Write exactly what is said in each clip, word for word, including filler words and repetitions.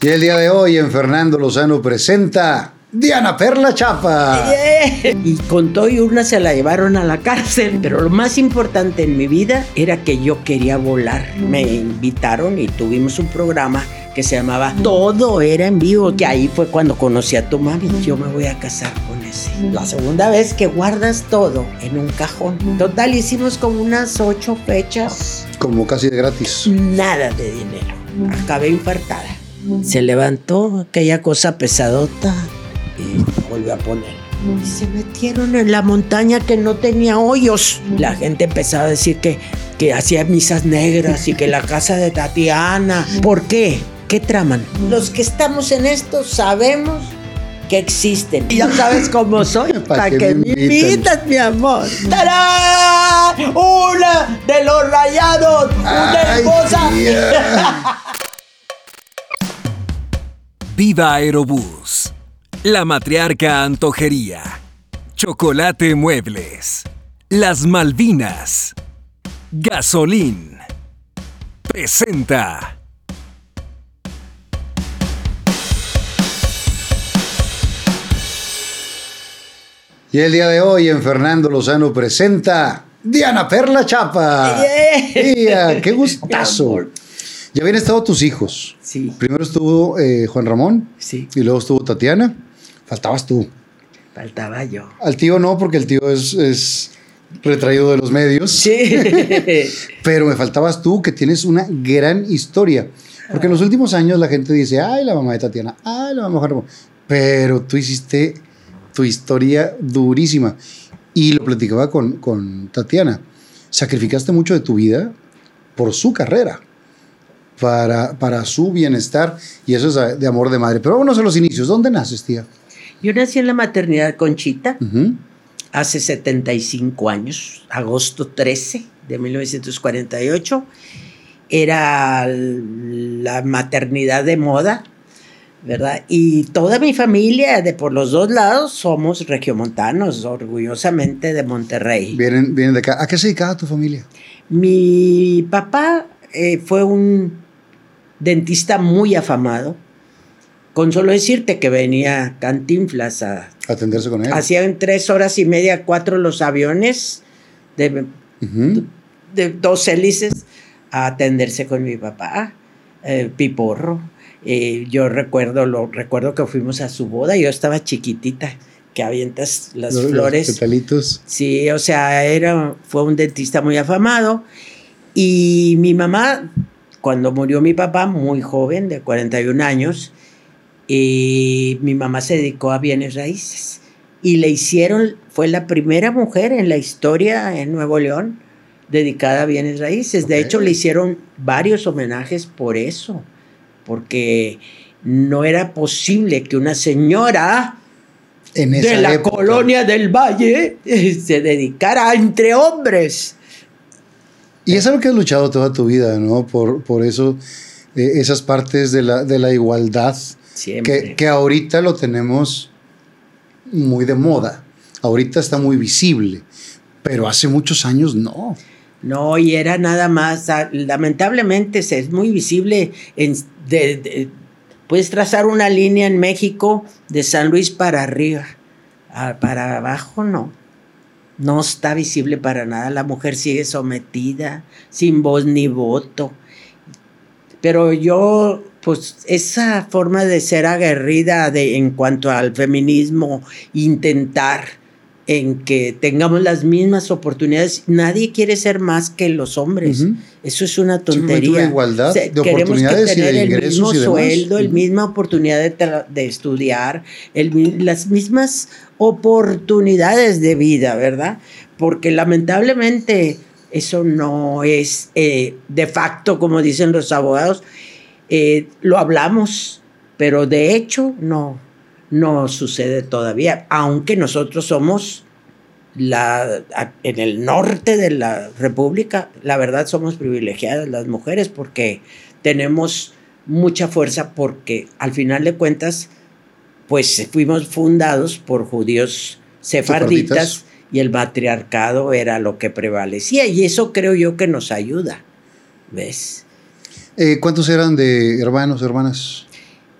Y el día de hoy en Fernando Lozano presenta Diana Perla Chapa. Yeah. Y con todo y urna se la llevaron a la cárcel. Pero lo más importante en mi vida era que yo quería volar. Me invitaron y tuvimos un programa que se llamaba Todo Era en Vivo, que ahí fue cuando conocí a tu mami. Yo me voy a casar con ese. La segunda vez que guardas todo en un cajón. Total, hicimos como unas ocho fechas. Como casi de gratis. Nada de dinero. Acabé infartada. Se levantó aquella cosa pesadota y volvió a poner. Y se metieron en la montaña que no tenía hoyos. La gente empezaba a decir que, que hacía misas negras y que la casa de Tatiana. ¿Por qué? ¿Qué traman? Los que estamos en esto sabemos que existen. Y ya sabes cómo soy. Para que, que me invitas, mi amor. ¡Tarán! ¡Una de los Rayados! ¡Una hermosa! Viva Aerobús, La Matriarca Antojería, Chocolate Muebles, Las Malvinas, Gasolín, presenta. Y el día de hoy en Fernando Lozano presenta Diana Perla Chapa. Yeah. Yeah, ¡qué gustazo! Ya habían estado tus hijos. Sí. Primero estuvo eh, Juan Ramón. Sí. Y luego estuvo Tatiana. Faltabas tú. Faltaba yo. Al tío no, porque el tío es, es retraído de los medios. Sí. Pero me faltabas tú, que tienes una gran historia. Porque en los últimos años la gente dice, ay, la mamá de Tatiana, ay, la mamá de Juan Ramón. Pero tú hiciste tu historia durísima. Y lo platicaba con, con Tatiana. Sacrificaste mucho de tu vida por su carrera. Para, para su bienestar, y eso es de amor de madre. Pero vámonos a los inicios. ¿Dónde naces, tía? Yo nací en la maternidad Conchita, uh-huh. hace setenta y cinco años, agosto trece de mil novecientos cuarenta y ocho. Era la maternidad de moda, ¿verdad? Y toda mi familia, de por los dos lados, somos regiomontanos, orgullosamente de Monterrey. Vienen, vienen de acá. ¿A qué se dedicaba tu familia? Mi papá eh, fue un dentista muy afamado. Con solo decirte que venía Cantinflas a atenderse con él. Hacían tres horas y media, cuatro los aviones de, uh-huh. de dos hélices a atenderse con mi papá, eh, Piporro. Eh, yo recuerdo, lo recuerdo que fuimos a su boda. Yo estaba chiquitita, que avientas las los, flores. Los petalitos. Sí, o sea, era, fue un dentista muy afamado. Y mi mamá, cuando murió mi papá, muy joven, de cuarenta y un años, y mi mamá se dedicó a bienes raíces. Y le hicieron, fue la primera mujer en la historia en Nuevo León dedicada a bienes raíces. Okay. De hecho, le hicieron varios homenajes por eso, porque no era posible que una señora en esa de la época, colonia del Valle se dedicara entre hombres. Y es algo que has luchado toda tu vida, ¿no? Por, por eso, eh, esas partes de la, de la igualdad, que, que ahorita lo tenemos muy de moda. Ahorita está muy visible, pero hace muchos años no. No, y era nada más, lamentablemente es muy visible. En, de, de, puedes trazar una línea en México de San Luis para arriba, para abajo no. No está visible para nada. La mujer sigue sometida, sin voz ni voto. Pero yo, pues, esa forma de ser aguerrida de, en cuanto al feminismo, intentar en que tengamos las mismas oportunidades. Nadie quiere ser más que los hombres. Uh-huh. Eso es una tontería. Una igualdad de oportunidades que tener y de ingresos el mismo y demás. Sueldo, uh-huh. el misma oportunidad de, tra- de estudiar, el, las mismas oportunidades de vida, ¿verdad? Porque lamentablemente eso no es eh, de facto, como dicen los abogados. Eh, lo hablamos, pero de hecho no. No sucede todavía, aunque nosotros somos la, en el norte de la República, la verdad somos privilegiadas las mujeres porque tenemos mucha fuerza, porque al final de cuentas pues fuimos fundados por judíos sefarditas y el matriarcado era lo que prevalecía, y eso creo yo que nos ayuda, ¿ves? Eh, ¿Cuántos eran de hermanos, hermanas?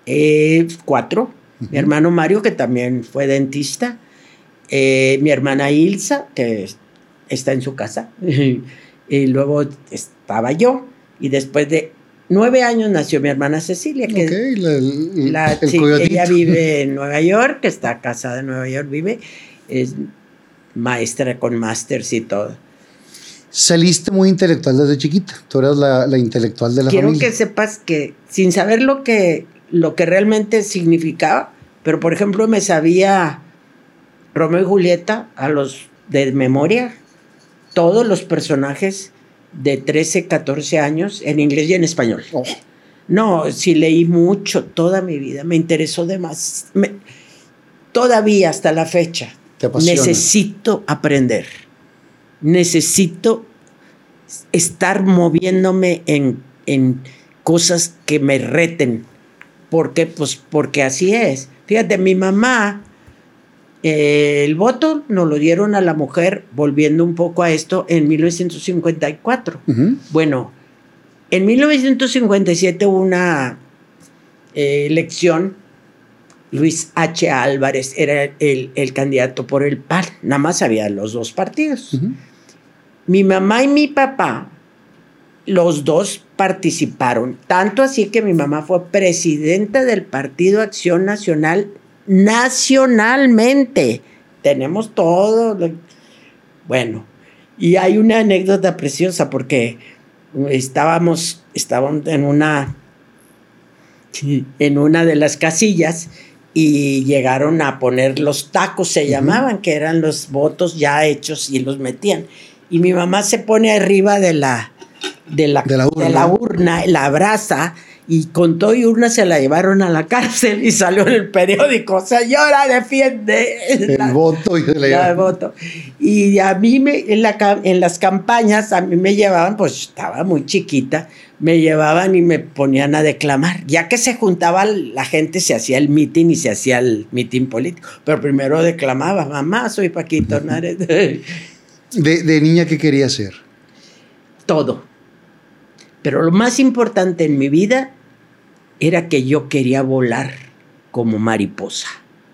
Eh, cuatro. Uh-huh. Mi hermano Mario, que también fue dentista. Eh, mi hermana Ilsa, que está en su casa. Y luego estaba yo. Y después de nueve años nació mi hermana Cecilia. Que okay, la, el, la, el sí, ella vive en Nueva York, está casada en Nueva York, vive. Es maestra con másters y todo. Saliste muy intelectual desde chiquita. Tú eras la, la intelectual de la Quiero familia. Quiero que sepas que, sin saber lo que, lo que realmente significaba, pero por ejemplo me sabía Romeo y Julieta a los de memoria, todos los personajes de trece, catorce años en inglés y en español. Oh. No, sí leí mucho toda mi vida, me interesó demasiado. Todavía hasta la fecha necesito aprender, necesito estar moviéndome en, en cosas que me reten. ¿Por qué? Pues porque así es. Fíjate, mi mamá, eh, el voto nos lo dieron a la mujer, volviendo un poco a esto, en mil novecientos cincuenta y cuatro. Uh-huh. Bueno, en mil novecientos cincuenta y siete hubo una eh, elección. Luis H. Álvarez era el, el candidato por el P A N. Nada más había los dos partidos. Uh-huh. Mi mamá y mi papá, los dos participaron. Tanto así que mi mamá fue presidenta del Partido Acción Nacional nacionalmente. Tenemos todo. Bueno, y hay una anécdota preciosa porque estábamos, estábamos en una, en una de las casillas y llegaron a poner los tacos, se uh-huh. llamaban, que eran los votos ya hechos y los metían. Y mi mamá se pone arriba de la, de la, de la, urna. De la urna, la abraza, y con todo y urna se la llevaron a la cárcel y salió en el periódico: señora, defiende el la, voto. Y, la voto. Y a mí, me, en, la, en las campañas, a mí me llevaban, pues estaba muy chiquita, me llevaban y me ponían a declamar. Ya que se juntaba la gente, se hacía el mitin y se hacía el mitin político. Pero primero declamaba: mamá, soy Paquito Nares. De, de niña, ¿qué quería ser? Todo. Pero lo más importante en mi vida era que yo quería volar como mariposa.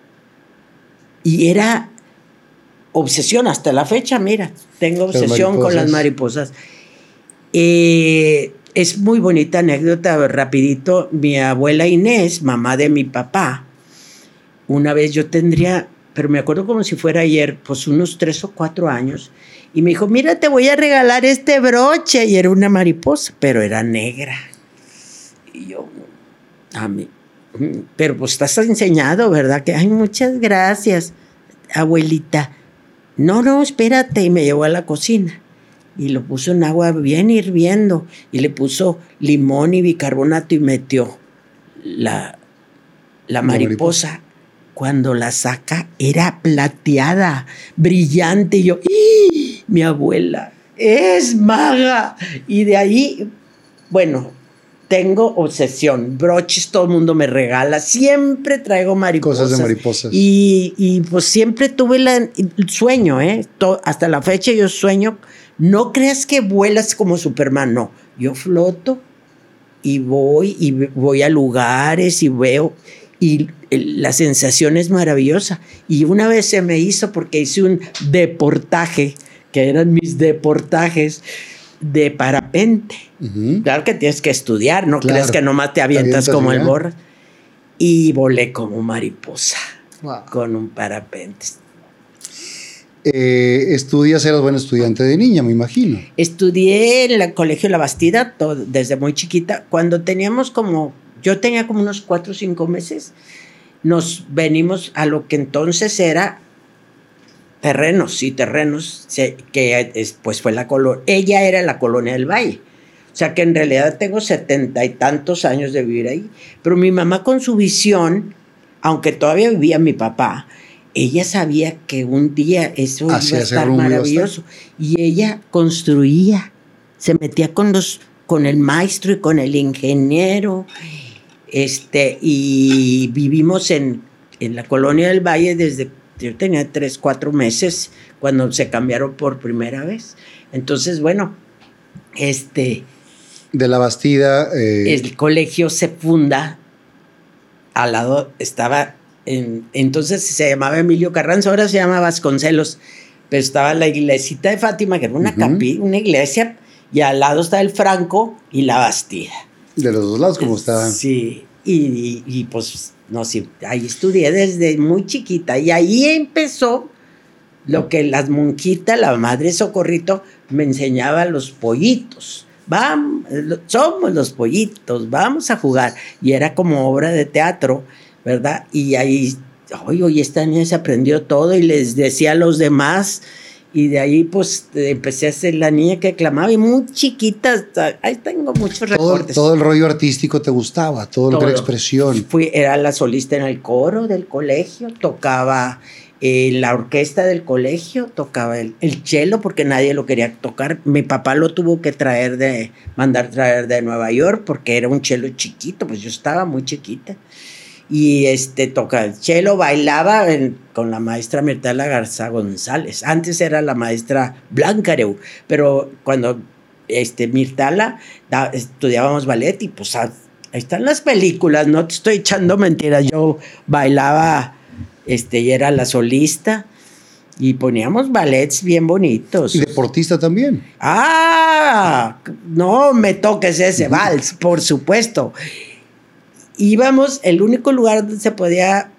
Y era obsesión hasta la fecha, mira, tengo obsesión con las mariposas. Eh, es muy bonita anécdota, rapidito. Mi abuela Inés, mamá de mi papá, una vez yo tendría, pero me acuerdo como si fuera ayer, pues unos tres o cuatro años, y me dijo: mira, te voy a regalar este broche. Y era una mariposa, pero era negra. Y yo, a mí, pero pues estás enseñado, ¿verdad? Que, ay, muchas gracias, abuelita. No, no, espérate. Y me llevó a la cocina y lo puso en agua bien hirviendo y le puso limón y bicarbonato y metió la, la mariposa. La mariposa. Cuando la saca, era plateada, brillante. Y yo, ¡ih! Mi abuela es maga. Y de ahí, bueno, tengo obsesión. Broches, todo el mundo me regala. Siempre traigo mariposas. Cosas de mariposas. Y, y pues siempre tuve la, el sueño, ¿eh? Todo, hasta la fecha yo sueño. No creas que vuelas como Superman, no. Yo floto y voy, y voy a lugares y veo. Y la sensación es maravillosa. Y una vez se me hizo porque hice un deportaje, que eran mis deportajes de parapente. Uh-huh. Claro que tienes que estudiar, no claro. crees que nomás te avientas, te avientas como el borra. Y volé como mariposa, wow. con un parapente. Eh, estudias, eras buen estudiante de niña, me imagino. Estudié en el colegio La Bastida todo, desde muy chiquita. Cuando teníamos como... Yo tenía como unos cuatro o cinco meses, nos venimos a lo que entonces era terrenos, sí, terrenos, que después fue la colonia. Ella era la colonia del Valle. O sea que en realidad tengo setenta y tantos años de vivir ahí. Pero mi mamá, con su visión, aunque todavía vivía mi papá, ella sabía que un día eso iba a estar maravilloso. Y ella construía, se metía con los, con el maestro y con el ingeniero. Este, y vivimos en, en la colonia del Valle desde, yo tenía tres, cuatro meses cuando se cambiaron por primera vez. Entonces, bueno, este... De La Bastida... Eh... El colegio se funda al lado estaba, en, entonces se llamaba Emilio Carranza, ahora se llama Vasconcelos, pero estaba la iglesita de Fátima, que era una, uh-huh. capi, una iglesia, y al lado estaba el Franco y la Bastida. De los dos lados, como estaban. Sí, y, y, y pues, no sé, ahí estudié desde muy chiquita, y ahí empezó lo que las monjitas, la madre Socorrito, me enseñaba los pollitos. Vamos, somos los pollitos, vamos a jugar. Y era como obra de teatro, ¿verdad? Y ahí, oye, oye, esta niña se aprendió todo y les decía a los demás. Y de ahí, pues, empecé a ser la niña que clamaba. Y muy chiquita, ahí tengo muchos recortes. Todo, todo el rollo artístico te gustaba, todo, todo. lo que era expresión. Fui, era la solista en el coro del colegio, tocaba en la orquesta del colegio, tocaba el, el cello porque nadie lo quería tocar. Mi papá lo tuvo que traer de, mandar traer de Nueva York porque era un cello chiquito, pues yo estaba muy chiquita. Y este, tocaba el cello, bailaba en, con la maestra Mirtala Garza González. Antes era la maestra Blancareu, pero cuando este, Mirtala da, estudiábamos ballet y pues ahí están las películas, no te estoy echando mentiras, yo bailaba... Este, y era la solista y poníamos ballets bien bonitos. ¿Y deportista también? Ah, no me toques ese vals, por supuesto. Íbamos, el único lugar donde se podía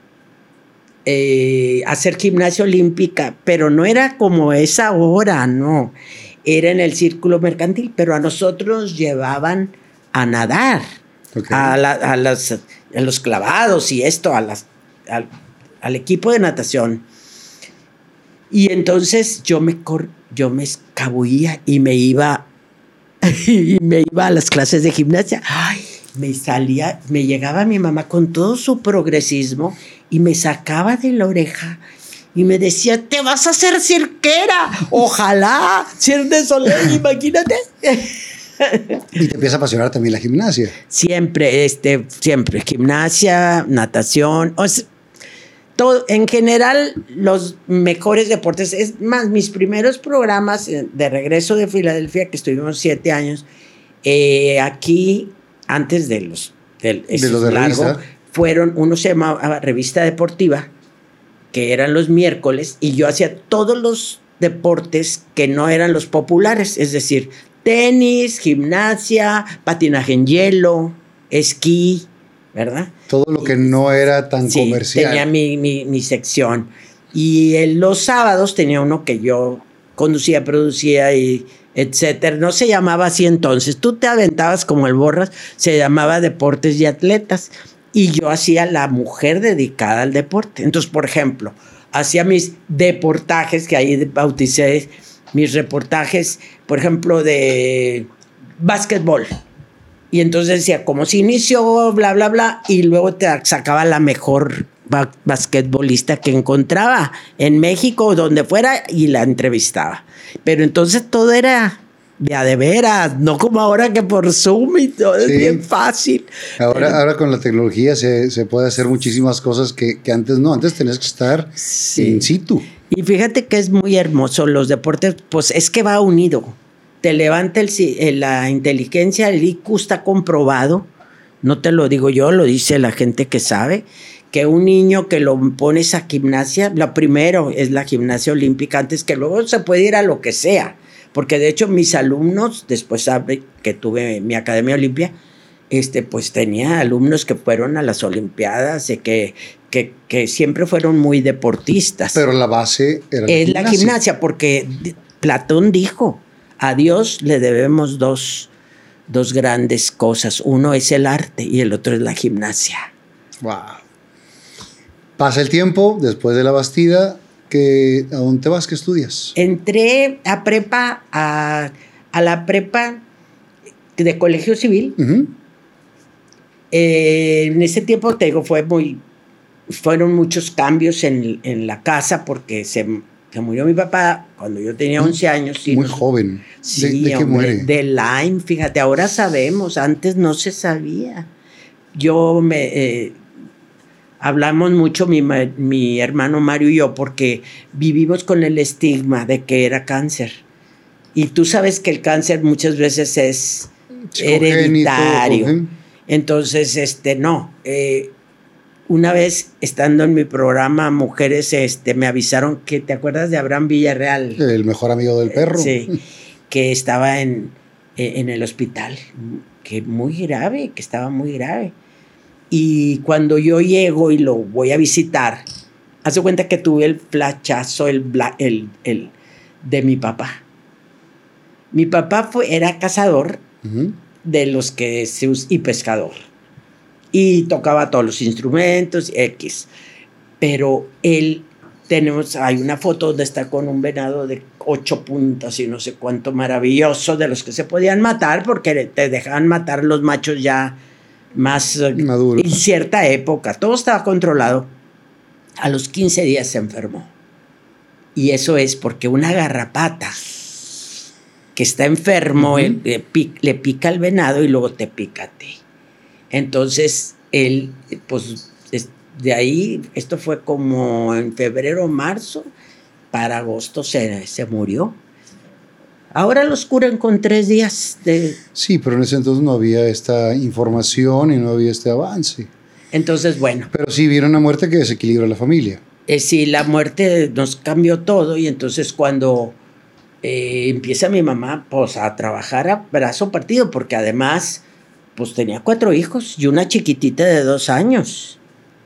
eh, hacer gimnasia olímpica, pero no era como esa hora, no. Era en el círculo mercantil, pero a nosotros nos llevaban a nadar, okay. a, la, a, las, a los clavados y esto, a las... A, al equipo de natación. Y entonces yo me, cor yo me escabullía y me iba y me iba a las clases de gimnasia. Ay, me salía, me llegaba mi mamá con todo su progresismo y me sacaba de la oreja y me decía, te vas a hacer cirquera, ojalá, Cirque du Soleil, imagínate. Y te empieza a apasionar también la gimnasia. Siempre, este, siempre, gimnasia, natación, o sea, todo, en general, los mejores deportes. Es más, mis primeros programas de regreso de Filadelfia, que estuvimos siete años, eh, aquí, antes de los de, de, lo de largo, revista. Fueron, uno se llamaba Revista Deportiva, que eran los miércoles, y yo hacía todos los deportes que no eran los populares, es decir, tenis, gimnasia, patinaje en hielo, esquí, ¿verdad? Todo lo que no era tan sí, comercial. Tenía mi, mi, mi sección. Y en los sábados tenía uno que yo conducía, producía y etcétera. No se llamaba así entonces. Tú te aventabas como el Borras, se llamaba Deportes y Atletas. Y yo hacía la mujer dedicada al deporte. Entonces, por ejemplo, hacía mis deportajes, que ahí bauticé mis reportajes, por ejemplo, de básquetbol. Y entonces decía, ¿cómo se inició? Bla, bla, bla. Y luego te sacaba la mejor ba basquetbolista que encontraba en México o donde fuera y la entrevistaba. Pero entonces todo era de a de veras, no como ahora que por Zoom y todo sí. Es bien fácil. Ahora, Pero, ahora con la tecnología se, se puede hacer muchísimas cosas que, que antes no. Antes tenías que estar sí. in situ. Y fíjate que es muy hermoso los deportes, pues es que va unido. Te levanta el, la inteligencia, el I Q está comprobado, no te lo digo yo, lo dice la gente que sabe, que un niño que lo pones a gimnasia, lo primero es la gimnasia olímpica, antes que luego se puede ir a lo que sea, porque de hecho mis alumnos, después que tuve mi Academia Olimpia, este, pues tenía alumnos que fueron a las Olimpiadas, y que, que, que siempre fueron muy deportistas. Pero la base era la es gimnasia. la gimnasia, porque Platón dijo, a Dios le debemos dos, dos grandes cosas. Uno es el arte y el otro es la gimnasia. Wow. Pasa el tiempo, después de la Bastida, que, ¿a dónde te vas? ¿Qué estudias? Entré a prepa, a, a la prepa de colegio civil. Uh-huh. eh, en ese tiempo, te digo, fue muy, fueron muchos cambios en, en la casa porque se... que murió mi papá cuando yo tenía once años. Y muy nos, joven. Sí, ¿De, de qué muere? De Lyme, fíjate, ahora sabemos, antes no se sabía. Yo me... Eh, hablamos mucho mi, mi hermano Mario y yo porque vivimos con el estigma de que era cáncer. Y tú sabes que el cáncer muchas veces es hereditario. Uh-huh. Entonces, este, no... Eh, una vez estando en mi programa Mujeres, este, me avisaron que, ¿te acuerdas de Abraham Villarreal? El mejor amigo del perro. Sí, que estaba en, en el hospital, que muy grave, que estaba muy grave. Y cuando yo llego y lo voy a visitar, hace cuenta que tuve el flachazo el, el, el, de mi papá. Mi papá fue, era cazador uh-huh. de los que se us- y pescador. Y tocaba todos los instrumentos, X. Pero él, tenemos, hay una foto donde está con un venado de ocho puntas y no sé cuánto, maravilloso, de los que se podían matar, porque te dejaban matar los machos ya más maduros. En cierta época, todo estaba controlado. A los quince días se enfermó. Y eso es porque una garrapata que está enfermo, uh-huh. él, le, pica, le pica al venado y luego te pica a ti. Entonces, él, pues, de ahí, esto fue como en febrero o marzo, para agosto se, se murió. Ahora los curan con tres días de... Sí, pero en ese entonces no había esta información y no había este avance. Entonces, bueno. Pero sí vieron una muerte que desequilibra a la familia. Eh, sí, la muerte nos cambió todo y entonces cuando eh, empieza mi mamá pues, a trabajar a brazo partido, porque además pues tenía cuatro hijos y una chiquitita de dos años.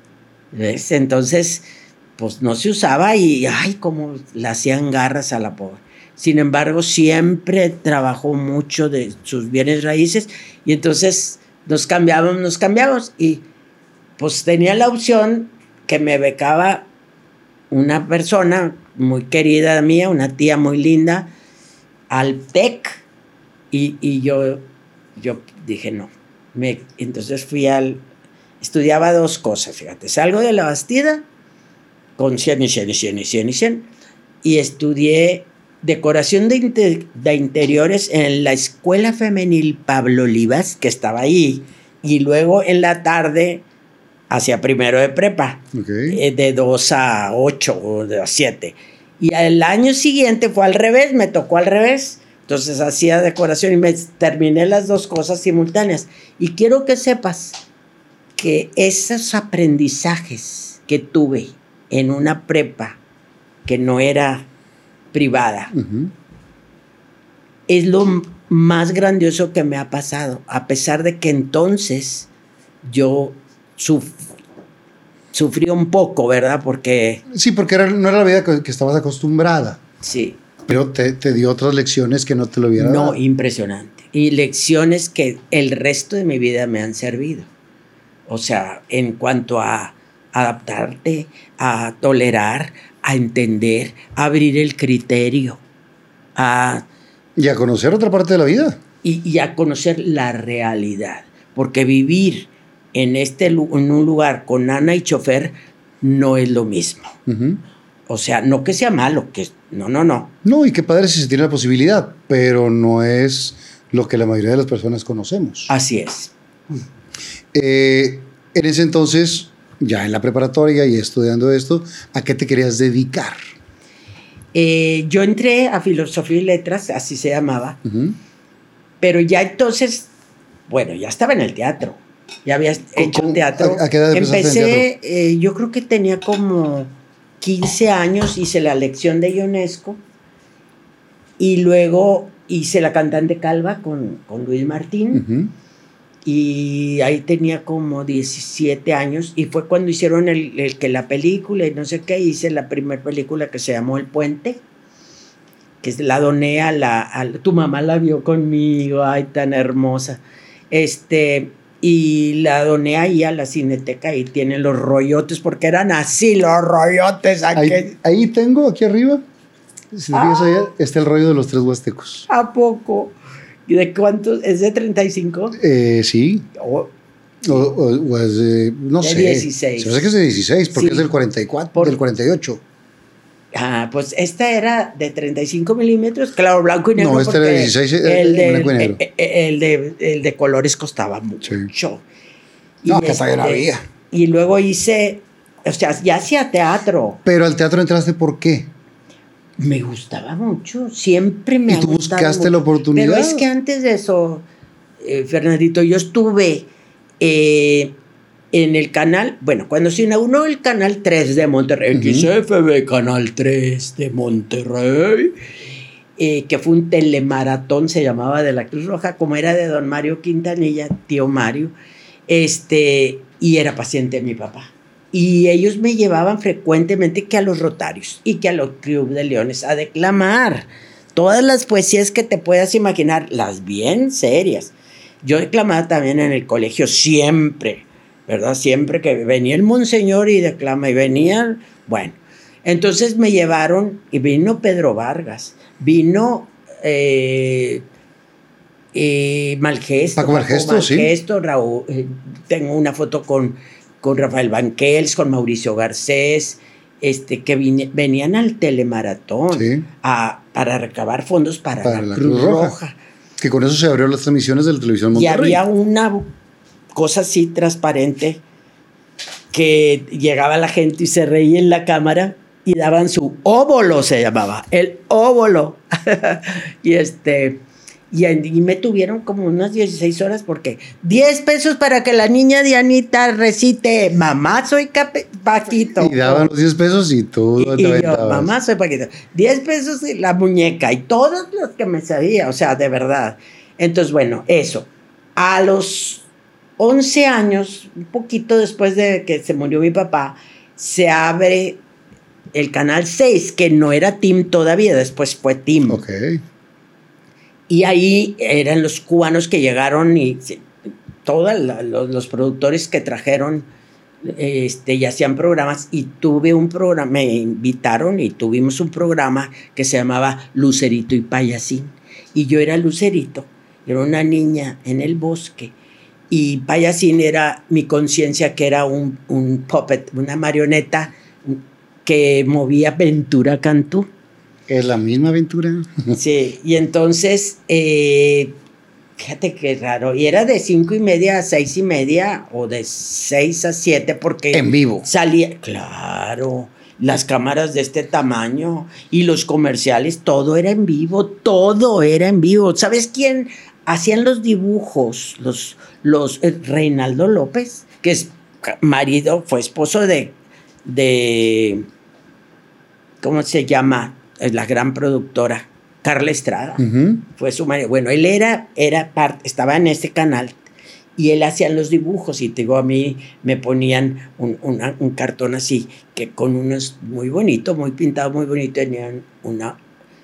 ¿Ves? Entonces, pues no se usaba y, ay, cómo le hacían garras a la pobre. Sin embargo, siempre trabajó mucho de sus bienes raíces y entonces nos cambiábamos, nos cambiábamos y pues tenía la opción que me becaba una persona muy querida mía, una tía muy linda, al TEC y, y yo, yo dije no. Me, entonces fui al... Estudiaba dos cosas, fíjate. Salgo de la Bastida con cien y cien y cien y cien y cien y estudié decoración de, inter, de interiores en la Escuela Femenil Pablo Olivas, que estaba ahí, y luego en la tarde hacia primero de prepa, okay. eh, de dos a ocho o de siete. Y el año siguiente fue al revés, me tocó al revés. Entonces hacía decoración y me terminé las dos cosas simultáneas. Y quiero que sepas que esos aprendizajes que tuve en una prepa que no era privada, uh-huh. es lo más grandioso que me ha pasado, a pesar de que entonces yo suf- sufrí un poco, ¿verdad? Porque... Sí, porque era, no era la vida que, que estabas acostumbrada. Sí. Pero te, te dio otras lecciones que no te lo hubiera no, dado. No, impresionante. Y lecciones que el resto de mi vida me han servido. O sea, en cuanto a adaptarte, a tolerar, a entender, a abrir el criterio, a... Y a conocer otra parte de la vida. Y, y a conocer la realidad. Porque vivir en, este, en un lugar con Ana y chofer no es lo mismo. Uh-huh. O sea, no que sea malo, que no, no, no. No, y qué padre si se tiene la posibilidad, pero no es lo que la mayoría de las personas conocemos. Así es. Eh, en ese entonces, ya en la preparatoria y estudiando esto, ¿a qué te querías dedicar? Eh, yo entré a Filosofía y Letras, así se llamaba, uh-huh. pero ya entonces, bueno, ya estaba en el teatro, ya había hecho ¿Cómo, teatro. ¿A, a qué edad empezaste Empecé, en teatro? Eh, yo creo que tenía como quince años, hice la lección de Ionesco y luego hice la cantante calva con, con Luis Martín. Uh-huh. Y ahí tenía como diecisiete años y fue cuando hicieron el, el que la película y no sé qué, hice la primera película que se llamó El Puente, que la doné a la, a la... Tu mamá la vio conmigo, ay, tan hermosa. Este, y la doné ahí a la Cineteca y tienen los rollotes, porque eran así los rollotes. Ahí, ahí tengo, aquí arriba, si te fijas allá, está el rollo de los tres huastecos. ¿A poco? ¿Y de cuántos? ¿Es de treinta y cinco? Eh, sí. Oh. O, o, o es de, no de sé. dieciséis. Se me hace que es de dieciséis, porque sí. Es del cuarenta y cuatro, Por, del cuarenta y ocho. Ah, pues esta era de treinta y cinco milímetros, claro, blanco y negro. No, este era de dieciséis, el de, blanco y negro. El, el, de, el de colores costaba mucho. Sí. Y no, que este, todavía no había. Y luego hice, o sea, ya hacía teatro. Pero al teatro entraste, ¿por qué? Me gustaba mucho, siempre me ¿Y ha tú gustado buscaste mucho. la oportunidad? Pero es que antes de eso, eh, Fernandito, yo estuve eh, en el canal, bueno, cuando se inauguró el Canal tres de Monterrey, uh-huh. X F B Canal tres de Monterrey, eh, que fue un telemaratón, se llamaba, de la Cruz Roja, como era de don Mario Quintanilla, tío Mario, este, y era paciente de mi papá. Y ellos me llevaban frecuentemente que a los Rotarios y que a los Club de Leones a declamar todas las poesías que te puedas imaginar, las bien serias. Yo declamaba también en el colegio siempre, ¿verdad? Siempre que venía el monseñor y declama, y venían, bueno. Entonces me llevaron, y vino Pedro Vargas, vino eh, eh, Malgesto. Paco Malgesto, Malgesto sí. Raúl, eh, tengo una foto con, con Rafael Banquels, con Mauricio Garcés, este, que vine, venían al telemaratón sí. a, para recabar fondos para, para la, la Cruz, Cruz Roja. Roja. Que con eso se abrieron las transmisiones de la televisión Y Monterrey. había una cosa así transparente que llegaba la gente y se reía en la cámara y daban su óvulo, se llamaba, el óvulo. y este y, y me tuvieron como unas dieciséis horas porque diez pesos para que la niña Dianita recite mamá soy Cape, Paquito. Y daban los diez pesos y tú y, te y yo, mamá soy Paquito. diez pesos y la muñeca y todos los que me sabía, o sea, de verdad. Entonces, bueno, eso. A los once años, un poquito después de que se murió mi papá, se abre el Canal seis, que no era T I M todavía, después fue T I M. Ok. Y ahí eran los cubanos que llegaron y todos los, los productores que trajeron este, y hacían programas. Y tuve un programa, me invitaron y tuvimos un programa que se llamaba Lucerito y Payasín. Y yo era Lucerito, era una niña en el bosque. Y Payasín era mi conciencia, que era un, un puppet, una marioneta que movía Ventura Cantú. Es la misma aventura. Sí, y entonces, eh, fíjate qué raro, y era de cinco y media a seis y media, o de seis a siete, porque... En vivo. Salía, claro, las cámaras de este tamaño, y los comerciales, todo era en vivo, todo era en vivo. ¿Sabes quién hacían los dibujos? Los, los eh, Reinaldo López, que es marido, fue esposo de, de, ¿cómo se llama? La gran productora, Carla Estrada, uh-huh. fue su marido. Bueno, él era, era parte, estaba en este canal y él hacía los dibujos y te digo, a mí me ponían un, una, un cartón así, que con unos muy bonito, muy pintado, muy bonito, tenían una,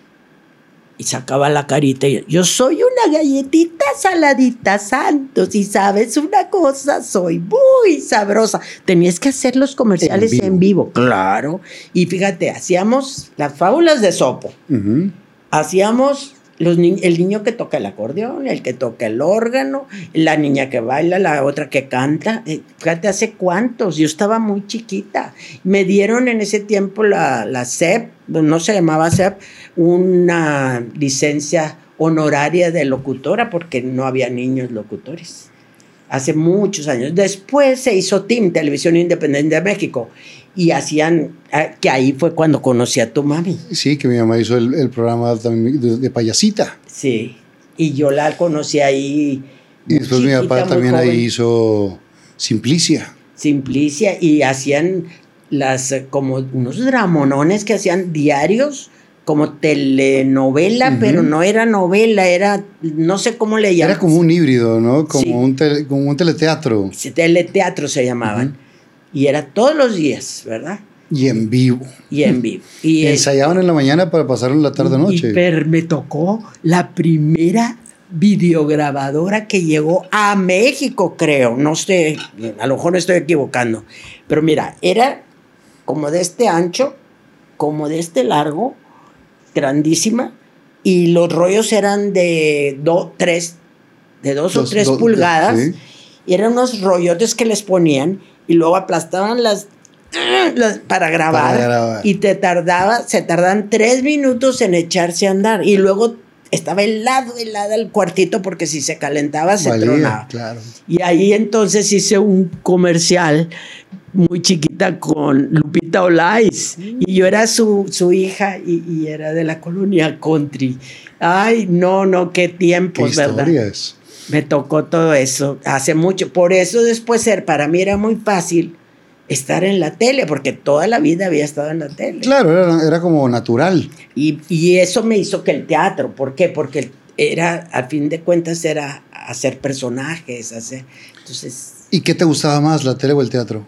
y sacaba la carita y yo, yo soy una galletita saladita, Santos, y sabes una cosa, soy muy sabrosa. Tenías que hacer los comerciales en vivo, en vivo. Claro, y fíjate, hacíamos las fábulas de Sopo, uh-huh. hacíamos los ni- el niño que toca el acordeón, el que toca el órgano, la niña que baila, la otra que canta. Eh, fíjate, hace cuántos, yo estaba muy chiquita, me dieron en ese tiempo la, la C E P, no se llamaba C E P, una licencia honoraria de locutora porque no había niños locutores. Hace muchos años. Después se hizo T I M, Televisión Independiente de México, y hacían, que ahí fue cuando conocí a tu mami. Sí, que mi mamá hizo el, el programa también de, de Payasita. Sí, y yo la conocí ahí. Y después chiquita, mi papá también joven. Ahí hizo Simplicia. Simplicia, y hacían las, como unos dramonones que hacían diarios, como telenovela, uh-huh. pero no era novela, era, no sé cómo le llaman. Era como un híbrido, ¿no? Como, sí. un, tele, como un teleteatro. Sí, teleteatro se llamaban. Uh-huh. Y era todos los días, ¿verdad? Y en vivo. Y en vivo. Y ensayaban en la mañana para pasarlo en la tarde-noche. Y per, me tocó la primera videograbadora que llegó a México, creo. No sé, a lo mejor me estoy equivocando. Pero mira, era como de este ancho, como de este largo, grandísima, y los rollos eran de dos, tres, de dos, dos o tres dos, pulgadas, sí. Y eran unos rollotes que les ponían, y luego aplastaban las, las para, grabar, para grabar, y te tardaba, se tardan tres minutos en echarse a andar, y luego estaba helado, helado el cuartito, porque si se calentaba se Valía, tronaba. Claro. Y ahí entonces hice un comercial muy chiquita con Lupita Olais, y yo era su, su hija, y, y era de la colonia country. Ay, no, no, qué tiempos, qué ¿verdad? Historias. Me tocó todo eso hace mucho. Por eso después ser, para mí era muy fácil estar en la tele, porque toda la vida había estado en la tele. Claro, era, era como natural. Y, y eso me hizo que el teatro, ¿por qué? Porque era, al fin de cuentas, era hacer personajes, hacer... Entonces... ¿Y qué te gustaba más, la tele o el teatro?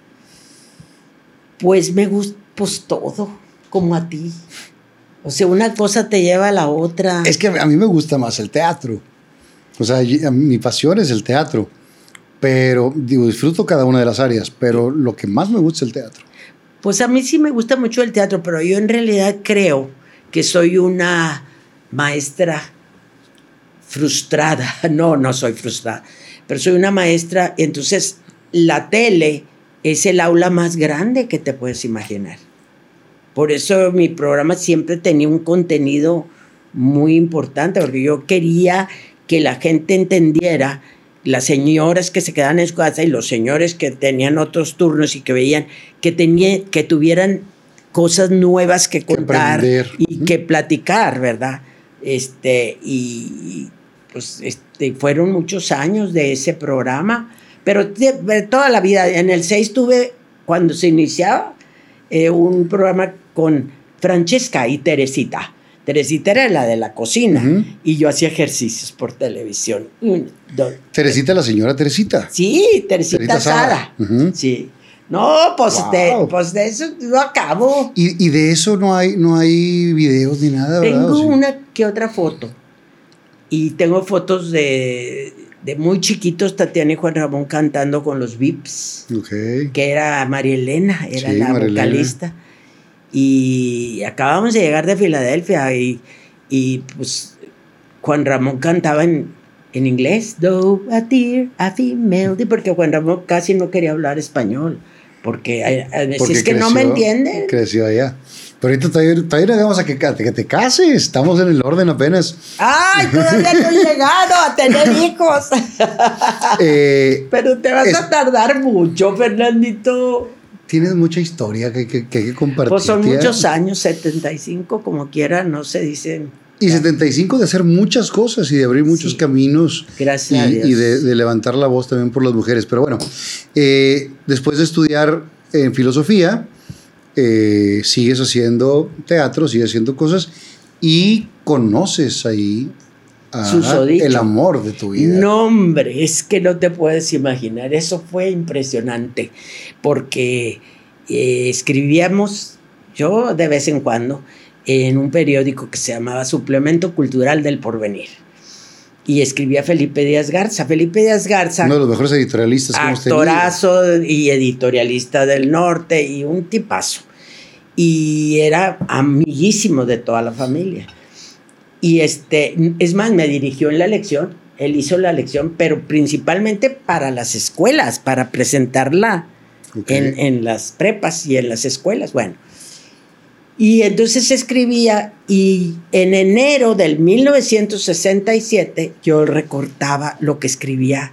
Pues me gusta, pues todo, como a ti. O sea, una cosa te lleva a la otra. Es que a mí me gusta más el teatro. O sea, mi pasión es el teatro. Pero, digo, disfruto cada una de las áreas, pero lo que más me gusta es el teatro. Pues a mí sí me gusta mucho el teatro, pero yo en realidad creo que soy una maestra frustrada. No, no soy frustrada, pero soy una maestra. Entonces, la tele es el aula más grande que te puedes imaginar. Por eso mi programa siempre tenía un contenido muy importante, porque yo quería que la gente entendiera, las señoras que se quedaban en su casa y los señores que tenían otros turnos y que veían, que, tenía, que tuvieran cosas nuevas que contar que y uh-huh. que platicar, ¿verdad? Este, y pues este, fueron muchos años de ese programa, pero de, de toda la vida. En el seis tuve, cuando se iniciaba, eh, un programa con Francesca y Teresita. Teresita era la de la cocina uh-huh. y yo hacía ejercicios por televisión. Un, dos, Teresita, la señora Teresita. Sí, Teresita, Teresita Sada. Uh-huh. Sí. No, pues, wow. de, pues de eso lo acabo. ¿Y, y de eso no hay, no hay videos ni nada? Tengo ¿verdad? una que otra foto. Y tengo fotos de, de muy chiquitos, Tatiana y Juan Ramón cantando con los Vips. Okay. Que era María Elena, era sí, la María vocalista. Elena. Y acabamos de llegar de Filadelfia y, y pues Juan Ramón cantaba en, en inglés. Do a dear, a female, porque Juan Ramón casi no quería hablar español. Porque a veces porque es que creció, no me entienden. Creció allá. Pero ahorita todavía, todavía vamos a que, que te cases. Estamos en el orden apenas. ¡Ay! Todavía no he llegado a tener hijos. eh, Pero te vas es, a tardar mucho, Fernandito. Tienes mucha historia que, que, que hay que compartir. Pues son muchos años, setenta y cinco, como quiera, no se dicen. Y setenta y cinco de hacer muchas cosas y de abrir muchos sí. caminos. Gracias y, a Dios. Y de, de levantar la voz también por las mujeres. Pero bueno, eh, después de estudiar en filosofía, eh, sigues haciendo teatro, sigues haciendo cosas y conoces ahí a el amor de tu vida. No, hombre, es que no te puedes imaginar. Eso fue impresionante porque eh, escribíamos, yo de vez en cuando, en un periódico que se llamaba Suplemento Cultural del Porvenir. Y escribía Felipe Díaz Garza. Felipe Díaz Garza, uno de los mejores editorialistas que hemos tenido. Actorazo y editorialista del norte y un tipazo. Y era amiguísimo de toda la familia. Y este, es más, me dirigió en la lección. Él hizo la lección, pero principalmente para las escuelas, para presentarla okay. en, en las prepas y en las escuelas. Bueno. Y entonces escribía, y en enero del mil novecientos sesenta y siete yo recortaba lo que escribía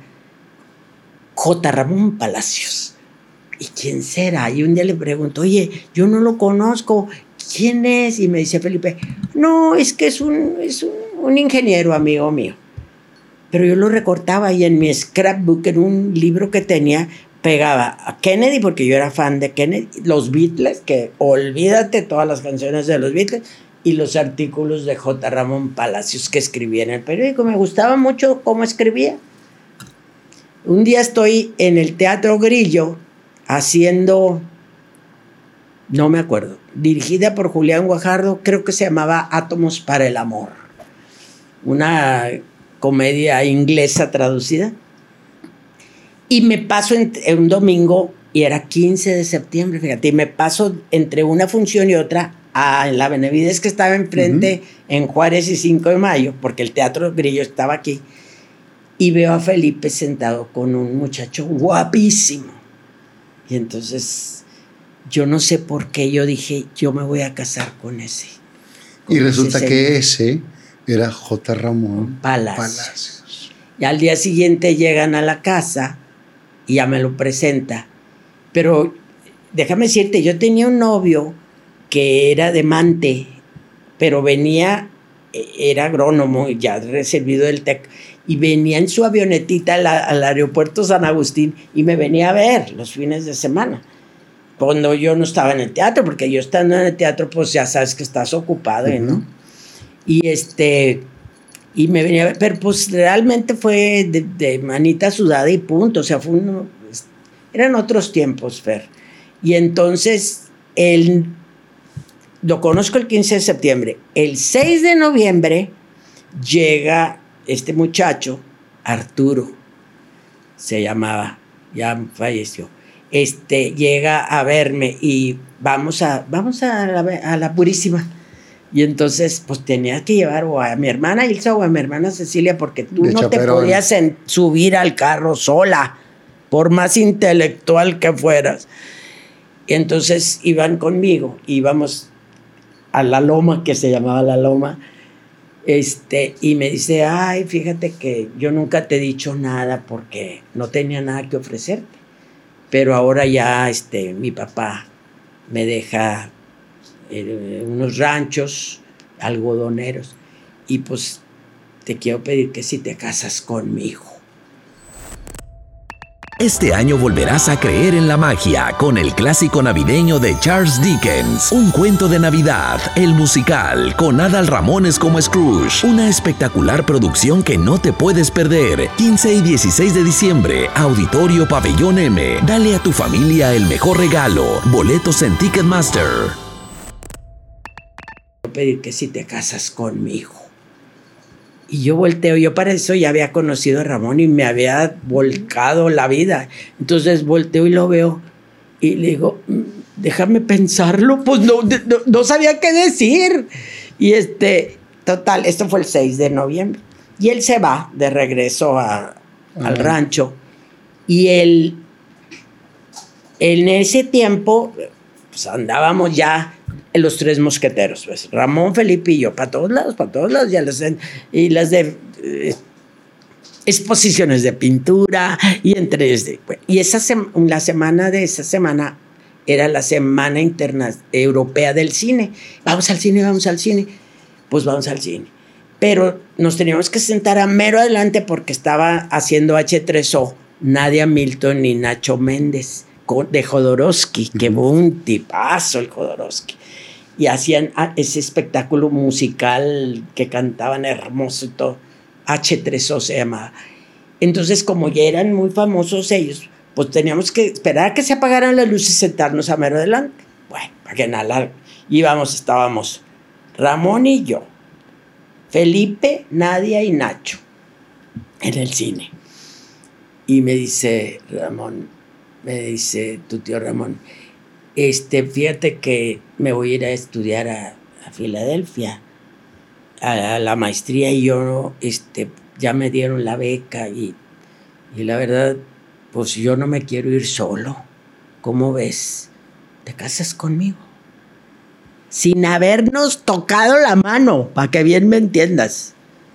J. Ramón Palacios. ¿Y quién será? Y un día le pregunto, oye, yo no lo conozco, ¿quién es? Y me dice Felipe, no, es que es un, es un, un ingeniero amigo mío. Pero yo lo recortaba y en mi scrapbook, en un libro que tenía, pegaba a Kennedy, porque yo era fan de Kennedy, los Beatles, que olvídate todas las canciones de los Beatles, y los artículos de J. Ramón Palacios que escribía en el periódico. Me gustaba mucho cómo escribía. Un día estoy en el Teatro Grillo haciendo, no me acuerdo, dirigida por Julián Guajardo, creo que se llamaba Átomos para el Amor, una comedia inglesa traducida. Y me paso en, en un domingo, y era quince de septiembre, fíjate, y me paso entre una función y otra a la Benavides que estaba enfrente, uh-huh. en Juárez y cinco de mayo, porque el Teatro Grillo estaba aquí, y veo a Felipe sentado con un muchacho guapísimo. Y entonces, yo no sé por qué, yo dije, yo me voy a casar con ese. Con y resulta ese que ese era J. Ramón Palacios. Palacios. Y al día siguiente llegan a la casa y ya me lo presenta. Pero déjame decirte, yo tenía un novio que era de Mante, pero venía era agrónomo, ya recibido del TEC, y venía en su avionetita al, al aeropuerto San Agustín y me venía a ver los fines de semana, cuando yo no estaba en el teatro, porque yo estando en el teatro, pues ya sabes que estás ocupado, uh-huh. ¿no? Y este... Y me venía a ver, pero pues realmente fue de, de manita sudada y punto, o sea, fue uno, eran otros tiempos, Fer. Y entonces, el, lo conozco el quince de septiembre, el seis de noviembre llega este muchacho, Arturo, se llamaba, ya falleció, este, llega a verme y vamos a, vamos a la, a la Purísima. Y entonces, pues tenía que llevar o a mi hermana Ilsa o a mi hermana Cecilia, porque tú de no chaperón. Te podías en, subir al carro sola, por más intelectual que fueras. Y entonces iban conmigo, íbamos a la loma, que se llamaba la loma, este, y me dice, ay, fíjate que yo nunca te he dicho nada porque no tenía nada que ofrecerte. Pero ahora ya este, mi papá me deja... Eh, unos ranchos algodoneros y pues te quiero pedir que si te casas conmigo. Este año volverás a creer en la magia con el clásico navideño de Charles Dickens, Un cuento de Navidad, el musical, con Adal Ramones como Scrooge, una espectacular producción que no te puedes perder. quince y dieciséis de diciembre, Auditorio Pabellón M. Dale a tu familia el mejor regalo. Boletos en Ticketmaster. Pedir que si te casas conmigo. Y yo volteo, yo para eso ya había conocido a Ramón y me había volcado la vida. Entonces volteo y lo veo y le digo, déjame pensarlo, pues no, no, no sabía qué decir. Y este, total, esto fue el seis de noviembre. Y él se va de regreso a, uh-huh. al rancho. Y él, en ese tiempo, pues andábamos ya los tres mosqueteros, pues, Ramón, Felipe y yo, para todos lados, para todos lados, ya las, y las de eh, exposiciones de pintura, y entre este, y esa sema, la semana de esa semana era la Semana Interna Europea del Cine. Vamos al cine, vamos al cine, pues vamos al cine. Pero nos teníamos que sentar a mero adelante porque estaba haciendo hache tres o Nadia Milton y Nacho Méndez de Jodorowsky, que fue un tipazo el Jodorowsky. Y hacían ese espectáculo musical que cantaban hermoso y todo. hache tres o se llamaba. Entonces, como ya eran muy famosos ellos, pues teníamos que esperar a que se apagaran las luces y sentarnos a mero adelante. Bueno, para que nada, íbamos, estábamos Ramón y yo, Felipe, Nadia y Nacho en el cine. Y me dice Ramón, me dice tu tío Ramón, Este, fíjate que me voy a ir a estudiar a, a Filadelfia, a, a la maestría, y yo, este, ya me dieron la beca y, y la verdad, pues yo no me quiero ir solo. ¿Cómo ves? ¿Te casas conmigo? Sin habernos tocado la mano, para que bien me entiendas.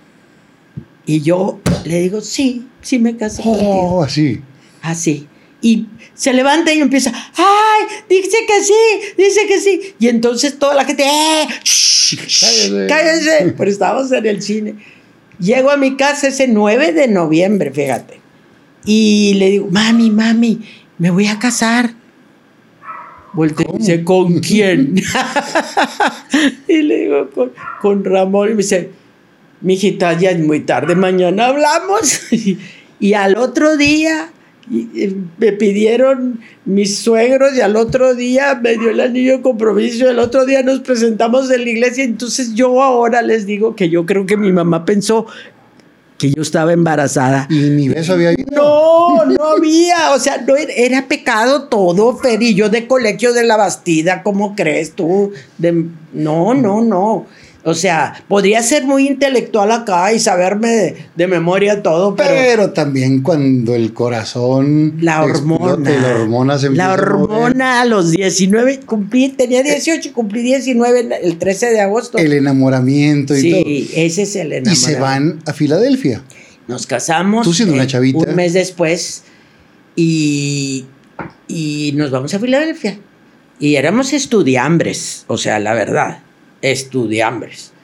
Y yo le digo, sí, sí me caso oh, contigo. Oh, así. Así. Y se levanta y empieza, ¡ay! Dice que sí, dice que sí. Y entonces toda la gente, ¡eh! Shh, ¡cállese! ¡Cállese! Pero estábamos en el cine. Llego a mi casa ese nueve de noviembre, fíjate. Y le digo, mami, mami, me voy a casar. Volteo y dice, ¿con quién? Y le digo, con, con Ramón. Y me dice, mijita, ya es muy tarde, mañana hablamos. y, y al otro día... Y me pidieron mis suegros y al otro día me dio el anillo de compromiso y el otro día nos presentamos en la iglesia. Entonces yo ahora les digo que yo creo que mi mamá pensó que yo estaba embarazada. ¿Y ni beso había ido? No, no había. O sea, no era, era pecado todo, Fer. Y yo de colegio de la Bastida, ¿cómo crees tú? De, no, no, no. O sea, podría ser muy intelectual acá y saberme de, de memoria todo, pero... Pero también cuando el corazón... La hormona. Explote, la hormona se La hormona a, a los diecinueve, cumplí, tenía dieciocho y cumplí diecinueve el trece de agosto. El enamoramiento y sí, todo. Sí, ese es el enamoramiento. Y se van a Filadelfia. Nos casamos. Tú siendo una chavita. Un mes después y, y nos vamos a Filadelfia. Y éramos estudiambres, o sea, la verdad. Estudiambres.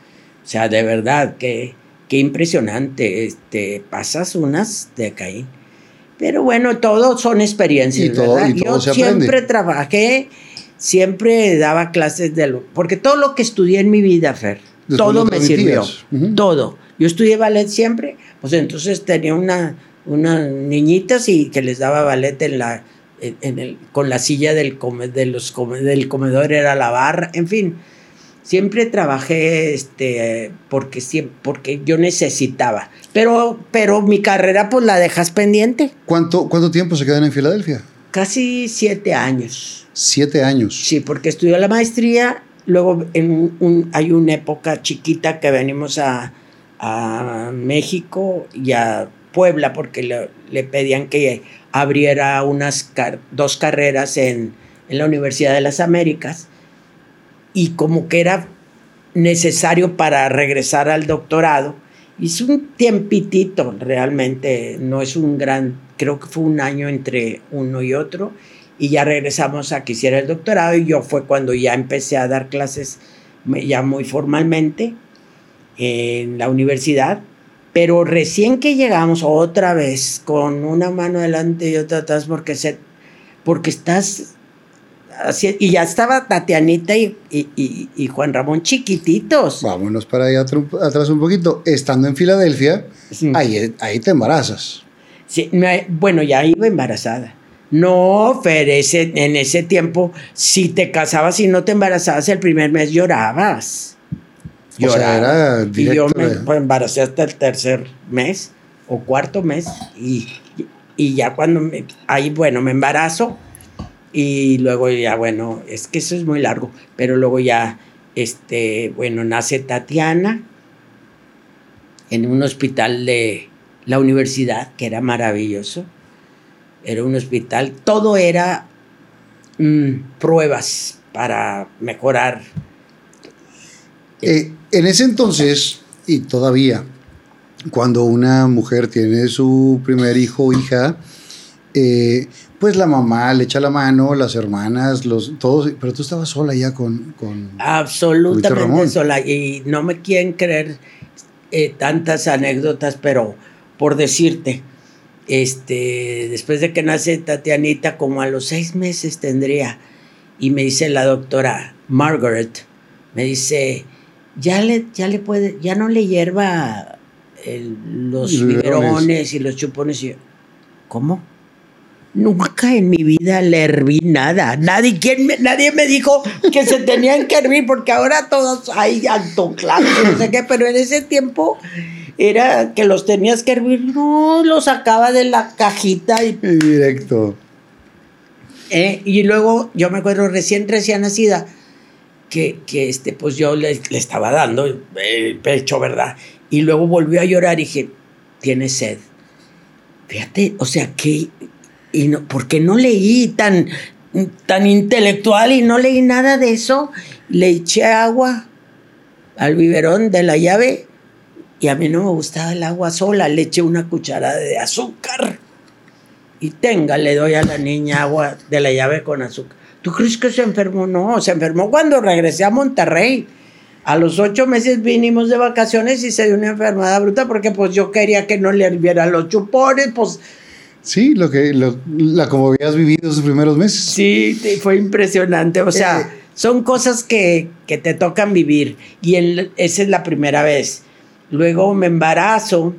sea, de verdad, que, qué impresionante. Este, pasas unas de caí. Pero bueno, todo son experiencias, y todo, ¿verdad? y todo Yo se siempre aprende. Trabajé, siempre daba clases de lo, porque todo lo que estudié en mi vida, Fer, Después todo lo me sirvió. transmitías. Uh-huh. Todo. Yo estudié ballet siempre, pues entonces tenía una, unas niñitas y que les daba ballet en la, en, en el, con la silla del, come, de los come, del comedor, era la barra, en fin. Siempre trabajé este, porque, porque yo necesitaba. Pero, pero mi carrera pues la dejas pendiente. ¿Cuánto, ¿Cuánto tiempo se quedan en Filadelfia? Casi siete años. Siete años. Sí, porque estudió la maestría. Luego en un, hay una época chiquita que venimos a, a México y a Puebla porque le, le pedían que abriera unas car dos carreras en, en la Universidad de las Américas. Y como que era necesario para regresar al doctorado. Hice un tiempitito, realmente, no es un gran, creo que fue un año entre uno y otro, y ya regresamos a que hiciera el doctorado, y yo fue cuando ya empecé a dar clases ya muy formalmente en la universidad, pero recién que llegamos otra vez, con una mano adelante y otra atrás, porque, se, porque estás... Así, y ya estaba Tatianita y, y, y, y Juan Ramón chiquititos. Vámonos para allá atrás un poquito. Estando en Filadelfia, sí. ahí, ahí te embarazas. Sí, me, bueno, ya iba embarazada. No, Fer, ese, en ese tiempo, si te casabas y no te embarazabas el primer mes, llorabas. O sea, era y yo me pues, embaracé hasta el tercer mes o cuarto mes. Y, y ya cuando me, ahí, bueno, me embarazo. Y luego ya, bueno, es que eso es muy largo, pero luego ya, este, bueno, nace Tatiana en un hospital de la universidad, que era maravilloso. Era un hospital, todo era mmm, pruebas para mejorar. Eh, en ese entonces, y todavía, cuando una mujer tiene su primer hijo o hija, eh, pues la mamá le echa la mano, las hermanas, los todos, pero tú estabas sola ya con... con absolutamente con sola, y no me quieren creer eh, tantas anécdotas, pero por decirte, este, después de que nace Tatianita, como a los seis meses tendría, y me dice la doctora Margaret, me dice, ya le, ya le puede, ya no le hierva el, los biberones y los chupones, y yo, ¿cómo? Nunca en mi vida le herví nada. Nadie, ¿quién me, nadie me dijo que se tenían que hervir, porque ahora todos hay autoclaves, no sé qué, pero en ese tiempo era que los tenías que hervir. No, los sacaba de la cajita y directo. Eh, y luego yo me acuerdo recién, recién nacida, que, que este, pues yo le, le estaba dando el pecho, ¿verdad? Y luego volvió a llorar y dije, tiene sed. Fíjate, o sea, que... Y no, porque no leí tan, tan intelectual y no leí nada de eso. Le eché agua al biberón de la llave y a mí no me gustaba el agua sola. Le eché una cucharada de azúcar y tenga, le doy a la niña agua de la llave con azúcar. ¿Tú crees que se enfermó? No, se enfermó cuando regresé a Monterrey. A los ocho meses vinimos de vacaciones y se dio una enfermedad bruta porque pues yo quería que no le hirvieran los chupones, pues... Sí, lo que, lo, la como habías vivido esos primeros meses. Sí, fue impresionante. O sea, eh, son cosas que, que te tocan vivir. Y el, esa es la primera vez. Luego me embarazo.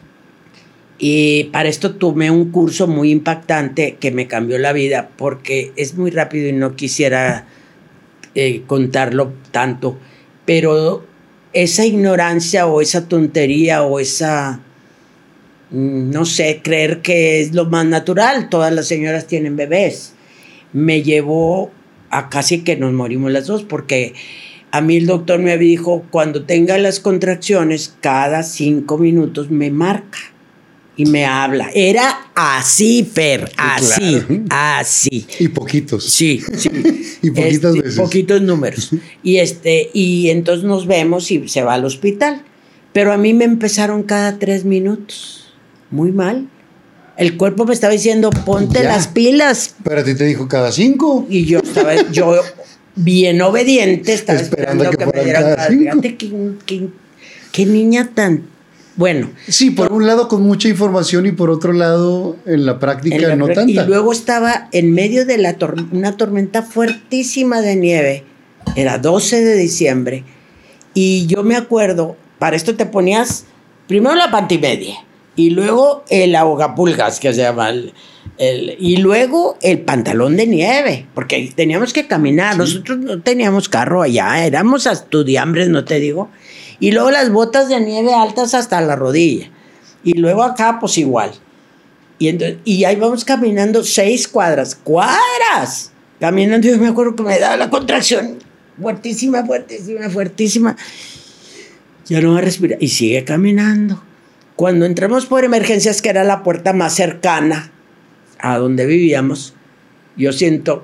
Y para esto tomé un curso muy impactante que me cambió la vida. Porque es muy rápido y no quisiera eh, contarlo tanto. Pero esa ignorancia o esa tontería o esa... no sé, creer que es lo más natural, todas las señoras tienen bebés, me llevó a casi que nos morimos las dos, porque a mí el doctor me dijo, cuando tenga las contracciones, cada cinco minutos me marca y me habla. Era así, Fer, así, claro. así. Y poquitos. Sí, sí. Y poquitas este, veces. Poquitos números. Y, este, y entonces nos vemos y se va al hospital. Pero a mí me empezaron cada tres minutos. Muy mal. El cuerpo me estaba diciendo, ponte ya. las pilas. Pero a ti te dijo cada cinco. Y yo estaba, yo bien obediente, estaba esperando, esperando que, que me dieran cada cinco. Fíjate que, que qué niña tan... Bueno. Sí, por un lado con mucha información y por otro lado en la práctica en la no tanta. Y luego estaba en medio de la tor- una tormenta fuertísima de nieve. Era doce de diciembre. Y yo me acuerdo, para esto te ponías primero la pantimedia y luego el ahogapulgas, que se llama, el, el, y luego el pantalón de nieve, porque teníamos que caminar. Sí. Nosotros no teníamos carro allá, éramos estudiambres, no te digo. Y luego las botas de nieve altas hasta la rodilla. Y luego acá, pues igual. Y, entonces, y ahí vamos caminando seis cuadras. ¡Cuadras! Caminando, yo me acuerdo que me daba la contracción. Fuertísima, fuertísima, fuertísima. Ya no va a respirar. Y sigue caminando. Cuando entramos por emergencias, que era la puerta más cercana a donde vivíamos, yo siento...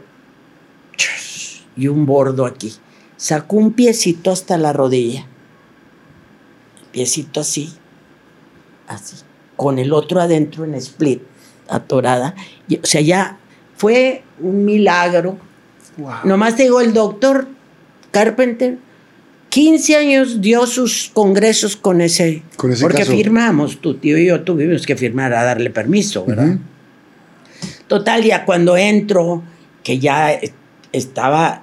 Y un bordo aquí. Sacó un piecito hasta la rodilla. Piecito así, así, con el otro adentro en split, atorada. Y, o sea, ya fue un milagro. Wow. Nomás te digo, el doctor Carpenter, quince años dio sus congresos con ese, con ese porque caso. Firmamos, tu tío y yo tuvimos que firmar a darle permiso, ¿verdad? Uh-huh. Total, ya cuando entro, que ya estaba...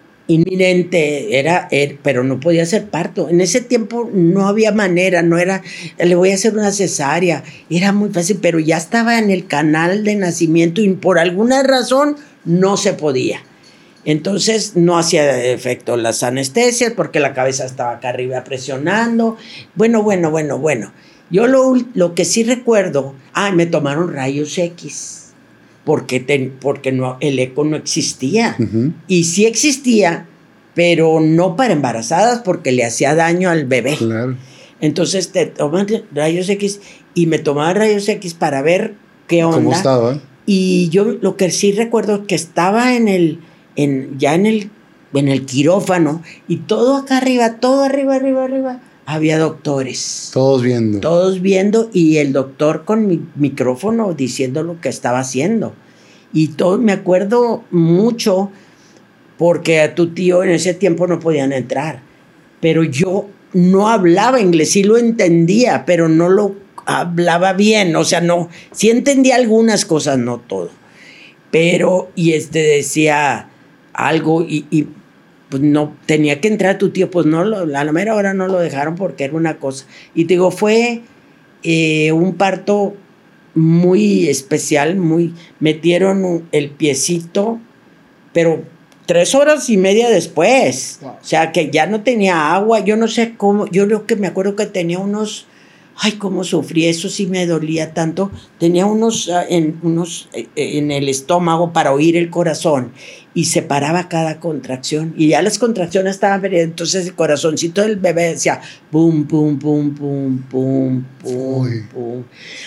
inminente, era, era, pero no podía hacer parto. En ese tiempo no había manera, no era, le voy a hacer una cesárea, era muy fácil, pero ya estaba en el canal de nacimiento y por alguna razón no se podía. Entonces no hacía efecto las anestesias porque la cabeza estaba acá arriba presionando. Bueno, bueno, bueno, bueno. Yo lo, lo que sí recuerdo, ah, me tomaron rayos X. Porque, ten, porque no, el eco no existía. Uh-huh. Y sí existía, pero no para embarazadas porque le hacía daño al bebé. Claro. Entonces te toman rayos X y me tomaban rayos X para ver qué onda. ¿Cómo estaba? Y yo lo que sí recuerdo es que estaba en el, en, ya en el, en el quirófano y todo acá arriba, todo arriba, arriba, arriba. Había doctores. Todos viendo. Todos viendo y el doctor con mi micrófono diciendo lo que estaba haciendo. Y todo, me acuerdo mucho porque a tu tío en ese tiempo no podían entrar. Pero yo no hablaba inglés, sí lo entendía, pero no lo hablaba bien. O sea, no, sí entendía algunas cosas, no todo. Pero, y este decía algo y... y pues no, tenía que entrar tu tío, pues no, lo, a la mera hora no lo dejaron porque era una cosa. Y te digo, fue eh, un parto muy especial, muy, metieron un, el piecito, pero tres horas y media después. Wow. O sea, que ya no tenía agua, yo no sé cómo, yo creo que me acuerdo que tenía unos, ay, cómo sufrí, eso sí me dolía tanto, tenía unos, uh, en, unos eh, en el estómago para oír el corazón y se paraba cada contracción y ya las contracciones estaban perdidas, entonces el corazoncito del bebé decía pum, pum, pum, pum, pum, pum, Uy. pum.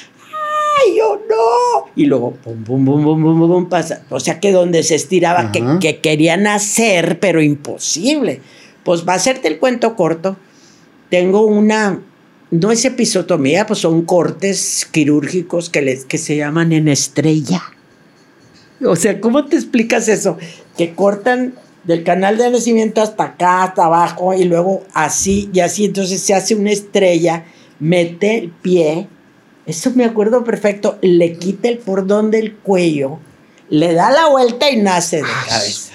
¡Ay, yo no! Y luego pum, pum, pum, pum, pum, pum, pasa. O sea que donde se estiraba, que, que querían hacer, pero imposible. Pues va a hacerte el cuento corto. Tengo una... No es episiotomía, pues son cortes quirúrgicos que, les, que se llaman en estrella. O sea, ¿cómo te explicas eso? Que cortan del canal de nacimiento hasta acá, hasta abajo, y luego así y así. Entonces se hace una estrella, mete el pie, eso me acuerdo perfecto, le quita el cordón del cuello, le da la vuelta y nace de cabeza.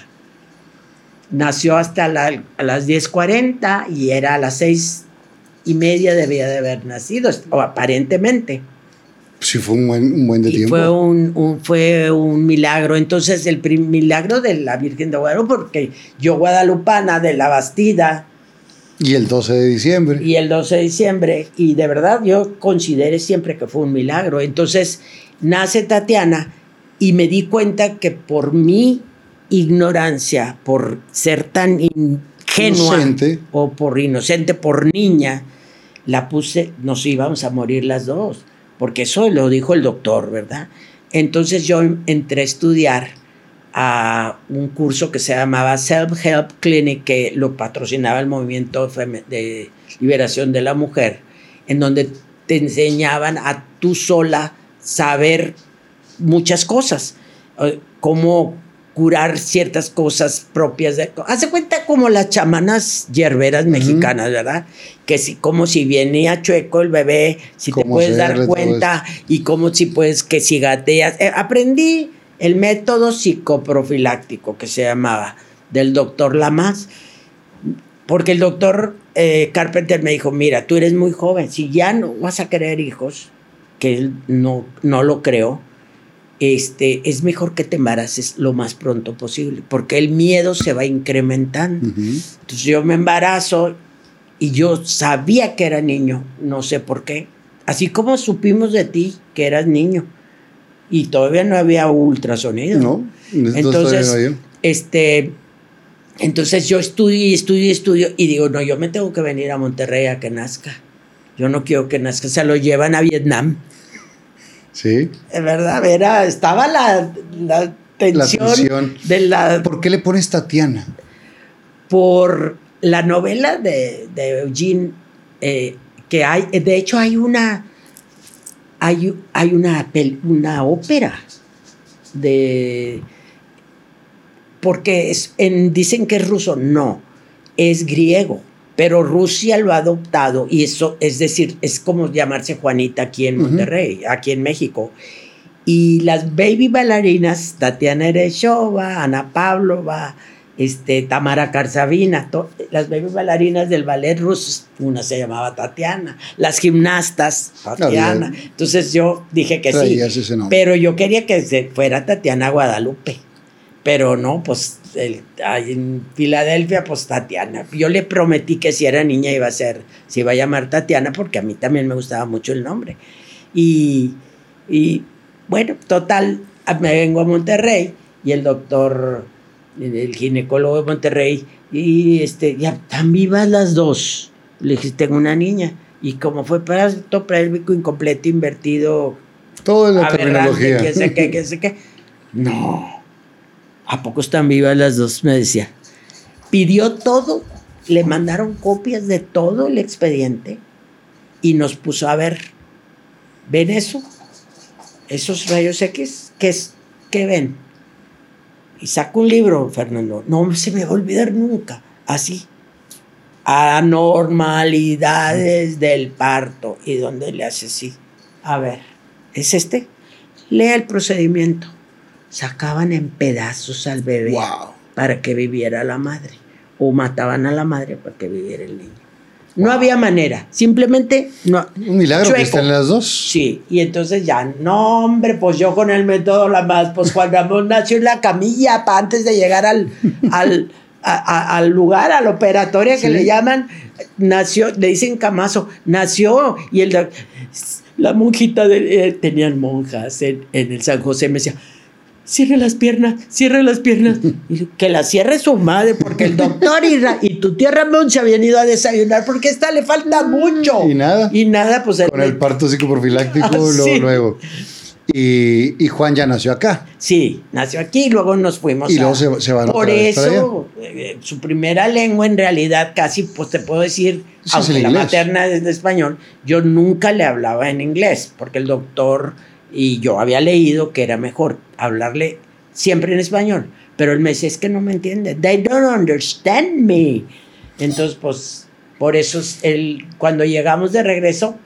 Nació hasta la, a las diez cuarenta y era a las seis y media debía de haber nacido, o aparentemente. Sí, fue un buen, un buen de y tiempo. Fue un, un, fue un milagro. Entonces, el prim- milagro de la Virgen de Guadalupe, porque yo, guadalupana, de la Bastida. Y el doce de diciembre. Y el doce de diciembre. Y de verdad, yo consideré siempre que fue un milagro. Entonces, nace Tatiana y me di cuenta que por mi ignorancia, por ser tan ingenua, inocente. o por inocente, por niña, la puse, nos íbamos a morir las dos. Porque eso lo dijo el doctor, ¿verdad? Entonces yo entré a estudiar a un curso que se llamaba Self-Help Clinic, que lo patrocinaba el Movimiento de Liberación de la Mujer, en donde te enseñaban a tú sola saber muchas cosas, cómo curar ciertas cosas propias. De, hace cuenta como las chamanas hierberas mexicanas, uh-huh. ¿verdad? Que si, como si venía chueco el bebé, si te puedes dar cuenta y como si puedes que si gateas. Eh, aprendí el método psicoprofiláctico que se llamaba, del doctor Lamas, porque el doctor eh, Carpenter me dijo, mira, tú eres muy joven, si ya no vas a querer hijos, que él no, no lo creo, este, es mejor que te embaraces lo más pronto posible, porque el miedo se va incrementando. Uh-huh. Entonces yo me embarazo y yo sabía que era niño, no sé por qué, así como supimos de ti que eras niño y todavía no había ultrasonido. No, entonces, no este, entonces yo estudio y estudio y estudio y digo, no, yo me tengo que venir a Monterrey a que nazca. Yo no quiero que nazca, se lo llevan a Vietnam. Sí. Es verdad, era, estaba la, la, tensión la tensión de la... ¿Por qué le pones Tatiana? Por la novela de, de Eugene, eh, que hay, de hecho hay una, hay, hay una, una ópera de... Porque es, en, dicen que es ruso, no, es griego. Pero Rusia lo ha adoptado y eso, es decir, es como llamarse Juanita aquí en Monterrey, uh-huh. aquí en México. Y las baby bailarinas, Tatiana Ereshova, Ana Pavlova, este, Tamara Karsavina, to, las baby bailarinas del ballet ruso, una se llamaba Tatiana, las gimnastas, Tatiana. No, Entonces yo dije que sí, pero yo quería que se fuera Tatiana Guadalupe. Pero no, pues el, en Filadelfia, pues Tatiana. Yo le prometí que si era niña iba a ser, se iba a llamar Tatiana, porque a mí también me gustaba mucho el nombre. Y, y bueno, total, me vengo a Monterrey y el doctor, el ginecólogo de Monterrey, y este, ya están vivas las dos. Le dije, tengo una niña. Y como fue parto pélvico incompleto, invertido, todo en la terminología. Que sé qué, que sé qué. No. ¿A poco están vivas las dos? Me decía. Pidió todo, le mandaron copias de todo el expediente y nos puso a ver. ¿Ven eso? Esos rayos X, ¿qué es? ¿Qué ven? Y saca un libro, Fernando. No se me va a olvidar nunca. Así. Anormalidades del parto. ¿Y dónde le hace así? A ver, ¿es este? Lea el procedimiento. Sacaban en pedazos al bebé wow. para que viviera la madre. O mataban a la madre para que viviera el niño. No wow. había manera. Simplemente no. Un milagro chueco. Que estén las dos. Sí. Y entonces ya, no, hombre, pues yo con el método la más, pues Juan Ramón nació en la camilla para antes de llegar al, al, a, a, al lugar, a la operatoria que sí. le llaman. Nació, le dicen Camazo, nació. Y el, la monjita, de, eh, tenían monjas en, en el San José, me decía, cierre las piernas, cierre las piernas. Y que la cierre su madre, porque el doctor y, y tu tía Ramón se habían ido a desayunar, porque a esta le falta mucho. Y nada. Y nada, pues. Con el, el parto psicoprofiláctico, luego, sí. luego. Y, y Juan ya nació acá. Sí, nació aquí y luego nos fuimos. Y a, luego se, se van Por eso, eh, su primera lengua en realidad casi, pues te puedo decir, sí, aunque la inglés. Materna es de español, yo nunca le hablaba en inglés, porque el doctor y yo había leído que era mejor hablarle siempre en español, pero él me decía, es que no me entiende, they don't understand me. Entonces, pues, por eso él, cuando llegamos de regreso,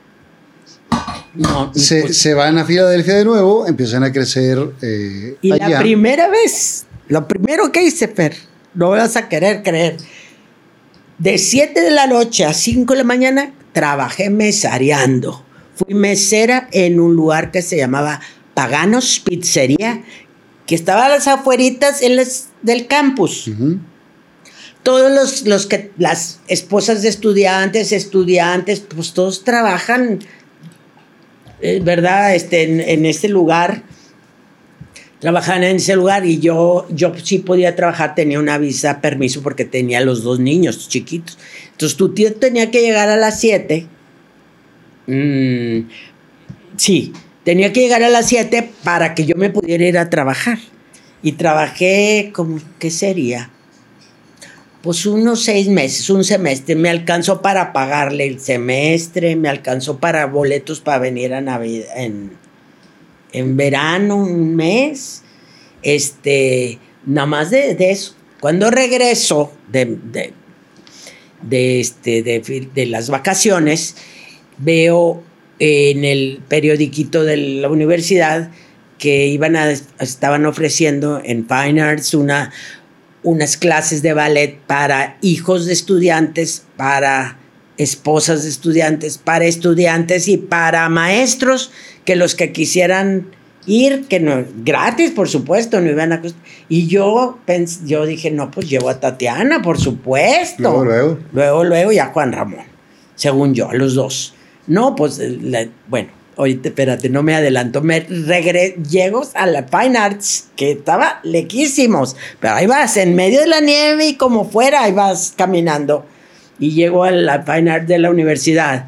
no, se, pues, se van a Filadelfia de nuevo, empiezan a crecer eh, y allá. La primera vez, lo primero que hice, Fer, no vas a querer creer, de siete de la noche a cinco de la mañana trabajé mesareando. Fui mesera en un lugar que se llamaba Paganos Pizzería, que estaba a las afueritas en las, del campus. Uh-huh. Todos los, los que, las esposas de estudiantes, estudiantes, pues todos trabajan, eh, ¿verdad? Este, en, en este lugar, trabajaban en ese lugar y yo, yo sí podía trabajar, tenía una visa, permiso, porque tenía los dos niños chiquitos. Entonces tu tío tenía que llegar a las siete. Mm, sí, tenía que llegar a las siete para que yo me pudiera ir a trabajar. Y trabajé, como, ¿qué sería? Pues unos seis meses, un semestre. Me alcanzó para pagarle el semestre, me alcanzó para boletos para venir a Navidad en, en verano, un mes. este, nada más de, de eso. Cuando regreso de, de, de, este, de, de las vacaciones, veo en el periodiquito de la universidad que iban a, estaban ofreciendo en Fine Arts una, unas clases de ballet para hijos de estudiantes, para esposas de estudiantes, para estudiantes y para maestros, que los que quisieran ir, que no, gratis, por supuesto, no iban a costar. Y yo, pens, yo dije, no, pues llevo a Tatiana, por supuesto. Luego, luego. Luego, luego, y a Juan Ramón, según yo, a los dos. No, pues, la, bueno, ahorita, espérate, no me adelanto. Me regre, llego a la Fine Arts, que estaba lejísimos, pero ahí vas, en medio de la nieve y como fuera, ahí vas caminando. Y llego a la Fine Arts de la universidad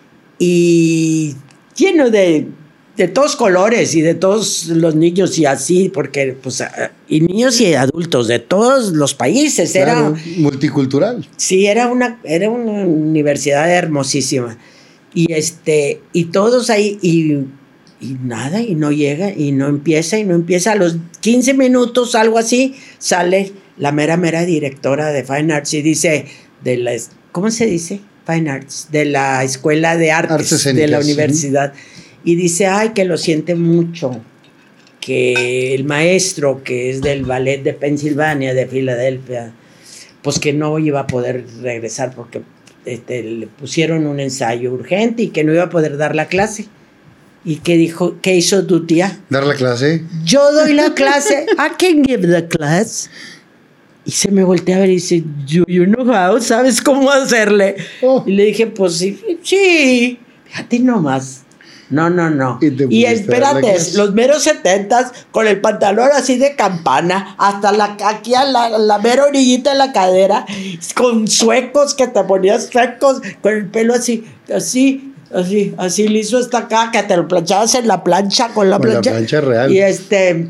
y lleno de, de todos colores y de todos los niños y así, porque, pues, y niños y adultos de todos los países. Claro, era multicultural. Sí, era una, era una universidad hermosísima. Y este, y todos ahí, y, y nada, y no llega, y no empieza, y no empieza. A los quince minutos, algo así, sale la mera, mera directora de Fine Arts y dice, de la, ¿cómo se dice? Fine Arts, de la Escuela de Artes, Artes Escénicas, de la universidad. ¿Sí? Y dice, ay, que lo siente mucho, que el maestro, que es del ballet de Pensilvania, de Filadelfia, pues que no iba a poder regresar porque Este, le pusieron un ensayo urgente y que no iba a poder dar la clase. ¿Y qué dijo? ¿Qué hizo tu tía? ¿Dar la clase? Yo doy la clase. I can give the class. Y se me voltea a ver y dice, you, you know how, ¿sabes cómo hacerle? Oh. Y le dije, pues sí, sí. Fíjate nomás. No, no, no. Y, y espérate, los meros setentas, con el pantalón así de campana, hasta la, aquí a la, la mera orillita de la cadera, con suecos que te ponías suecos, con el pelo así, así, así, así liso hasta acá, que te lo planchabas en la plancha, con la con plancha. la plancha real. Y este,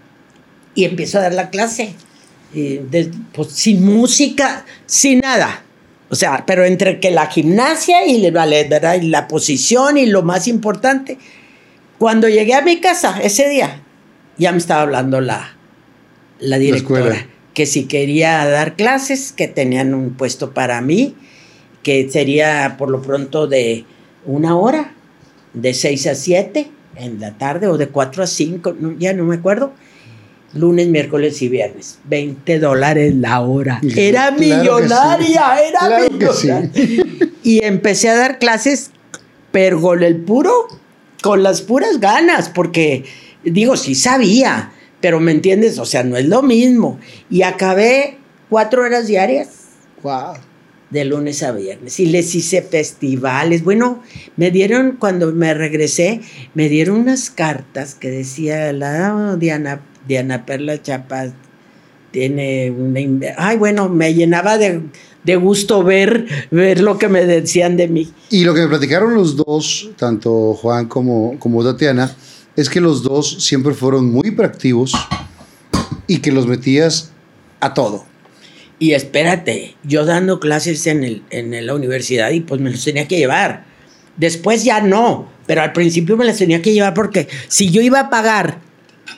y empiezo a dar la clase, y de, pues sin música, sin nada. O sea, pero entre que la gimnasia y el ballet, ¿verdad? Y la posición y lo más importante. Cuando llegué a mi casa ese día, ya me estaba hablando la, la directora, la que si quería dar clases, que tenían un puesto para mí, que sería por lo pronto de una hora, de seis a siete en la tarde, o de cuatro a cinco, no, ya no me acuerdo. Lunes, miércoles y viernes. veinte dólares la hora. Era claro millonaria, sí. era claro millonaria. Sí. Y empecé a dar clases, pero con el puro, con las puras ganas, porque, digo, sí sabía, pero ¿me entiendes? O sea, no es lo mismo. Y acabé cuatro horas diarias. Wow. De lunes a viernes. Y les hice festivales. Bueno, me dieron, cuando me regresé, me dieron unas cartas que decía la Diana Diana Perla Chapa tiene una... Ay, bueno, me llenaba de, de gusto ver, ver lo que me decían de mí. Y lo que me platicaron los dos, tanto Juan como, como Tatiana, es que los dos siempre fueron muy proactivos y que los metías a todo. Y espérate, yo dando clases en, el, en la universidad y pues me los tenía que llevar. Después ya no, pero al principio me las tenía que llevar porque si yo iba a pagar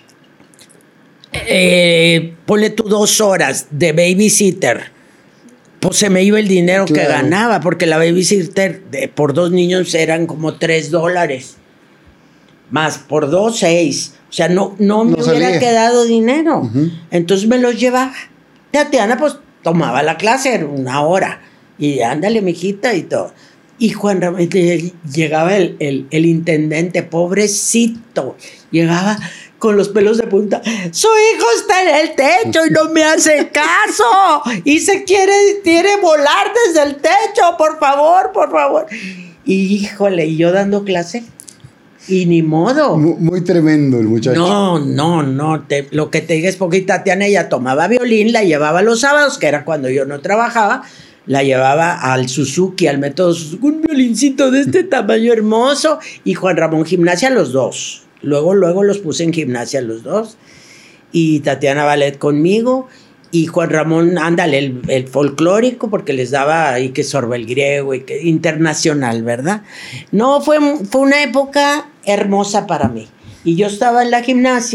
Eh, ponle tú dos horas de babysitter, pues se me iba el dinero claro. que ganaba, porque la babysitter de, por dos niños eran como tres dólares, más por dos, seis. O sea, no, no me no hubiera salía. quedado dinero. Uh-huh. Entonces me los llevaba. Tatiana, pues tomaba la clase, era una hora, y ándale, mijita, y todo. Y Juan Ramón, llegaba el, el, el intendente, pobrecito, llegaba con los pelos de punta. Su hijo está en el techo y no me hace caso. Y se quiere, quiere volar desde el techo, por favor, por favor. Y híjole, y yo dando clase. Y ni modo. Muy, muy tremendo el muchacho. No, no, no. Te, lo que te diga es porque Tatiana, ella tomaba violín, la llevaba los sábados, que era cuando yo no trabajaba. La llevaba al Suzuki, al método Suzuki, un violincito de este tamaño hermoso. Y Juan Ramón gimnasia, los dos. Luego, luego los puse en gimnasia los dos. Y Tatiana ballet conmigo. Y Juan Ramón, ándale, el, el folclórico, porque les daba ahí que sorba el griego y que internacional, ¿verdad? No, fue, fue una época hermosa para mí. Y yo estaba en la gimnasia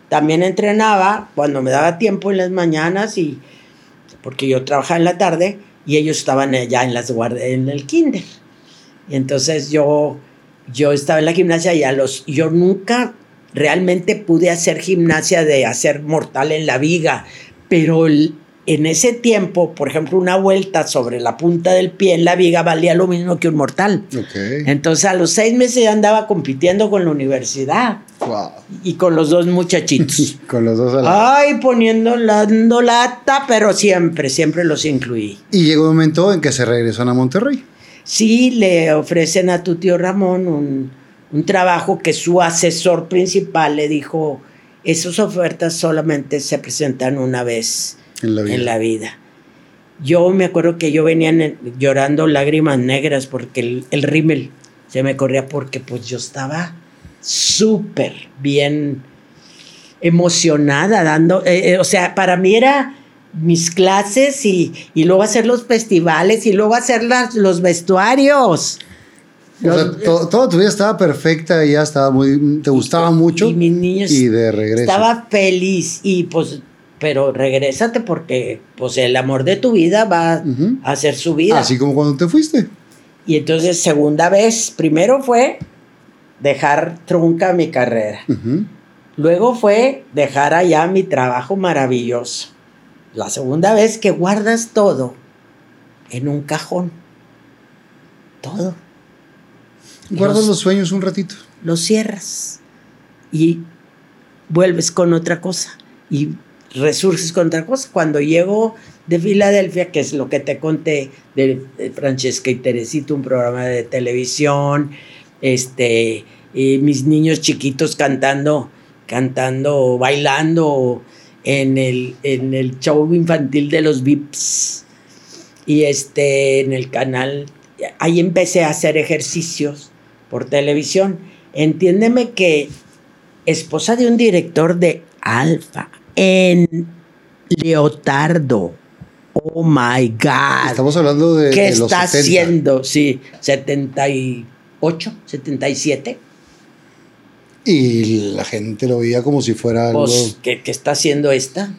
también entrenaba cuando me daba tiempo en las mañanas, y porque yo trabajaba en la tarde y ellos estaban allá en las guardias, en el kinder. Y entonces yo, yo estaba en la gimnasia y a los, yo nunca realmente pude hacer gimnasia de hacer mortal en la viga, pero el, en ese tiempo, por ejemplo, una vuelta sobre la punta del pie en la viga valía lo mismo que un mortal. Okay. Entonces a los seis meses ya andaba compitiendo con la universidad. Wow. Y con los dos muchachitos. Con los dos a la... Ay, poniendo dando lata, pero siempre, siempre los incluí. Y llegó un momento en que se regresan a Monterrey. Sí, le ofrecen a tu tío Ramón un, un trabajo que su asesor principal le dijo, esas ofertas solamente se presentan una vez en la vida. En la vida. Yo me acuerdo que yo venía en, llorando lágrimas negras porque el, el rímel se me corría, porque pues yo estaba súper bien emocionada dando, eh, eh, o sea, para mí era mis clases y, y luego hacer los festivales y luego hacer las, los vestuarios. O sea, to, toda tu vida estaba perfecta y ya estaba muy, te gustaba y, mucho. Y mis niños. Y de regreso. Estaba feliz y pues, pero regrésate porque pues el amor de tu vida va uh-huh. a hacer su vida. Así como cuando te fuiste. Y entonces, segunda vez, primero fue dejar trunca mi carrera. Uh-huh. Luego fue dejar allá mi trabajo maravilloso. La segunda vez que guardas todo en un cajón. Todo. Guardas los, los sueños un ratito. Los cierras. Y vuelves con otra cosa. Y resurges con otra cosa. Cuando llego de Filadelfia, que es lo que te conté de, de Francesca y Teresita, un programa de televisión, este, y mis niños chiquitos cantando, cantando, bailando en el, en el show infantil de los Vips, y este, en el canal, ahí empecé a hacer ejercicios por televisión. Entiéndeme que esposa de un director de Alfa, en Leotardo. Oh my God. Estamos hablando de, ¿Qué de está los setenta. haciendo? Sí, setenta y ocho, setenta y siete. Y la gente lo veía como si fuera algo. Pues, ¿qué, qué está haciendo esta?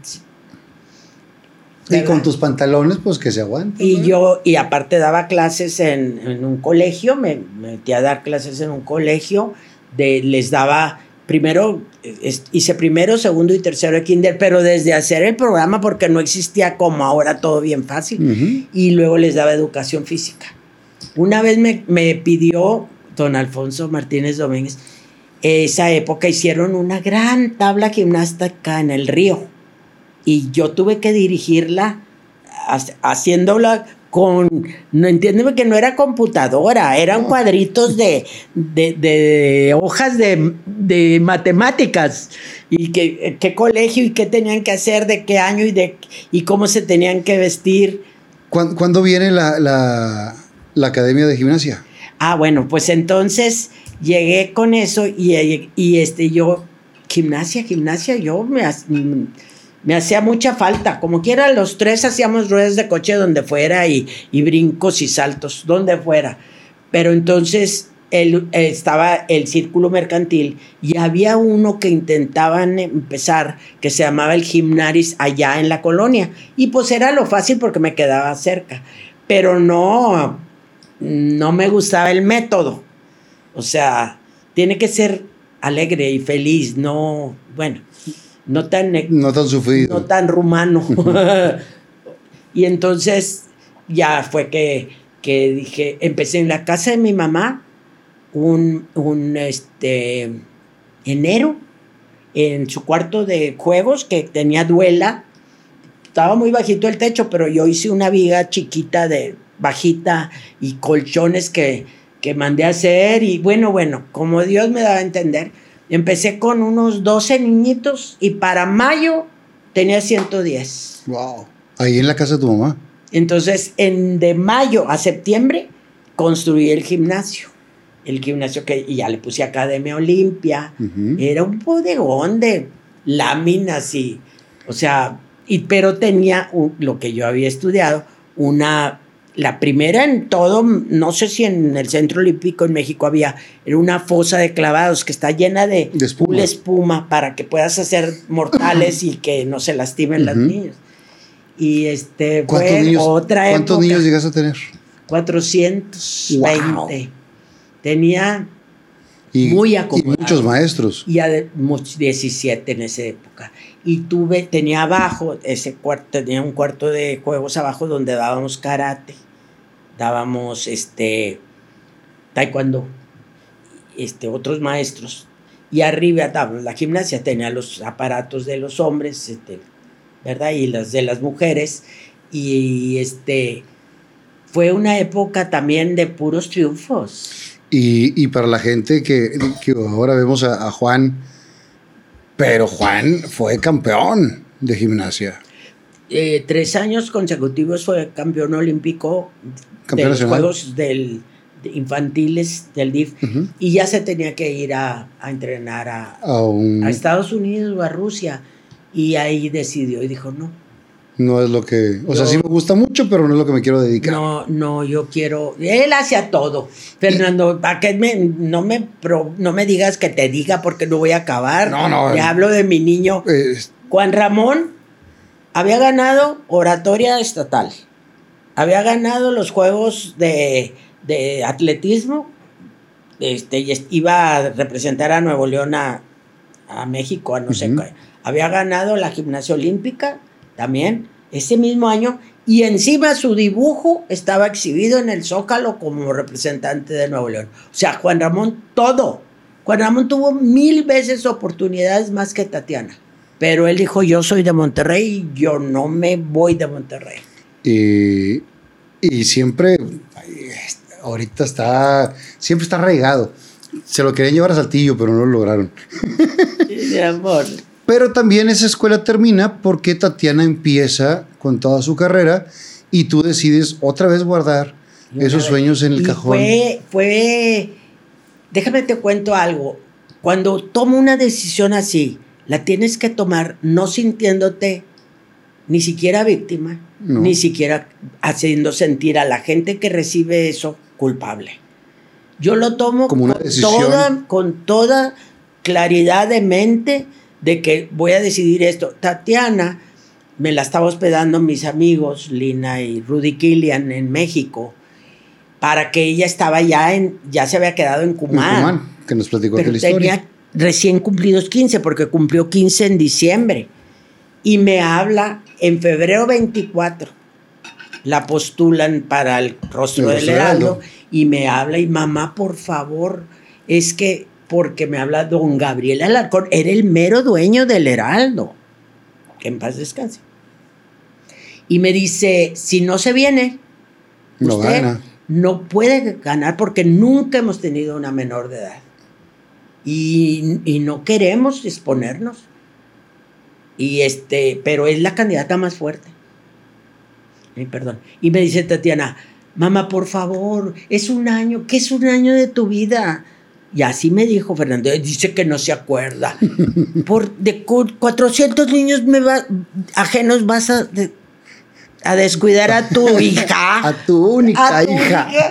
Y con tus pantalones, pues que se aguanten. Y ¿no? yo, y aparte daba clases en, en un colegio, me, me metí a dar clases en un colegio, de, les daba. Primero, hice primero, segundo y tercero de kinder, pero desde hacer el programa, porque no existía como ahora todo bien fácil. Uh-huh. Y luego les daba educación física. Una vez me, me pidió don Alfonso Martínez Domínguez, esa época hicieron una gran tabla gimnástica en el río. Y yo tuve que dirigirla haciéndola con, no entiéndeme que no era computadora, eran cuadritos de, de, de hojas de, de matemáticas, y que, qué colegio y qué tenían que hacer, de qué año y, de, y cómo se tenían que vestir. ¿Cuándo, ¿cuándo viene la, la, la academia de gimnasia? Ah, bueno, pues entonces llegué con eso y, y este, yo, gimnasia, gimnasia, yo me... Me hacía mucha falta. Como quiera, los tres hacíamos ruedas de coche donde fuera y, y brincos y saltos, donde fuera. Pero entonces él, estaba el círculo mercantil y había uno que intentaban empezar que se llamaba el Gimnaris allá en la colonia. Y pues era lo fácil porque me quedaba cerca. Pero no, no me gustaba el método. O sea, tiene que ser alegre y feliz, no, bueno... No tan, no tan sufrido. No tan rumano. Y entonces ya fue que, que dije, empecé en la casa de mi mamá un, un este, enero, en su cuarto de juegos que tenía duela. Estaba muy bajito el techo, pero yo hice una viga chiquita de bajita y colchones que, que mandé a hacer. Y bueno, bueno, como Dios me daba a entender. Empecé con unos doce niñitos y para mayo tenía ciento diez. Wow. Ahí en la casa de tu mamá. Entonces, en, de mayo a septiembre construí el gimnasio. El gimnasio que y ya le puse Academia Olimpia. Uh-huh. Era un bodegón de láminas y, o sea, y, pero tenía un, lo que yo había estudiado, una la primera en todo, no sé si en el Centro Olímpico en México había, era una fosa de clavados que está llena de, de espuma. espuma para que puedas hacer mortales y que no se lastimen uh-huh. las niñas. Y este fue niños, otra época. ¿Cuántos niños llegas a tener? cuatrocientos veinte. Wow. Tenía y, muy acomodado. Y muchos maestros. Y diecisiete en esa época. Y tuve, tenía abajo, ese cuarto, tenía un cuarto de juegos abajo donde dábamos karate, dábamos este taekwondo, este, otros maestros. Y arriba dábamos la gimnasia, tenía los aparatos de los hombres, este, ¿verdad? Y las de las mujeres. Y este fue una época también de puros triunfos. Y, y para la gente que, que ahora vemos a, a Juan, pero Juan fue campeón de gimnasia. Eh, tres años consecutivos fue campeón olímpico campeón de los nacional. Juegos del, de infantiles del D I F. Uh-huh. Y ya se tenía que ir a, a entrenar a, a, un... a Estados Unidos o a Rusia. Y ahí decidió y dijo, no. No es lo que... O yo, sea, sí me gusta mucho, pero no es lo que me quiero dedicar. No, no, yo quiero... Él hacía todo. Fernando, ¿para qué me, no, me pro, no me digas que te diga porque no voy a acabar? No, no. Le eh, hablo de mi niño. Eh, Juan Ramón había ganado oratoria estatal. Había ganado los juegos de, de atletismo. Este, y iba a representar a Nuevo León a, a México, a no uh-huh. sé qué. Había ganado la gimnasia olímpica también ese mismo año, y encima su dibujo estaba exhibido en el Zócalo como representante de Nuevo León. O sea, Juan Ramón, todo. Juan Ramón tuvo mil veces oportunidades más que Tatiana, pero él dijo, yo soy de Monterrey, yo no me voy de Monterrey. Y, y siempre, ahorita está, siempre está arraigado. Se lo querían llevar a Saltillo, pero no lo lograron. Mi amor. Pero también esa escuela termina porque Tatiana empieza con toda su carrera y tú decides otra vez guardar Una esos vez. sueños en el y cajón. Fue, fue, déjame te cuento algo. Cuando tomo una decisión así, la tienes que tomar no sintiéndote ni siquiera víctima, no. ni siquiera haciendo sentir a la gente que recibe eso culpable. Yo lo tomo como una con, decisión. Toda, con toda claridad de mente de que voy a decidir esto. Tatiana me la estaba hospedando mis amigos Lina y Rudy Killian en México, para que ella estaba ya en, ya se había quedado en Cumán. En Cumán, que nos platicó pero aquella tenía historia. Recién cumplidos quince, porque cumplió quince en diciembre. Y me habla en febrero veinticuatro. La postulan para el rostro el del Heraldo, Heraldo. Y me habla, y mamá, por favor, es que porque me habla don Gabriel Alarcón, era el mero dueño del Heraldo, que en paz descanse. Y me dice, si no se viene, no usted gana. No puede ganar porque nunca hemos tenido una menor de edad. Y, y no queremos exponernos. Y este, pero es la candidata más fuerte. Ay, perdón. Y me dice Tatiana, mamá, por favor, es un año, ¿qué es un año de tu vida? Y así me dijo Fernando, dice que no se acuerda. Por de cuatrocientos niños me va, ajenos vas a, de, a descuidar a tu hija. A tu única a tu hija. hija.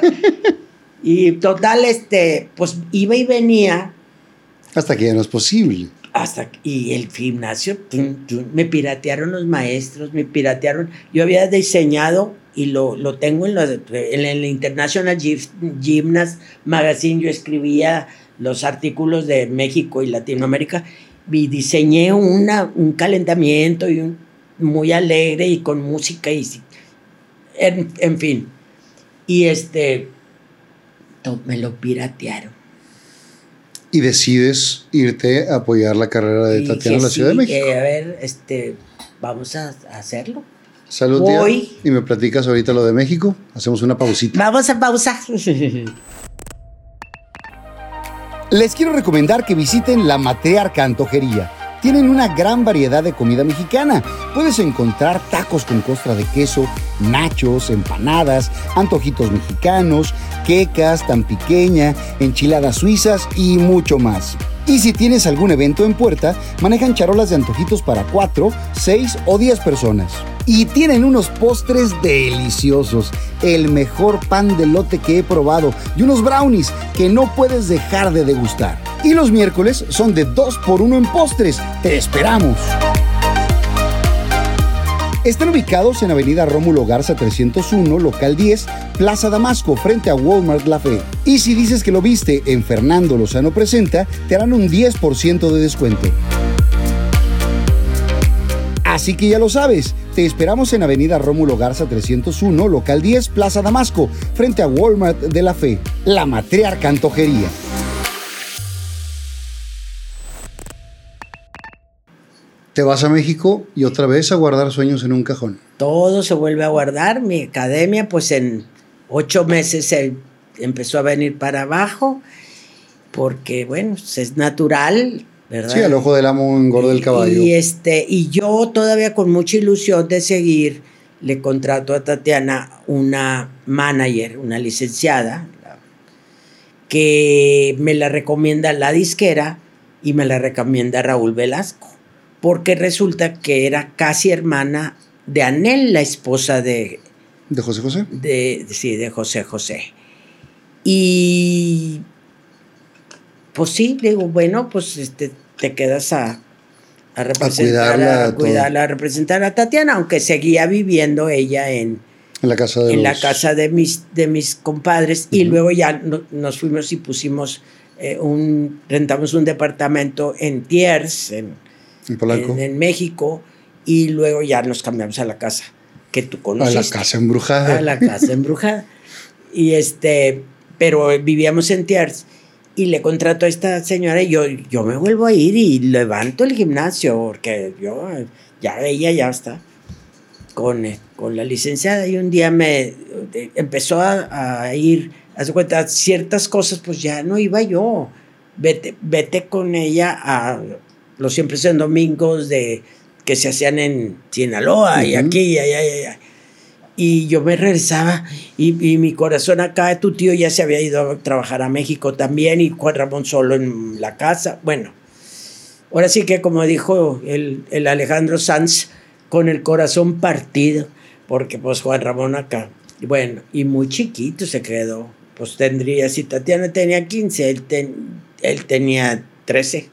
Y total, este, pues iba y venía. Hasta que ya no es posible. Hasta y el gimnasio, tum, tum, me piratearon los maestros, me piratearon. Yo había diseñado y lo, lo tengo en, los, en el International Gymnast Magazine. Yo escribía los artículos de México y Latinoamérica y diseñé una, un calentamiento y un, muy alegre y con música y en, en fin. Y este me lo piratearon. Y decides irte a apoyar la carrera de Tatiana en la sí, Ciudad de México. Eh, a ver, este, vamos a, a hacerlo. Salud, Voy. tía. Y me platicas ahorita lo de México. Hacemos una pausita. Vamos a pausar. Les quiero recomendar que visiten La Matriarca Antojería. Tienen una gran variedad de comida mexicana. Puedes encontrar tacos con costra de queso, nachos, empanadas, antojitos mexicanos, quecas, tan pequeña, enchiladas suizas y mucho más. Y si tienes algún evento en puerta, manejan charolas de antojitos para cuatro, seis o diez personas. Y tienen unos postres deliciosos, el mejor pan de elote que he probado y unos brownies que no puedes dejar de degustar. Y los miércoles son de dos por uno en postres. ¡Te esperamos! Están ubicados en Avenida Rómulo Garza trescientos uno, local diez, Plaza Damasco, frente a Walmart La Fe. Y si dices que lo viste en Fernando Lozano Presenta, te harán un diez por ciento de descuento. Así que ya lo sabes, te esperamos en Avenida Rómulo Garza trescientos uno, local diez, Plaza Damasco, frente a Walmart de La Fe, la Matriarca Antojería. Te vas a México y otra vez a guardar sueños en un cajón. Todo se vuelve a guardar. Mi academia, pues en ocho meses se empezó a venir para abajo, porque, bueno, es natural, ¿verdad? Sí, al ojo del amo engorda el caballo. Y, este, y yo todavía con mucha ilusión de seguir, le contrato a Tatiana una manager, una licenciada, que me la recomienda la disquera y me la recomienda Raúl Velasco. Porque resulta que era casi hermana de Anel, la esposa de... ¿De José José? De, sí, de José José. Y pues sí, digo, bueno, pues este, te quedas a, a representar, a, cuidarla, a, cuidarla, a representar a Tatiana, aunque seguía viviendo ella en, en la casa de, en los... la casa de mis, de mis compadres. Uh-huh. Y luego ya no, nos fuimos y pusimos eh, un, rentamos un departamento en Thiers, en... En Polanco. En, en México, y luego ya nos cambiamos a la casa que tú conociste. A la casa embrujada. A la casa embrujada. Y este, pero vivíamos en Thiers, y le contrato a esta señora, y yo, yo me vuelvo a ir y levanto el gimnasio, porque yo, ya ella ya está con, con la licenciada, y un día me empezó a, a ir, haz de cuenta, ciertas cosas, pues ya no iba yo. Vete, vete con ella a los siempre son domingos de, que se hacían en Sinaloa, uh-huh. y aquí, y allá, y allá. Y yo me regresaba, y, y mi corazón acá, tu tío ya se había ido a trabajar a México también, y Juan Ramón solo en la casa. Bueno, ahora sí que como dijo el, el Alejandro Sanz, con el corazón partido, porque pues Juan Ramón acá, bueno, y muy chiquito se quedó, pues tendría, si Tatiana tenía quince, él, ten, él tenía trece.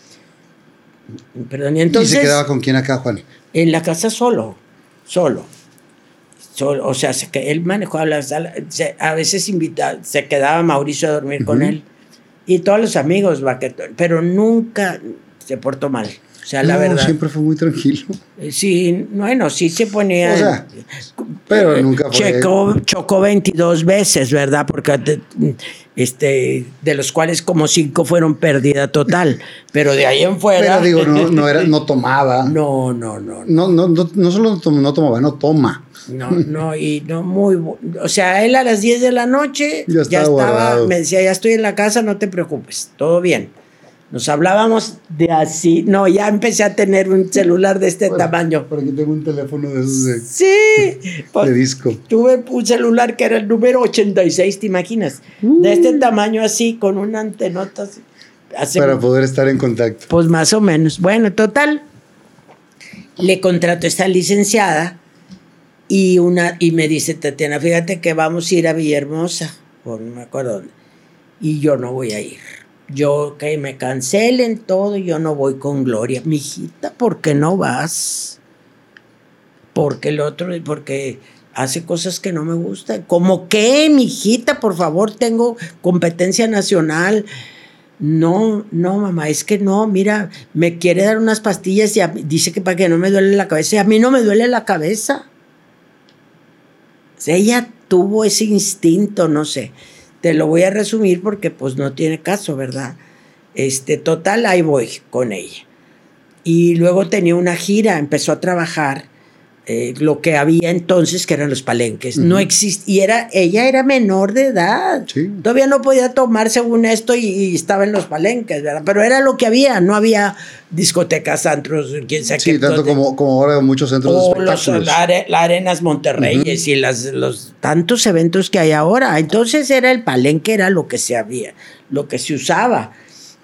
Perdón, y entonces... ¿Y se quedaba con quién acá, Juan? En la casa solo, solo. solo o sea, se, él manejaba la sala, se, a veces invitaba, se quedaba Mauricio a dormir uh-huh. con él. Y todos los amigos, pero nunca se portó mal. O sea, no, la verdad. Siempre fue muy tranquilo. Sí, bueno, sí se ponía... O sea, pero nunca fue... Chocó, chocó veintidós veces, ¿verdad? Porque de, este, de los cuales como cinco fueron pérdida total. Pero de ahí en fuera... Pero digo, no, no, era, no tomaba. No, no, no. No, no, no, no solo no tomaba, no toma. No, no, y no muy... O sea, él a las diez de la noche ya estaba, ya estaba me decía, ya estoy en la casa, no te preocupes, todo bien. Nos hablábamos de así. No, ya empecé a tener un celular de este bueno, tamaño. Porque tengo un teléfono de esos de, sí, de disco. Tuve un celular que era el número ochenta y seis, ¿te imaginas? Uh. De este tamaño así, con una antenota así. Hace Para un, poder estar en contacto. Pues más o menos. Bueno, total. Le contrato a esta licenciada y, una, y me dice, Tatiana, fíjate que vamos a ir a Villahermosa, o no me acuerdo dónde, y yo no voy a ir. Yo, que me cancelen todo, yo no voy con Gloria. Mijita, ¿por qué no vas? Porque el otro, porque hace cosas que no me gustan. ¿Cómo qué, mijita? Por favor, tengo competencia nacional. No, no, mamá, es que no, mira, me quiere dar unas pastillas y a, dice que para que no me duele la cabeza. Y a mí no me duele la cabeza. O sea, ella tuvo ese instinto, no sé. Te lo voy a resumir porque pues no tiene caso, ¿verdad? Este, total, ahí voy con ella. Y luego tenía una gira, empezó a trabajar eh, lo que había entonces, que eran los palenques. Uh-huh. No exist- y era, ella era menor de edad. Sí. Todavía no podía tomar según esto y, y estaba en los palenques, ¿verdad? Pero era lo que había, no había discotecas, antros, quién sabe sí, qué. tanto como, como ahora muchos centros o de espectáculos. Los, la, are, la Arenas Monterrey uh-huh. y las, los tantos eventos que hay ahora. Entonces era el palenque, era lo que se había, lo que se usaba.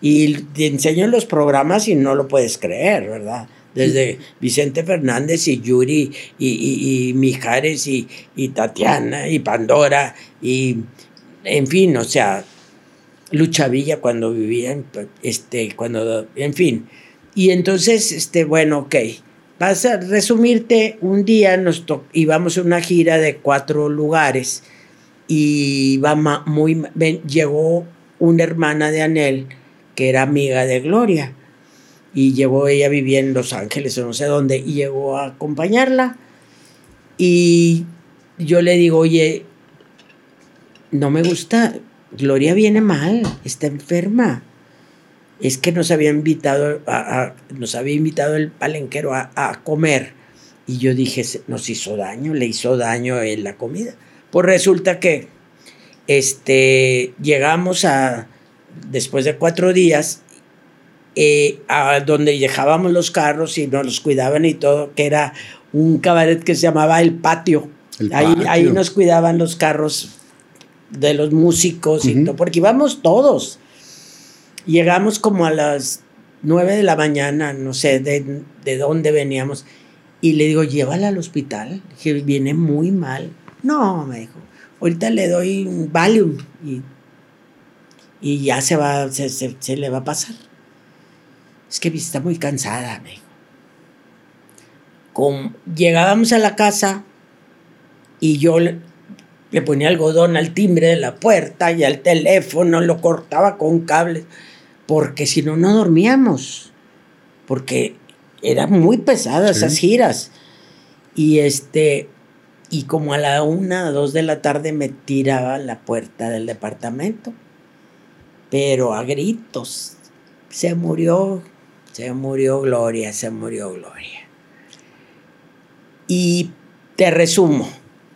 Y te enseño los programas y no lo puedes creer, ¿verdad? Desde Vicente Fernández y Yuri y, y, y Mijares y, y Tatiana y Pandora y, en fin, o sea, Lucha Villa cuando vivían, este, cuando, en fin. Y entonces, este, bueno, ok. Vas a resumirte, un día nos to- íbamos a una gira de cuatro lugares y iba ma- muy, ven, llegó una hermana de Anel que era amiga de Gloria y llegó, ella vivía en Los Ángeles o no sé dónde, y llegó a acompañarla y yo le digo, oye, no me gusta, Gloria viene mal, está enferma. Es que nos había invitado a, a, nos había invitado el palenquero a, a comer y yo dije, nos hizo daño, le hizo daño en la comida. Pues resulta que este, llegamos a, después de cuatro días, eh, a donde dejábamos los carros y nos los cuidaban y todo, que era un cabaret que se llamaba El Patio. El Ahí, Patio. ahí nos cuidaban los carros de los músicos, uh-huh. y todo, porque íbamos todos. Llegamos como a las nueve de la mañana, no sé de, de dónde veníamos, y le digo, llévala al hospital, que viene muy mal. No, me dijo, ahorita le doy un Valium y, y ya se, va, se, se, se le va a pasar. Es que está muy cansada, me dijo. Como llegábamos a la casa y yo le, le ponía algodón al timbre de la puerta y al teléfono, lo cortaba con cables, porque si no, no dormíamos, porque eran muy pesadas, sí, esas giras. Y, este, y como a la una, dos de la tarde me tiraba a la puerta del departamento, pero a gritos. Se murió, se murió Gloria, se murió Gloria. Y te resumo,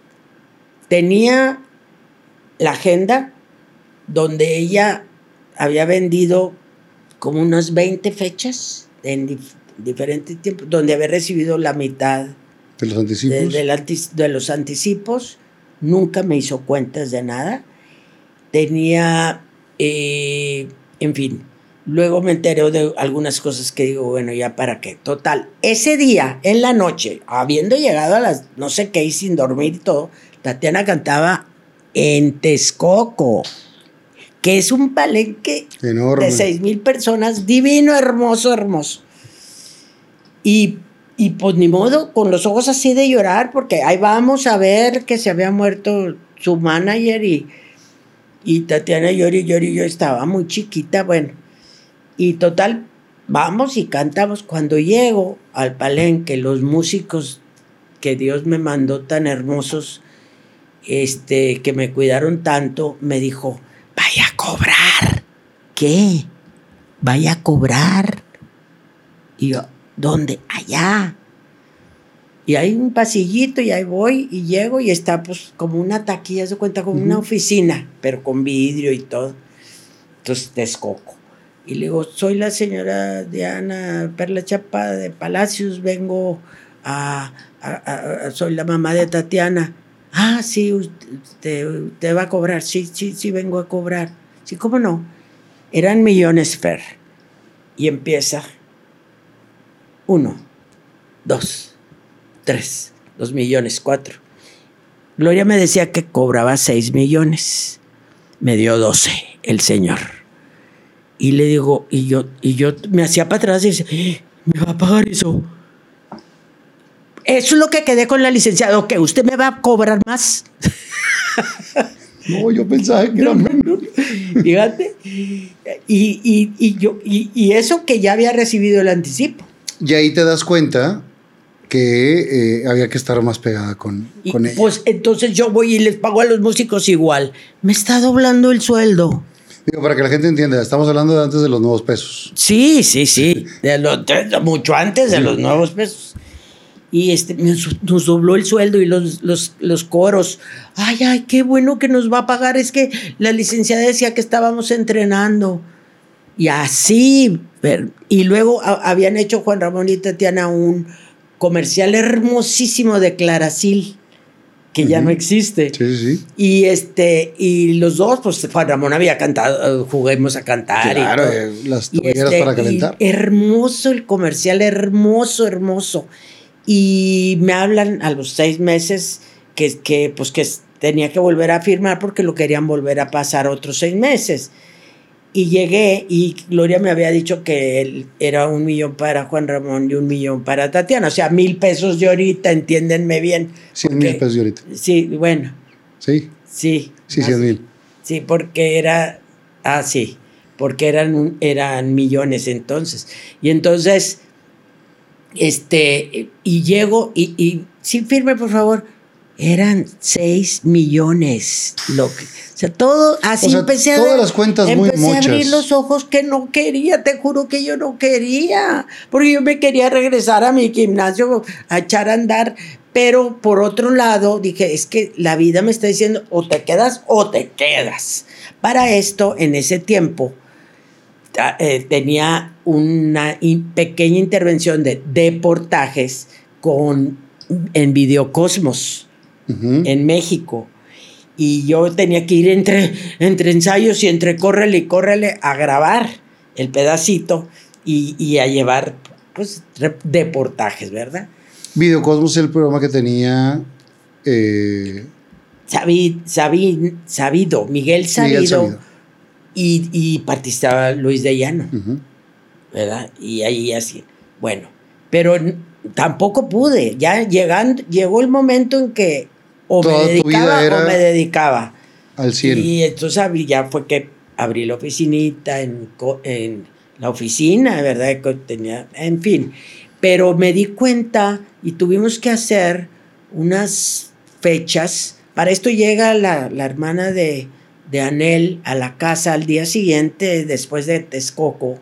tenía la agenda donde ella había vendido como unas veinte fechas en dif- diferentes tiempos, donde había recibido la mitad de los anticipos. De, de, la, de los anticipos. Nunca me hizo cuentas de nada. Tenía, eh, en fin, luego me enteré de algunas cosas que digo, bueno, ya para qué. Total, ese día, en la noche, habiendo llegado a las no sé qué y sin dormir y todo, Tatiana cantaba en Texcoco, que es un palenque enorme, de seis mil personas, divino, hermoso, hermoso. Y, y pues ni modo, con los ojos así de llorar, porque ahí vamos a ver que se había muerto su manager y, y Tatiana llori, llori, yo estaba muy chiquita, bueno. Y total, vamos y cantamos. Cuando llego al palenque, los músicos que Dios me mandó tan hermosos, este, que me cuidaron tanto, me dijo, vaya a cobrar. ¿Qué? Vaya a cobrar. Y yo, ¿dónde? Allá. Y hay un pasillito y ahí voy y llego y está pues como una taquilla, se cuenta como uh-huh. una oficina, pero con vidrio y todo. Entonces Texcoco. Y le digo, soy la señora Diana Perla Chapa de Palacios, vengo a, a, a, a soy la mamá de Tatiana. Ah, sí, usted, usted va a cobrar. Sí, sí, sí, vengo a cobrar. Sí, ¿cómo no? Eran millones, Fer. Y empieza uno, dos, tres, dos millones, cuatro. Gloria me decía que cobraba seis millones. Me dio doce el señor. Y le digo, y yo, y yo me hacía para atrás y dice, ¿me va a pagar eso? Eso es lo que quedé con la licenciada. ¿Que usted me va a cobrar más? No, yo pensaba que era menos. Fíjate. Y, y, y, yo, y, y eso que ya había recibido el anticipo. Y ahí te das cuenta que eh, había que estar más pegada con, y, con ella. Pues entonces yo voy y les pago a los músicos igual. Me está doblando el sueldo. Digo, para que la gente entienda, estamos hablando de antes de los nuevos pesos. Sí, sí, sí. De lo, de, mucho antes de sí. los nuevos pesos. Y este, nos, nos dobló el sueldo y los, los, los coros. Ay, ay, qué bueno que nos va a pagar. Es que la licenciada decía que estábamos entrenando. Y así. Y luego a, habían hecho Juan Ramón y Tatiana un comercial hermosísimo de Claracil. que uh-huh. ya no existe. Sí, sí, sí. Y, este, y los dos, pues Juan Ramón había cantado, juguemos a cantar. Claro, y todo. Eh, las toalleras este, para calentar. Hermoso el comercial, hermoso, hermoso. Y me hablan a los seis meses que, que, pues, que tenía que volver a firmar porque lo querían volver a pasar otros seis meses. Y llegué y Gloria me había dicho que él era un millón para Juan Ramón y un millón para Tatiana. O sea, mil pesos de ahorita, entiéndenme bien. Cien mil pesos de ahorita. Sí, bueno. Sí. Sí. Sí, cien mil. Sí, porque era... Ah, sí. Porque eran, eran millones entonces. Y entonces... Este... Y llego y... y sí, firme, por favor. Eran seis millones. Lo que, o sea, todo así o sea, empecé a todas ver, las cuentas empecé muy a abrir muchas. los ojos que no quería, te juro que yo no quería, porque yo me quería regresar a mi gimnasio a echar a andar, pero por otro lado dije, es que la vida me está diciendo o te quedas o te quedas. Para esto, en ese tiempo, eh, tenía una in, pequeña intervención de deportajes con, en Videocosmos. Uh-huh. En México, y yo tenía que ir entre, entre ensayos y entre córrele y córrele a grabar el pedacito y, y a llevar pues reportajes, ¿verdad? Videocosmos es el programa que tenía eh... Sabid, Sabid, Sabido, Miguel Sabido, Miguel Sabido. Y, y participaba Luis de Llano, uh-huh. ¿verdad? Y ahí así, bueno, pero tampoco pude, ya llegando, llegó el momento en que o me dedicaba o me dedicaba al cien. Y entonces ya fue que abrí la oficinita en, en la oficina, ¿verdad? Que tenía, en fin, pero me di cuenta y tuvimos que hacer unas fechas. Para esto llega la, la hermana de, de Anel a la casa al día siguiente después de Texcoco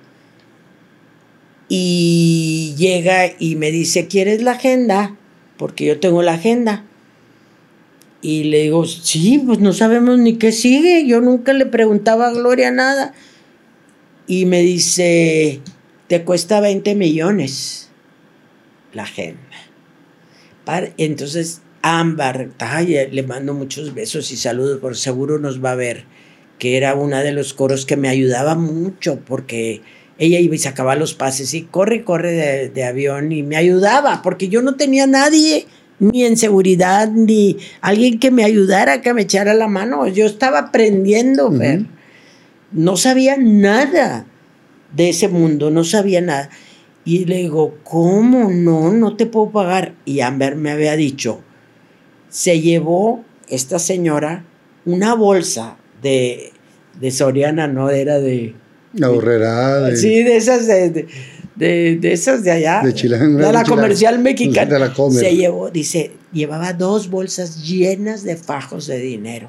y llega y me dice, ¿quieres la agenda? Porque yo tengo la agenda. Y le digo, sí, pues no sabemos ni qué sigue. Yo nunca le preguntaba a Gloria nada. Y me dice, te cuesta veinte millones la agenda. Entonces, Ámbar, ay, le mando muchos besos y saludos, por seguro nos va a ver, que era una de los coros que me ayudaba mucho, porque ella iba y sacaba los pases y corre, corre de, de avión y me ayudaba, porque yo no tenía nadie ni en seguridad, ni alguien que me ayudara, que me echara la mano. Yo estaba aprendiendo, uh-huh. Fer. No sabía nada de ese mundo, no sabía nada. Y le digo, ¿cómo? No, no te puedo pagar. Y Amber me había dicho, se llevó esta señora una bolsa de, de Soriana, ¿no? Era de... La Horrera. De, sí, de esas de... de De, de esas de allá, de, Chilán, de la de comercial mexicana, de la comer. Se llevó, dice, llevaba dos bolsas llenas de fajos de dinero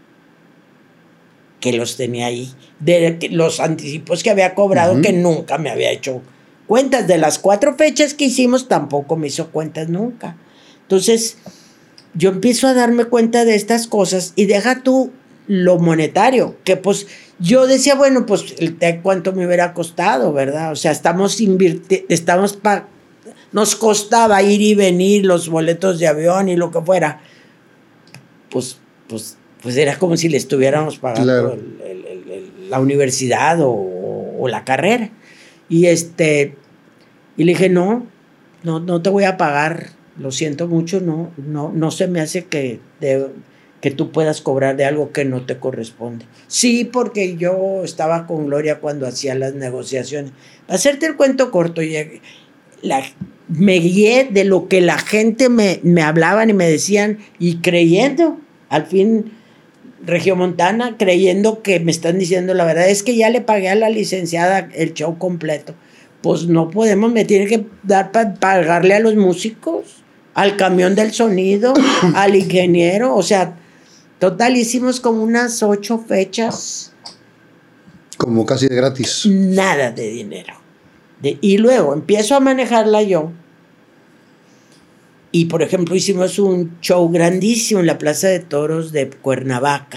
que los tenía ahí, de los anticipos que había cobrado, uh-huh. que nunca me había hecho cuentas, de las cuatro fechas que hicimos tampoco me hizo cuentas nunca. Entonces yo empiezo a darme cuenta de estas cosas y deja tú lo monetario, que pues yo decía, bueno, pues cuánto me hubiera costado, ¿verdad? O sea, estamos invirtiendo, estamos pa- nos costaba ir y venir, los boletos de avión y lo que fuera. Pues, pues, pues era como si le estuviéramos pagando claro. el, el, el, el, la universidad o, o la carrera. Y este, y le dije, no, no, no te voy a pagar, lo siento mucho, no, no, no se me hace que de, que tú puedas cobrar de algo que no te corresponde. Sí, porque yo estaba con Gloria cuando hacía las negociaciones. Para hacerte el cuento corto, la, me guié de lo que la gente me, me hablaban y me decían, y creyendo, al fin, Regiomontana, creyendo que me están diciendo la verdad, es que ya le pagué a la licenciada el show completo. Pues no podemos, me tiene que dar para pagarle a los músicos, al camión del sonido, al ingeniero, o sea... Total, hicimos como unas ocho fechas. Como casi de gratis. Nada de dinero. De, y luego empiezo a manejarla yo. Y, por ejemplo, hicimos un show grandísimo en la Plaza de Toros de Cuernavaca.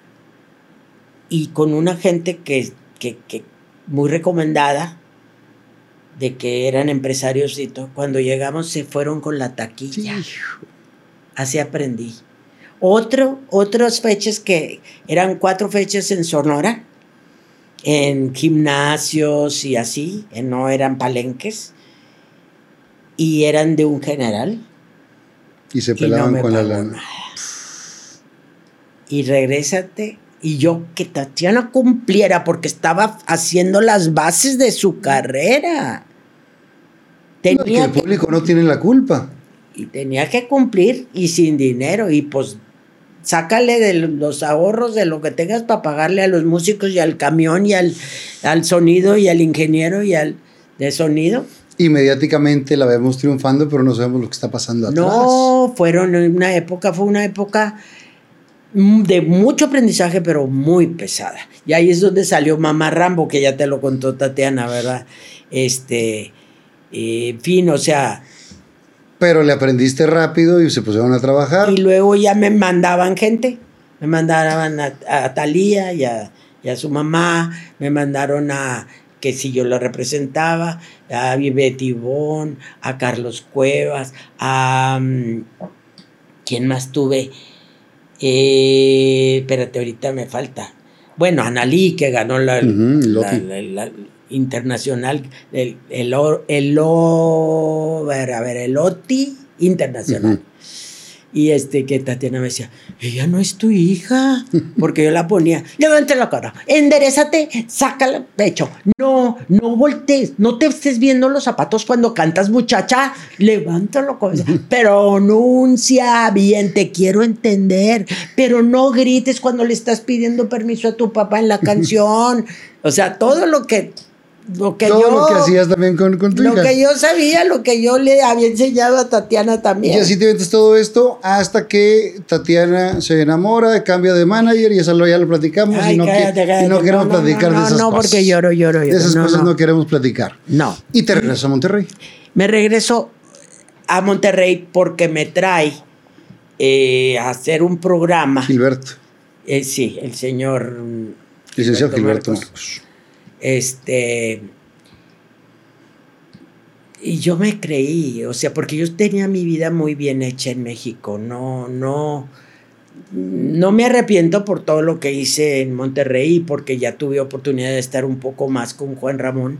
Y con una gente que, que, que muy recomendada, de que eran empresarios y todo. Cuando llegamos se fueron con la taquilla. Sí. Así aprendí. Otro, otras fechas que eran cuatro fechas en Sonora, en gimnasios y así, no eran palenques, y eran de un general. Y se pelaban y no con la pagó lana. Nada. Y regrésate. Y yo que Tatiana cumpliera porque estaba haciendo las bases de su carrera. Tenía no, y que el público que, no tiene la culpa. Y tenía que cumplir y sin dinero. Y pues sácale de los ahorros de lo que tengas para pagarle a los músicos y al camión y al, al sonido y al ingeniero y al de sonido. Y mediáticamente la vemos triunfando, pero no sabemos lo que está pasando atrás. No, fueron una época, fue una época de mucho aprendizaje, pero muy pesada. Y ahí es donde salió Mamá Rambo, que ya te lo contó Tatiana, ¿verdad? Este, eh, en fin, o sea... Pero le aprendiste rápido y se pusieron a trabajar. Y luego ya me mandaban gente. Me mandaban a, a Thalía y a, y a su mamá. Me mandaron a... que si yo lo representaba, a Betty Bon, a Carlos Cuevas, a... Um, ¿quién más tuve? Eh, espérate, ahorita me falta. Bueno, Analí, que ganó la, uh-huh, la, la, la, la internacional, el, el, el, el, a ver, a ver, el O T I internacional. Uh-huh. Y este, que Tatiana me decía, ella no es tu hija, porque yo la ponía, levante la cara, enderezate, sácala el pecho, no, no voltees, no te estés viendo los zapatos cuando cantas, muchacha, levántalo, pero anuncia bien, te quiero entender, pero no grites cuando le estás pidiendo permiso a tu papá en la canción, o sea, todo lo que... Lo que Todo yo, lo que hacías también con, con tu lo hija. Lo que yo sabía, lo que yo le había enseñado a Tatiana también. Y así te metes todo esto hasta que Tatiana se enamora, cambia de manager y eso lo, ya lo platicamos. Ay, y no, cállate, que, cállate. y no queremos no, no, platicar no, de esas no, cosas. No, porque lloro, lloro, lloro. De esas no, cosas no. no queremos platicar. No. Y te regresas a Monterrey. Me regreso a Monterrey porque me trae eh, a hacer un programa. Gilberto. Eh, sí, el señor... Licenciado Gilberto Marcos. Marcos. Este... Y yo me creí, o sea, porque yo tenía mi vida muy bien hecha en México. No, no, no me arrepiento por todo lo que hice en Monterrey, porque ya tuve oportunidad de estar un poco más con Juan Ramón.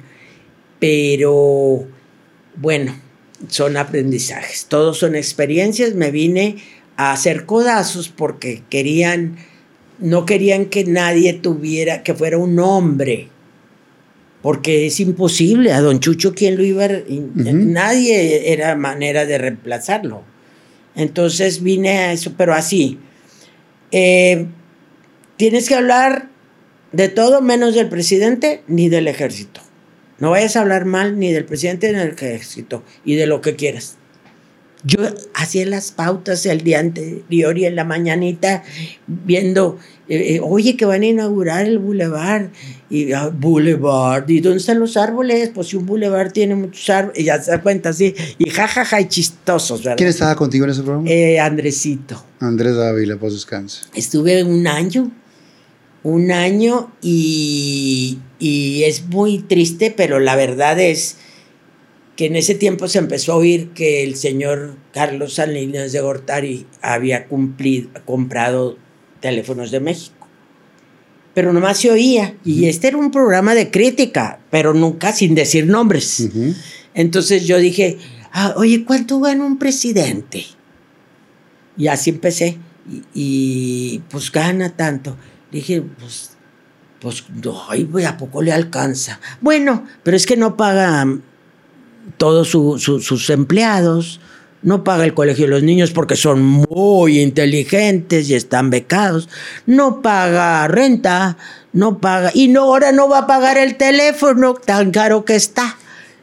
Pero, bueno, son aprendizajes. Todos son experiencias. Me vine a hacer codazos porque querían, no querían que nadie tuviera, que fuera un hombre. Porque es imposible, a don Chucho, ¿quién lo iba a...? Uh-huh. Nadie era manera de reemplazarlo. Entonces vine a eso, pero así. Eh, tienes que hablar de todo menos del presidente ni del ejército. No vayas a hablar mal ni del presidente ni del ejército y de lo que quieras. Yo hacía las pautas el día anterior y en la mañanita viendo, eh, oye, que van a inaugurar el bulevar. Y ah, bulevar, ¿y dónde están los árboles? Pues si un bulevar tiene muchos árboles, y ya se da cuenta así, y jajaja, ja, ja, y chistosos, ¿verdad? ¿Quién estaba contigo en ese programa? Eh, Andresito. Andrés Dávila, pues descanse. Estuve un año, un año, y, y es muy triste, pero la verdad es que en ese tiempo se empezó a oír que el señor Carlos Salinas de Gortari había cumplido, comprado Teléfonos de México. Pero nomás se oía. Uh-huh. Y este era un programa de crítica, pero nunca sin decir nombres. Uh-huh. Entonces yo dije, ah, oye, ¿cuánto gana un presidente? Y así empecé. Y, y pues gana tanto. Dije, pues, pues, ay, ¿a poco le alcanza? Bueno, pero es que no paga todos su, su, sus empleados, no paga el colegio de los niños porque son muy inteligentes y están becados, no paga renta, no paga, y no, ahora no va a pagar el teléfono tan caro que está.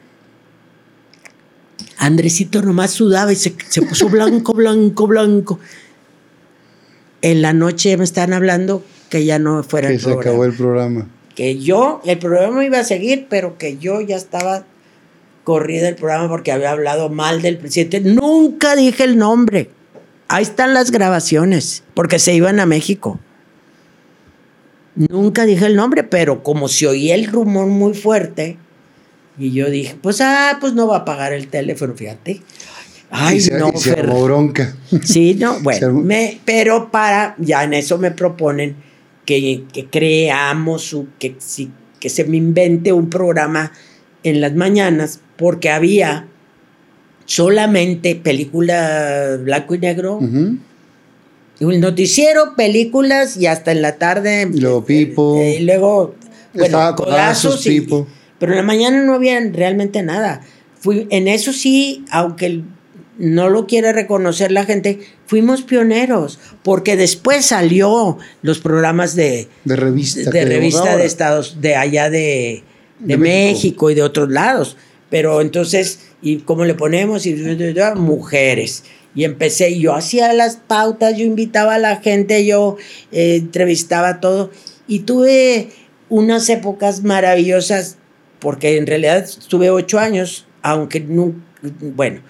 Andresito nomás sudaba y se, se puso blanco, blanco, blanco. En la noche me están hablando que ya no fuera que el programa. Que se acabó el programa. Que yo, el programa iba a seguir, pero que yo ya estaba corrida del programa porque había hablado mal del presidente. Nunca dije el nombre. Ahí están las grabaciones, porque se iban a México. Nunca dije el nombre, pero como se oía el rumor muy fuerte, y yo dije, pues, ah, pues no va a pagar el teléfono, fíjate. Ay, y se, no, y se Fer. armó bronca. Sí, no, bueno, armó... me, pero para, ya en eso me proponen que, que creamos, que, que se me invente un programa en las mañanas, porque había solamente película blanco y negro, Uh-huh. el noticiero, películas y hasta en la tarde. Y luego Pipo. Eh, y luego, bueno, estaba codazos, y, Pipo. pero en la mañana no había realmente nada. Fui, en eso sí, aunque no lo quiere reconocer la gente, fuimos pioneros, porque después salió los programas de, de revista, de, revista de Estados, de allá de, de, de México. México y de otros lados. Pero entonces, ¿y cómo le ponemos? Y, mujeres. Y empecé, yo hacía las pautas, yo invitaba a la gente, yo eh, entrevistaba todo. Y tuve unas épocas maravillosas, porque en realidad estuve ocho años, aunque no, bueno,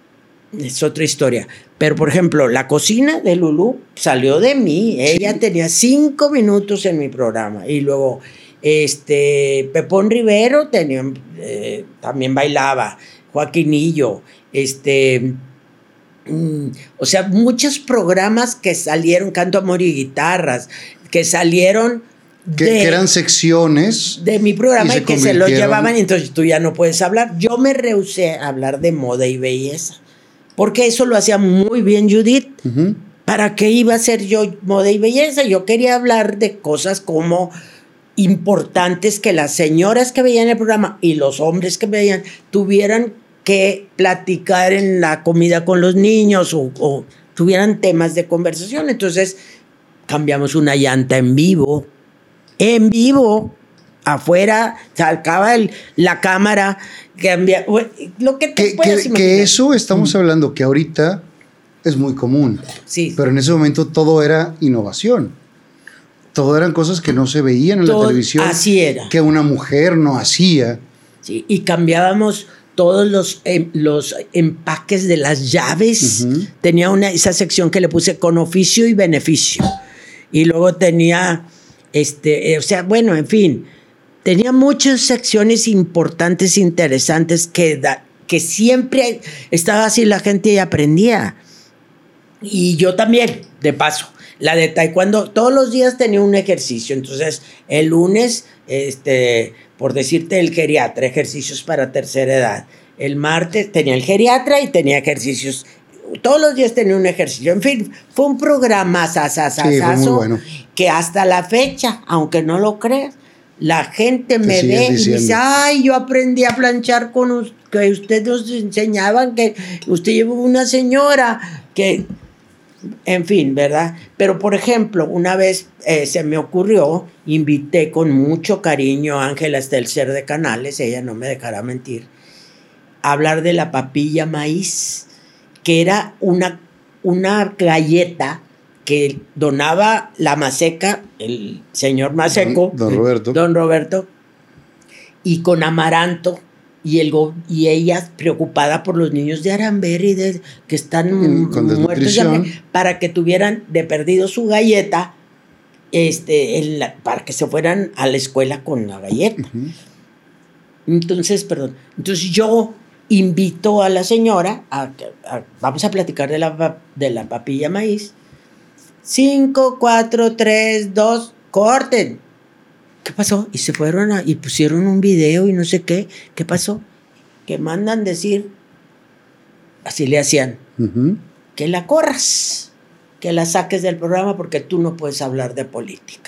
es otra historia. Pero, por ejemplo, la cocina de Lulú salió de mí. Ella sí. tenía cinco minutos en mi programa. Y luego, este, Pepón Rivero tenía, eh, también bailaba, Joaquinillo, este... Mm, o sea, muchos programas que salieron, Canto, Amor y Guitarras, que salieron que, de, que eran secciones de mi programa y, y que se los llevaban, y entonces tú ya no puedes hablar. Yo me rehusé a hablar de moda y belleza, porque eso lo hacía muy bien Judith. Uh-huh. ¿Para qué iba a ser yo moda y belleza? Yo quería hablar de cosas como importantes, que las señoras que veían el programa y los hombres que veían tuvieran que platicar en la comida con los niños, o, o tuvieran temas de conversación. Entonces cambiamos una llanta en vivo, en vivo, afuera, sacaba el, la cámara, cambia, lo que te que, puedas que, imaginar. Que eso estamos mm. hablando, que ahorita es muy común, sí. pero en ese momento todo era innovación. Todo eran cosas que no se veían en todo, la televisión. Así era. Que una mujer no hacía. Sí, y cambiábamos todos los, eh, los empaques de las llaves. Uh-huh. Tenía una, esa sección que le puse con oficio y beneficio. Y luego tenía, este, eh, o sea, bueno, en fin, tenía muchas secciones importantes, interesantes, que, da, que siempre estaba así la gente y aprendía. Y yo también, de paso. La de taekwondo, todos los días tenía un ejercicio. Entonces, el lunes, este... por decirte, el geriatra, ejercicios para tercera edad. El martes tenía el geriatra y tenía ejercicios. Todos los días tenía un ejercicio. En fin, fue un programa sasasasazo, sí, fue muy bueno. Que hasta la fecha, aunque no lo creas, la gente me ve diciendo. Y dice, ay, yo aprendí a planchar con usted, que ustedes nos enseñaban, que usted llevó una señora, que... En fin, ¿verdad? Pero, por ejemplo, una vez eh, se me ocurrió, invité con mucho cariño a Ángela Stelzer de Canales, ella no me dejará mentir, a hablar de la papilla maíz, que era una, una galleta que donaba la Maseca, el señor Maseco, don, don Roberto, don Roberto, y con amaranto. Y, el, y ella preocupada por los niños de Aramberry de, que están muertos de hambre, para que tuvieran de perdido su galleta, este, en la, para que se fueran a la escuela con la galleta. Uh-huh. Entonces, perdón, entonces yo invito a la señora, a, a, vamos a platicar de la, de la papilla maíz. Cinco, cuatro, tres, dos, corten. ¿Qué pasó? Y se fueron a, y pusieron un video y no sé qué. ¿Qué pasó? Que mandan decir, así le hacían, uh-huh. que la corras, que la saques del programa porque tú no puedes hablar de política.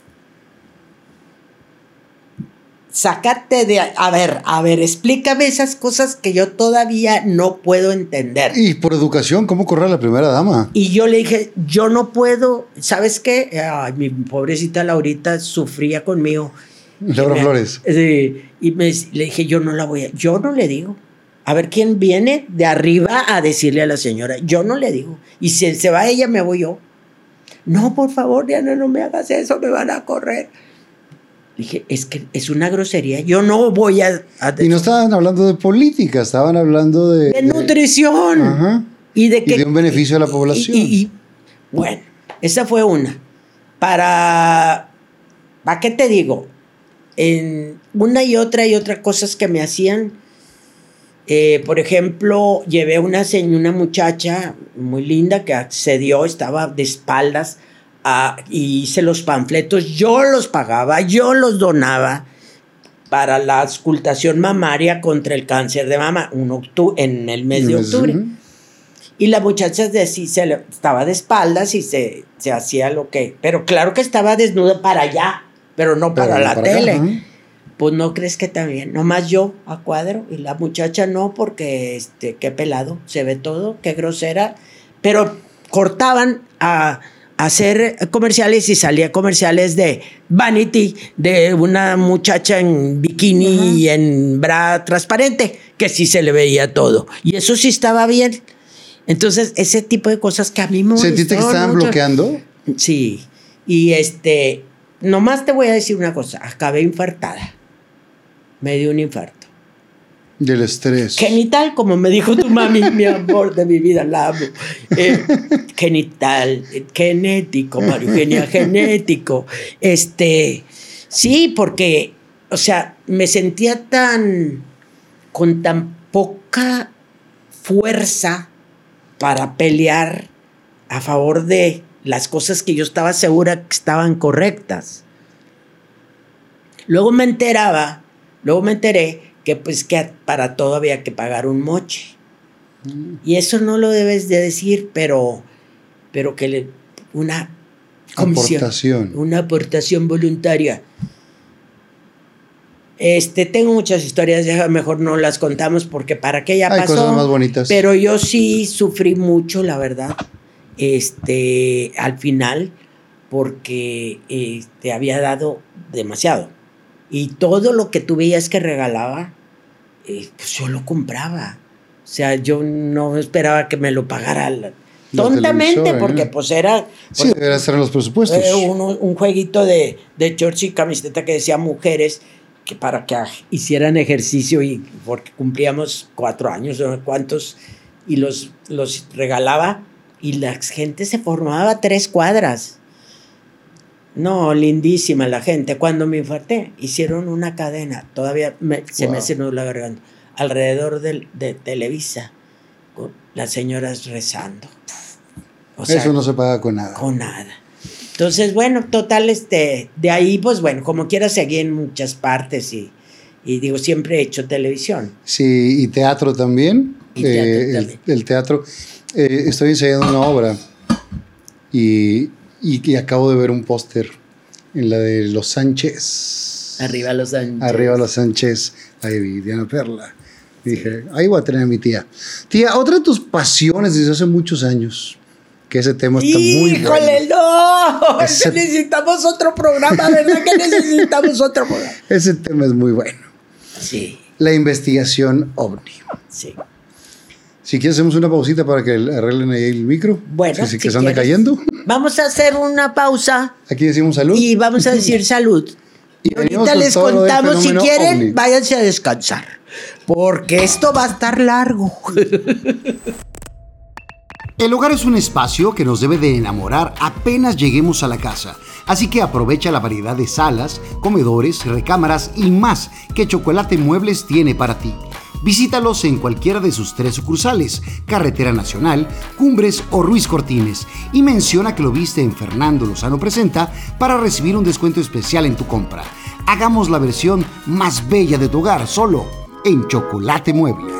Sácate de... A ver, a ver, explícame esas cosas que yo todavía no puedo entender. Y por educación, ¿cómo correr a la primera dama? Y yo le dije, yo no puedo... ¿Sabes qué? Ay, mi pobrecita Laurita sufría conmigo. Laura me, Flores. Sí, y me, le dije, yo no la voy a... Yo no le digo. A ver quién viene de arriba a decirle a la señora. Yo no le digo. Y si se va ella, me voy yo. No, por favor, Diana, no me hagas eso, me van a correr. Dije, es que es una grosería. Yo no voy a, a... Y no estaban hablando de política, estaban hablando de... De nutrición. De, ajá, y, de que, y de un beneficio a la población. Y, y, y, bueno, esa fue una. Para... ¿Para qué te digo? En una y otra y otra cosas que me hacían... Eh, por ejemplo, llevé una, una muchacha muy linda que accedió, estaba de espaldas a, y hice los panfletos, yo los pagaba, yo los donaba para la auscultación mamaria contra el cáncer de mama un octu- en el mes de octubre. Uh-huh. Y la muchacha de, sí, se le, estaba de espaldas y se, se hacía lo que... Pero claro que estaba desnuda para allá, pero no para pero la para tele. Acá, ¿eh? Pues no crees que también, nomás yo a cuadro y la muchacha no, porque este, qué pelado, se ve todo, qué grosera. Pero cortaban a... hacer comerciales y salía comerciales de Vanity, de una muchacha en bikini uh-huh. y en bra transparente, que sí se le veía todo. Y eso sí estaba bien. Entonces, ese tipo de cosas que a mí me ¿Sentiste que estaban mucho. bloqueando? Sí. Y este, nomás te voy a decir una cosa, acabé infartada. Me dio un infarto. Del estrés. Genital, como me dijo tu mami, mi amor de mi vida, la amo. Eh, genital, genético, María Eugenia, genético. Este, sí, porque, o sea, me sentía tan, con tan poca fuerza para pelear a favor de las cosas que yo estaba segura que estaban correctas. Luego me enteraba, luego me enteré que pues que para todo había que pagar un moche. Mm. Y eso no lo debes de decir, pero, pero que le, una comisión, aportación. Una aportación voluntaria. Este, tengo muchas historias, ya mejor no las contamos porque para qué ya Hay pasó. Cosas más bonitas. Pero yo sí sufrí mucho, la verdad, este, al final, porque este, había dado demasiado. Y todo lo que tú veías que regalaba, eh, pues yo lo compraba. O sea, yo no esperaba que me lo pagara la, tontamente, porque ¿eh? pues era... Sí, debería estar en los presupuestos. Era un, un jueguito de, de shorts y camiseta que decía mujeres, que para que hicieran ejercicio, y porque cumplíamos cuatro años, no sé cuántos, y los, los regalaba, y la gente se formaba tres cuadras. No, lindísima la gente. Cuando me infarté, hicieron una cadena, todavía me, se wow. me hace nudo la garganta, alrededor de, de Televisa, con las señoras rezando. O sea, eso no se paga con nada. Con nada. Entonces, bueno, total, este, de ahí, pues bueno, como quiera seguí en muchas partes y, y digo, siempre he hecho televisión. Sí, y teatro también. Y teatro eh, también. El, el teatro. Eh, estoy ensayando una obra y... Y, y acabo de ver un póster en la de Los Sánchez. Arriba Los Sánchez. Arriba Los Sánchez. Ahí vi Diana Perla. Y dije, ahí voy a tener a mi tía. Tía, otra de tus pasiones desde hace muchos años, que ese tema está muy bueno. ¡Híjole, no! Ese... Necesitamos otro programa, ¿verdad que necesitamos otro programa? Ese tema es muy bueno. Sí. La investigación OVNI. Sí. Si quieres, hacemos una pausita para que arreglen ahí el micro. Bueno, si, si que se anda cayendo. Vamos a hacer una pausa. Aquí decimos salud. Y vamos a decir salud. Y ahorita les contamos, si quieren, ovni. Váyanse a descansar. Porque esto va a estar largo. El hogar es un espacio que nos debe de enamorar apenas lleguemos a la casa. Así que aprovecha la variedad de salas, comedores, recámaras y más que Chocolate Muebles tiene para ti. Visítalos en cualquiera de sus tres sucursales, Carretera Nacional, Cumbres o Ruiz Cortines, y menciona que lo viste en Fernando Lozano Presenta para recibir un descuento especial en tu compra. Hagamos la versión más bella de tu hogar solo en Chocolate Muebles.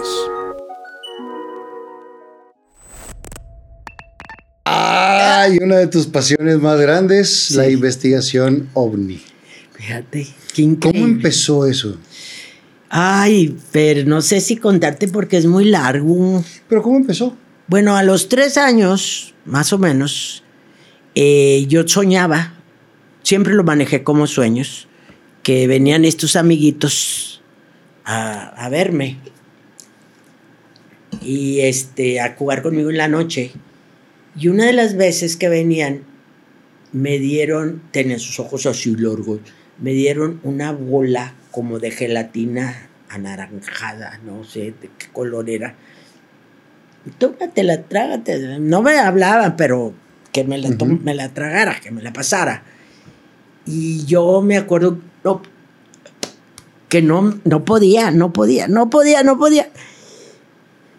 Ay, una de tus pasiones más grandes, sí. La investigación OVNI. Fíjate, qué increíble. ¿Cómo empezó eso? Ay, pero no sé si contarte porque es muy largo. ¿Pero cómo empezó? Bueno, a los tres años, más o menos, eh, yo soñaba, siempre lo manejé como sueños, que venían estos amiguitos a, a verme y este, a jugar conmigo en la noche. Y una de las veces que venían, me dieron, tenían sus ojos así largos, me dieron una bola como de gelatina anaranjada, no sé de qué color era. Tómatela, trágate. No me hablaban, pero que me la, uh-huh. me la tragara, que me la pasara. Y yo me acuerdo no, que no, no podía, no podía, no podía, no podía.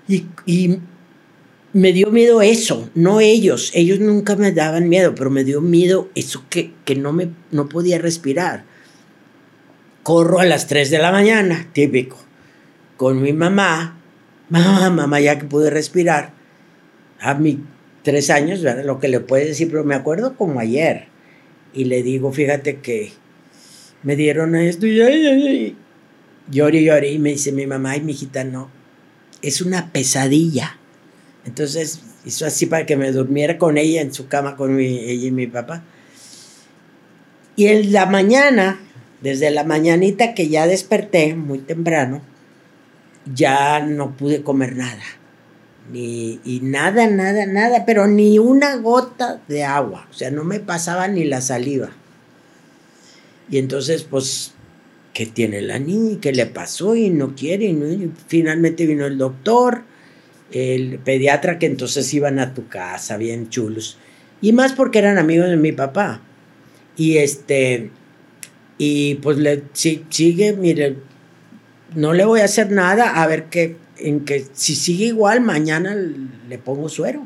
Y, y me dio miedo eso, no ellos. Ellos nunca me daban miedo, pero me dio miedo eso que, que no, me, no podía respirar. Corro a las tres de la mañana, típico, con mi mamá. Mamá, mamá, ya que pude respirar. A mis tres años, ¿verdad? Lo que le puedes decir, pero me acuerdo como ayer. Y le digo, fíjate que me dieron esto y ay, ay, ay. Lloré, lloré. Y me dice mi mamá, ay, mijita, no. Es una pesadilla. Entonces hizo así para que me durmiera con ella en su cama, con mi, ella y mi papá. Y en la mañana, desde la mañanita que ya desperté, muy temprano, ya no pude comer nada. Ni, y nada, nada, nada, pero ni una gota de agua. O sea, no me pasaba ni la saliva. Y entonces, pues, ¿qué tiene la niña? ¿Qué le pasó? Y no quiere. Y, no, y finalmente vino el doctor, el pediatra, que entonces iban a tu casa, bien chulos. Y más porque eran amigos de mi papá. Y este, y pues le sí, sigue, mire, no le voy a hacer nada, a ver qué, en que si sigue igual, mañana le pongo suero.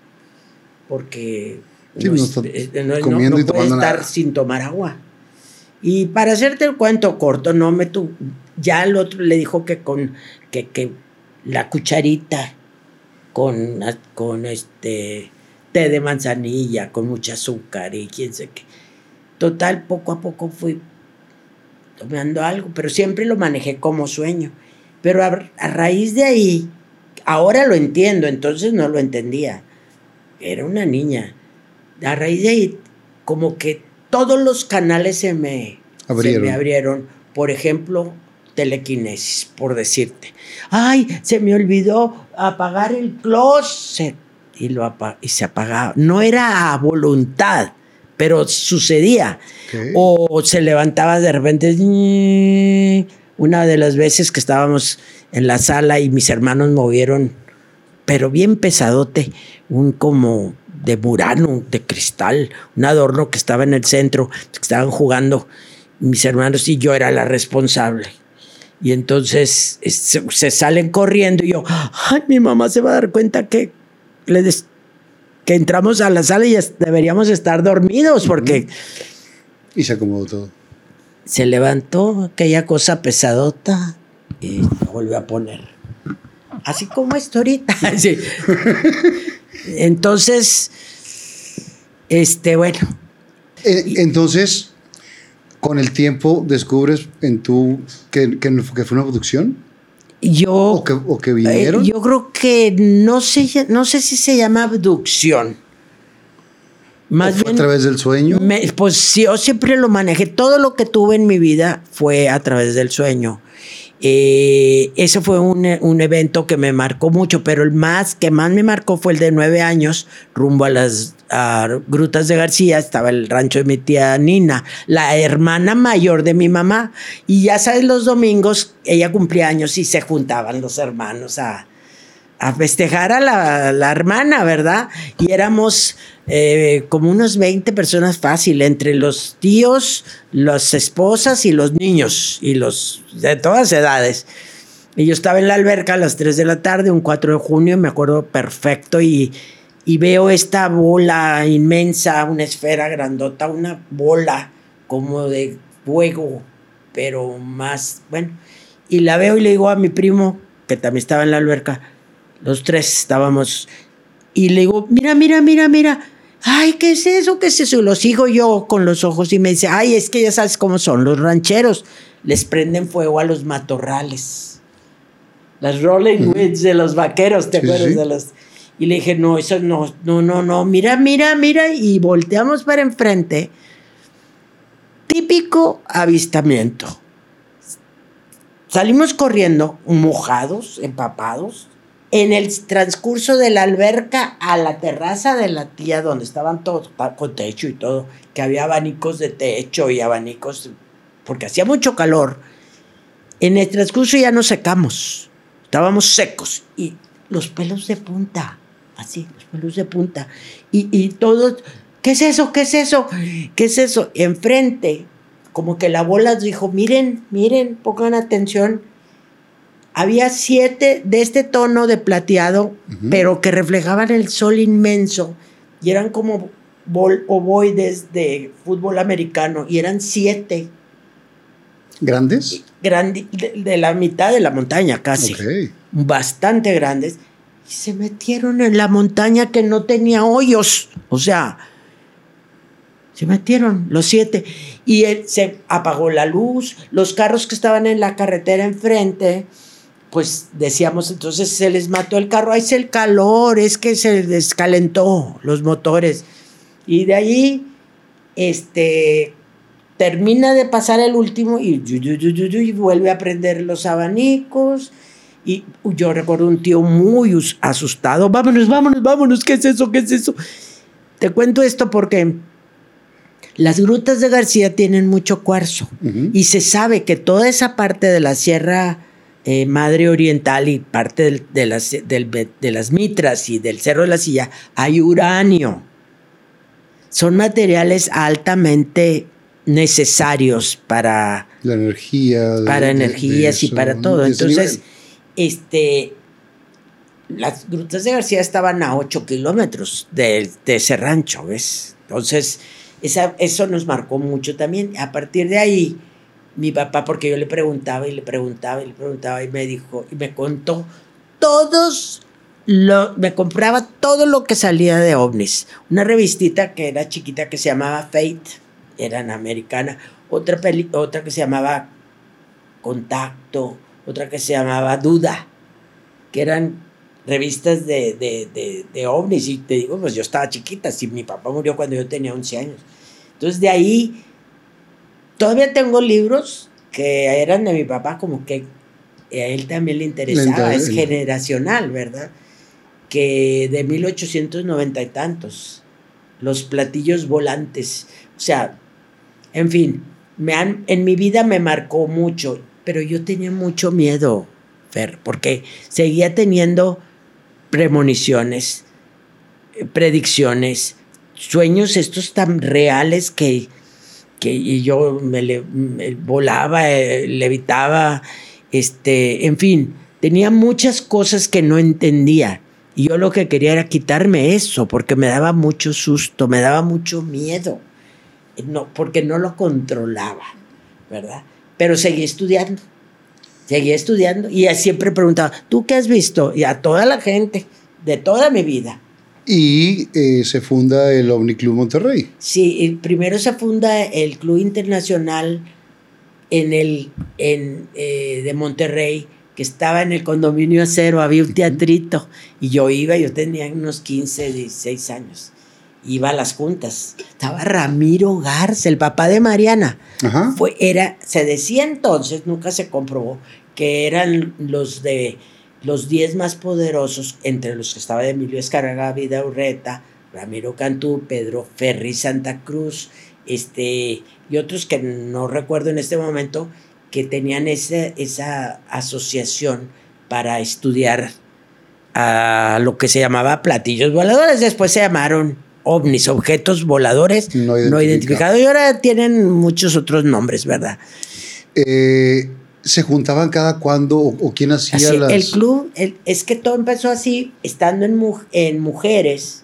Porque sí, no, no, está no, comiendo no, no y puede tomando estar nada. sin tomar agua. Y para hacerte el cuento corto, no me tu, ya el otro le dijo que con que, que la cucharita con, con este té de manzanilla, con mucho azúcar y quién sé qué. Total, poco a poco fui tomando algo, pero siempre lo manejé como sueño. Pero a, a raíz de ahí, ahora lo entiendo, entonces no lo entendía. Era una niña. A raíz de ahí, como que todos los canales se me abrieron. Se me abrieron. Por ejemplo, telequinesis, por decirte. Ay, se me olvidó apagar el closet. Y, lo apa- y se apagaba. No era a voluntad, pero sucedía. Okay. O se levantaba de repente. Una de las veces que estábamos en la sala y mis hermanos movieron, pero bien pesadote, un como de murano, de cristal, un adorno que estaba en el centro, que estaban jugando mis hermanos y yo era la responsable. Y entonces se, se salen corriendo y yo, ay, mi mamá se va a dar cuenta que, le des, que entramos a la sala y deberíamos estar dormidos porque... Y se acomodó todo. Se levantó aquella cosa pesadota y volvió a poner. Así como esto ahorita. Sí. Entonces, este, bueno. Entonces, con el tiempo descubres en tu que, que, que fue una abducción. Yo. ¿O que, o que vinieron? Eh, yo creo que no sé, no sé si se llama abducción. Más ¿O fue bien, a través del sueño? Me, pues yo siempre lo manejé. Todo lo que tuve en mi vida fue a través del sueño. Eh, ese fue un, un evento que me marcó mucho, pero el más que más me marcó fue el de nueve años, rumbo a las a Grutas de García. Estaba el rancho de mi tía Nina, la hermana mayor de mi mamá. Y ya sabes, los domingos ella cumplía años y se juntaban los hermanos a, a festejar a la, la hermana, ¿verdad? Y éramos eh, como unos veinte personas fácil, entre los tíos, las esposas y los niños, y los de todas edades. Y yo estaba en la alberca a las tres de la tarde, un cuatro de junio, me acuerdo perfecto, y, y veo esta bola inmensa, una esfera grandota, una bola como de fuego, pero más, bueno, y la veo y le digo a mi primo, que también estaba en la alberca, los tres estábamos, y le digo, mira, mira, mira, mira, ay, ¿qué es eso? ¿Qué es eso? Y lo sigo yo con los ojos y me dice, ay, es que ya sabes cómo son los rancheros, les prenden fuego a los matorrales, las rolling woods de los vaqueros, ¿te sí, acuerdas sí. de los? Y le dije, no, eso no, no, no, no, mira, mira, mira, y volteamos para enfrente, típico avistamiento. Salimos corriendo, mojados, empapados, en el transcurso de la alberca a la terraza de la tía, donde estaban todos con techo y todo, que había abanicos de techo y abanicos, porque hacía mucho calor. En el transcurso ya nos secamos, estábamos secos, y los pelos de punta, así, los pelos de punta, y, y todos, ¿qué es eso? ¿Qué es eso? ¿Qué es eso? Enfrente, como que la bola dijo, miren, miren, pongan atención. Había siete de este tono de plateado, uh-huh. pero que reflejaban el sol inmenso y eran como bol- ovoides de fútbol americano y eran siete. ¿Grandes? Grandi- de, de la mitad de la montaña casi. Okay. Bastante grandes. Y se metieron en la montaña que no tenía hoyos. O sea, se metieron los siete. Y él, se apagó la luz. Los carros que estaban en la carretera enfrente, pues decíamos, entonces se les mató el carro. Ahí es el calor, es que se descalentó los motores. Y de ahí, este... termina de pasar el último y, y, y, y vuelve a prender los abanicos. Y yo recuerdo un tío muy asustado. Vámonos, vámonos, vámonos. ¿Qué es eso? ¿Qué es eso? Te cuento esto porque las grutas de García tienen mucho cuarzo. Uh-huh. Y se sabe que toda esa parte de la Sierra eh, Madre Oriental y parte del, de, las, del, de las Mitras y del Cerro de la Silla hay uranio. Son materiales altamente necesarios para la energía de, para energías de y para todo. Entonces, este las grutas de García estaban a ocho kilómetros de, de ese rancho, ¿ves? Entonces, esa, eso nos marcó mucho también. A partir de ahí, mi papá, porque yo le preguntaba y le preguntaba y le preguntaba y me dijo, y me contó todos Lo, me compraba todo lo que salía de ovnis. Una revistita que era chiquita que se llamaba Fate, era en americana, otra, peli, otra que se llamaba Contacto, otra que se llamaba Duda, que eran revistas de, de, de, de ovnis. Y te digo, pues yo estaba chiquita, si mi papá murió cuando yo tenía once años. Entonces de ahí, todavía tengo libros que eran de mi papá, como que a él también le interesaba, es generacional, ¿verdad? Que de mil ochocientos noventa y tantos, los platillos volantes, o sea, en fin, me han, en mi vida me marcó mucho, pero yo tenía mucho miedo, Fer, porque seguía teniendo premoniciones, predicciones, sueños estos tan reales que, que yo me, le, me volaba, eh, levitaba, este, en fin, tenía muchas cosas que no entendía. Y yo lo que quería era quitarme eso, porque me daba mucho susto, me daba mucho miedo, no, porque no lo controlaba, ¿verdad? Pero seguí estudiando, seguí estudiando y siempre preguntaba, ¿tú qué has visto? Y a toda la gente, de toda mi vida. Y eh, se funda el OVNI Club Monterrey. Sí, primero se funda el Club Internacional en el, en, eh, de Monterrey, que estaba en el Condominio Acero, había un teatrito, y yo iba, yo tenía unos quince, dieciséis años, iba a las juntas, estaba Ramiro Garza, el papá de Mariana. Ajá. Fue, era, se decía entonces, nunca se comprobó, que eran los de los diez más poderosos, entre los que estaba Emilio Escarraga Vidaurreta, Ramiro Cantú, Pedro Ferri Santa Cruz, este, y otros que no recuerdo en este momento, que tenían esa, esa asociación para estudiar a lo que se llamaba platillos voladores. Después se llamaron ovnis, objetos voladores no identificados, no identificados y ahora tienen muchos otros nombres, ¿verdad? Eh, ¿Se juntaban cada cuándo o, o quién hacía así, las...? El club, el, es que todo empezó así, estando en, en mujeres,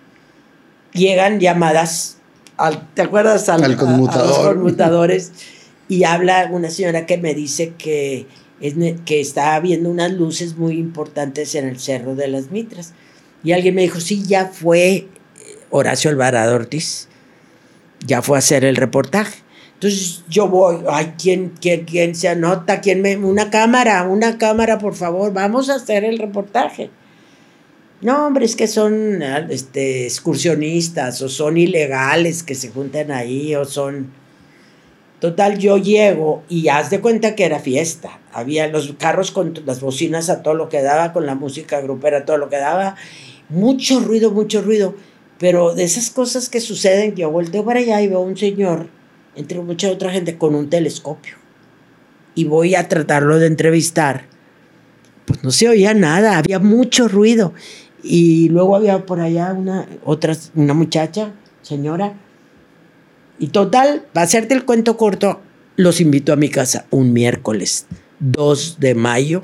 llegan llamadas, al, ¿te acuerdas? Al, al conmutador. A, a los conmutadores. Y habla una señora que me dice que, es, que está viendo unas luces muy importantes en el Cerro de las Mitras. Y alguien me dijo, sí, ya fue Horacio Alvarado Ortiz, ya fue a hacer el reportaje. Entonces yo voy, ay, ¿quién, quién, quién se anota? ¿Quién me, una cámara, una cámara, por favor, vamos a hacer el reportaje. No, hombre, es que son este, excursionistas o son ilegales que se juntan ahí o son... Total, yo llego y haz de cuenta que era fiesta. Había los carros con las bocinas a todo lo que daba, con la música grupera a todo lo que daba. Mucho ruido, mucho ruido. Pero de esas cosas que suceden, yo volteo para allá y veo a un señor, entre mucha otra gente, con un telescopio. Y voy a tratarlo de entrevistar. Pues no se oía nada, había mucho ruido. Y luego había por allá una, otra, una muchacha, señora. Y total, para hacerte el cuento corto, los invito a mi casa un miércoles dos de mayo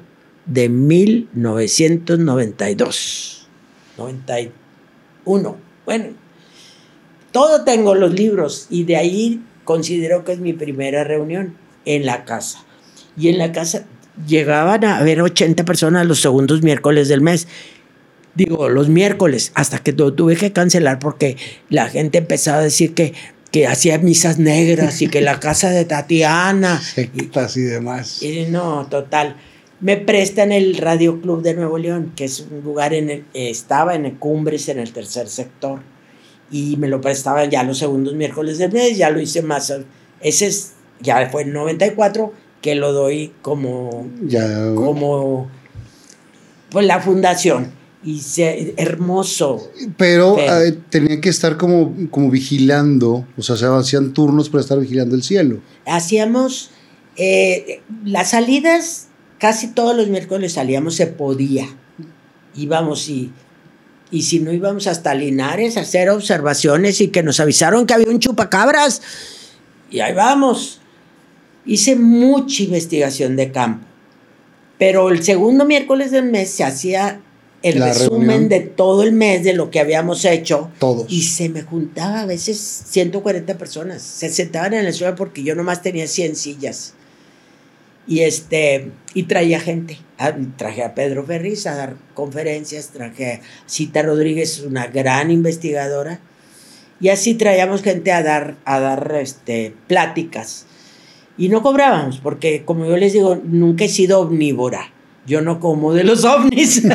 de mil novecientos noventa y dos, noventa y uno. Bueno, todo tengo los libros y de ahí considero que es mi primera reunión en la casa. Y en la casa llegaban a haber ochenta personas los segundos miércoles del mes. Digo, los miércoles, hasta que lo tuve que cancelar porque la gente empezaba a decir que, que hacía misas negras y que la casa de Tatiana. Sectas y, y demás. Y no, total. Me prestan el Radio Club de Nuevo León, que es un lugar en el, eh, estaba en el Cumbres, en el tercer sector. Y me lo prestaban ya los segundos miércoles del mes, ya lo hice más. Ese es, ya fue en noventa y cuatro que lo doy como, ya. como pues la fundación. Y se, hermoso. Pero, pero eh, tenían que estar como, como vigilando, o sea, se hacían turnos para estar vigilando el cielo. Hacíamos eh, las salidas, casi todos los miércoles salíamos, se podía. Íbamos y... Y si no íbamos hasta Linares a hacer observaciones y que nos avisaron que había un chupacabras. Y ahí vamos. Hice mucha investigación de campo. Pero el segundo miércoles del mes se hacía el La resumen reunión. de todo el mes de lo que habíamos hecho. Todos. Y se me juntaba a veces ciento cuarenta personas. Se sentaban en el suelo porque yo nomás tenía cien sillas. Y, este, y traía gente. Traje a Pedro Ferriz a dar conferencias, traje a Cita Rodríguez, una gran investigadora, y así traíamos gente a dar, a dar este, pláticas. Y no cobrábamos, porque como yo les digo, nunca he sido omnívora. Yo no como de los ovnis.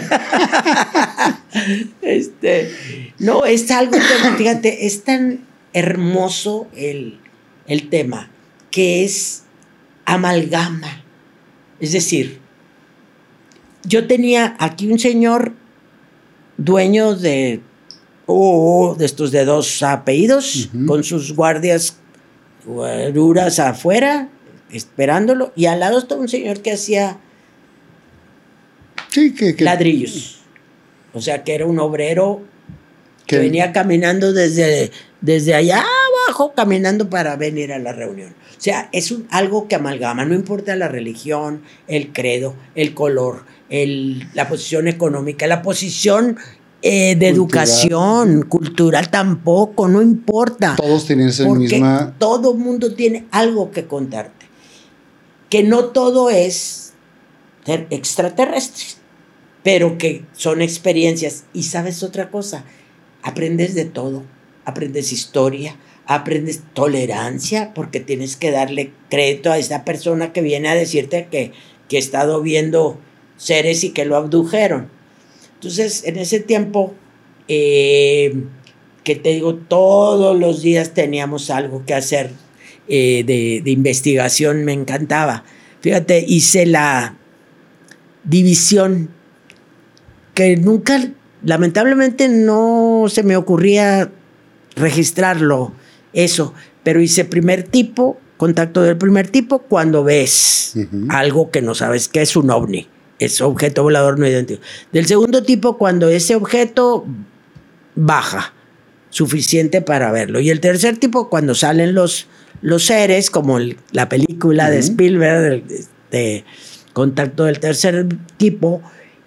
este, no, es algo que, fíjate, es tan hermoso el, el tema, que es amalgama. Es decir, yo tenía aquí un señor dueño de, oh, de estos de dos apellidos, uh-huh. con sus guardias duras afuera, esperándolo, y al lado estaba un señor que hacía sí, que, que... ladrillos. O sea, que era un obrero que, que venía caminando desde, desde allá abajo, caminando para venir a la reunión. O sea, es un, algo que amalgama, no importa la religión, el credo, el color, el, la posición económica, la posición eh, de cultural. educación, cultural tampoco, no importa. Todos tienen esa misma... todo mundo tiene algo que contarte. Que no todo es ter- extraterrestre, pero que son experiencias. Y sabes otra cosa, aprendes de todo, aprendes historia, aprendes tolerancia, porque tienes que darle crédito a esa persona que viene a decirte que, que ha estado viendo seres y que lo abdujeron. Entonces, en ese tiempo, eh, que te digo, todos los días teníamos algo que hacer eh, de, de investigación, me encantaba. Fíjate, hice la división que nunca, lamentablemente no se me ocurría registrarlo, eso, pero hice primer tipo, contacto del primer tipo, cuando ves uh-huh. algo que no sabes que es un ovni, es objeto volador no identificado. Del segundo tipo, cuando ese objeto baja, suficiente para verlo. Y el tercer tipo, cuando salen los, los seres, como el, la película uh-huh. de Spielberg, de, de contacto del tercer tipo,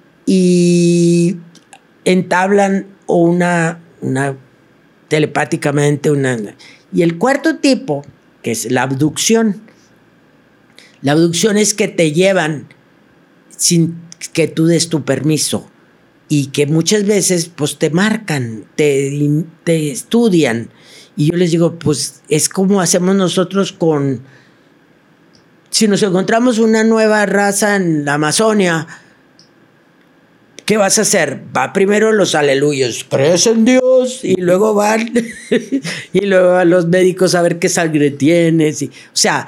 y entablan una, una telepáticamente una... Y el cuarto tipo, que es la abducción. La abducción es que te llevan sin que tú des tu permiso y que muchas veces pues te marcan, te, te estudian. Y yo les digo, pues es como hacemos nosotros con... Si nos encontramos una nueva raza en la Amazonia, ¿qué vas a hacer? Va primero los aleluyos, crees en Dios, y luego van y luego van los médicos a ver qué sangre tienes. Y, o sea,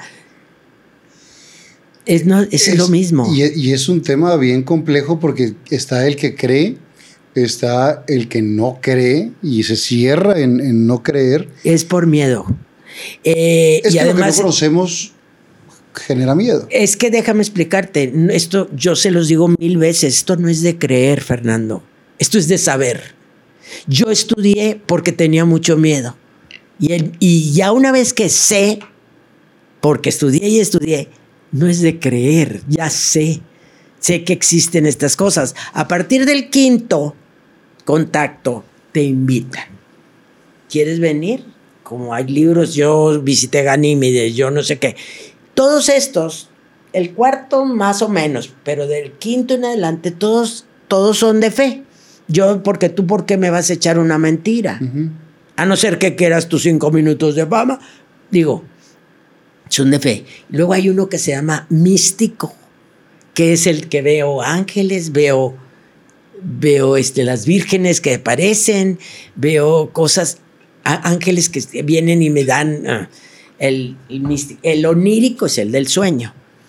es, no, es, es lo mismo. Y, y es un tema bien complejo porque está el que cree, está el que no cree y se cierra en, en no creer. Es por miedo. Eh, es y que además, lo que no conocemos genera miedo. Es que déjame explicarte, esto yo se los digo mil veces, esto no es de creer, Fernando, esto es de saber. Yo estudié porque tenía mucho miedo y, el, y ya una vez que sé, porque estudié y estudié, no es de creer, ya sé. sé que existen estas cosas. A partir del quinto contacto, te invitan. ¿Quieres venir? Como hay libros, yo visité Ganímedes, yo no sé qué. Todos estos, el cuarto más o menos, pero del quinto en adelante, todos, todos son de fe. Yo, porque tú, ¿por qué me vas a echar una mentira? Uh-huh. A no ser que quieras tus cinco minutos de fama. Digo, son de fe. Luego hay uno que se llama místico, que es el que veo ángeles, veo, veo este, las vírgenes que aparecen, veo cosas, ángeles que vienen y me dan uh, el, el místico. El onírico es el del sueño.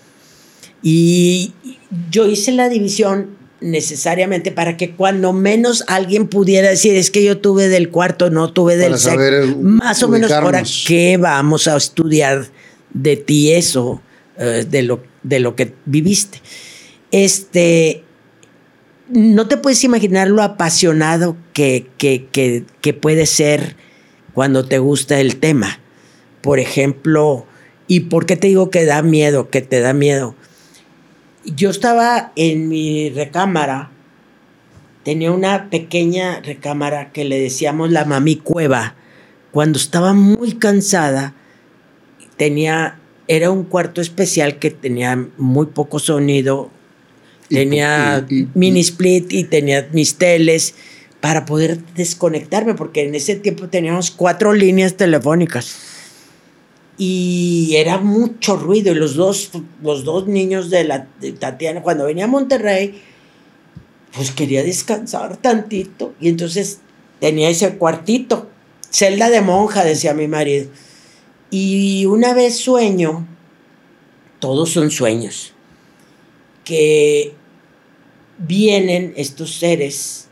Y yo hice la división necesariamente para que cuando menos alguien pudiera decir, es que yo tuve del cuarto, no tuve del sexto, más o menos para qué vamos a estudiar de ti eso, uh, de, lo, de lo que viviste. Este, no te puedes imaginar lo apasionado que, que, que, que puede ser cuando te gusta el tema. Por ejemplo, ¿y por qué te digo que da miedo, que te da miedo? Yo estaba en mi recámara, tenía una pequeña recámara que le decíamos la mami cueva. Cuando estaba muy cansada, tenía, era un cuarto especial que tenía muy poco sonido, y, tenía y, y, mini split y tenía mis teles para poder desconectarme, porque en ese tiempo teníamos cuatro líneas telefónicas. Y era mucho ruido, y los dos, los dos niños de, la, de Tatiana, cuando venía a Monterrey, pues quería descansar tantito, y entonces tenía ese cuartito, celda de monja, decía mi marido. Y una vez sueño, todos son sueños, que vienen estos seres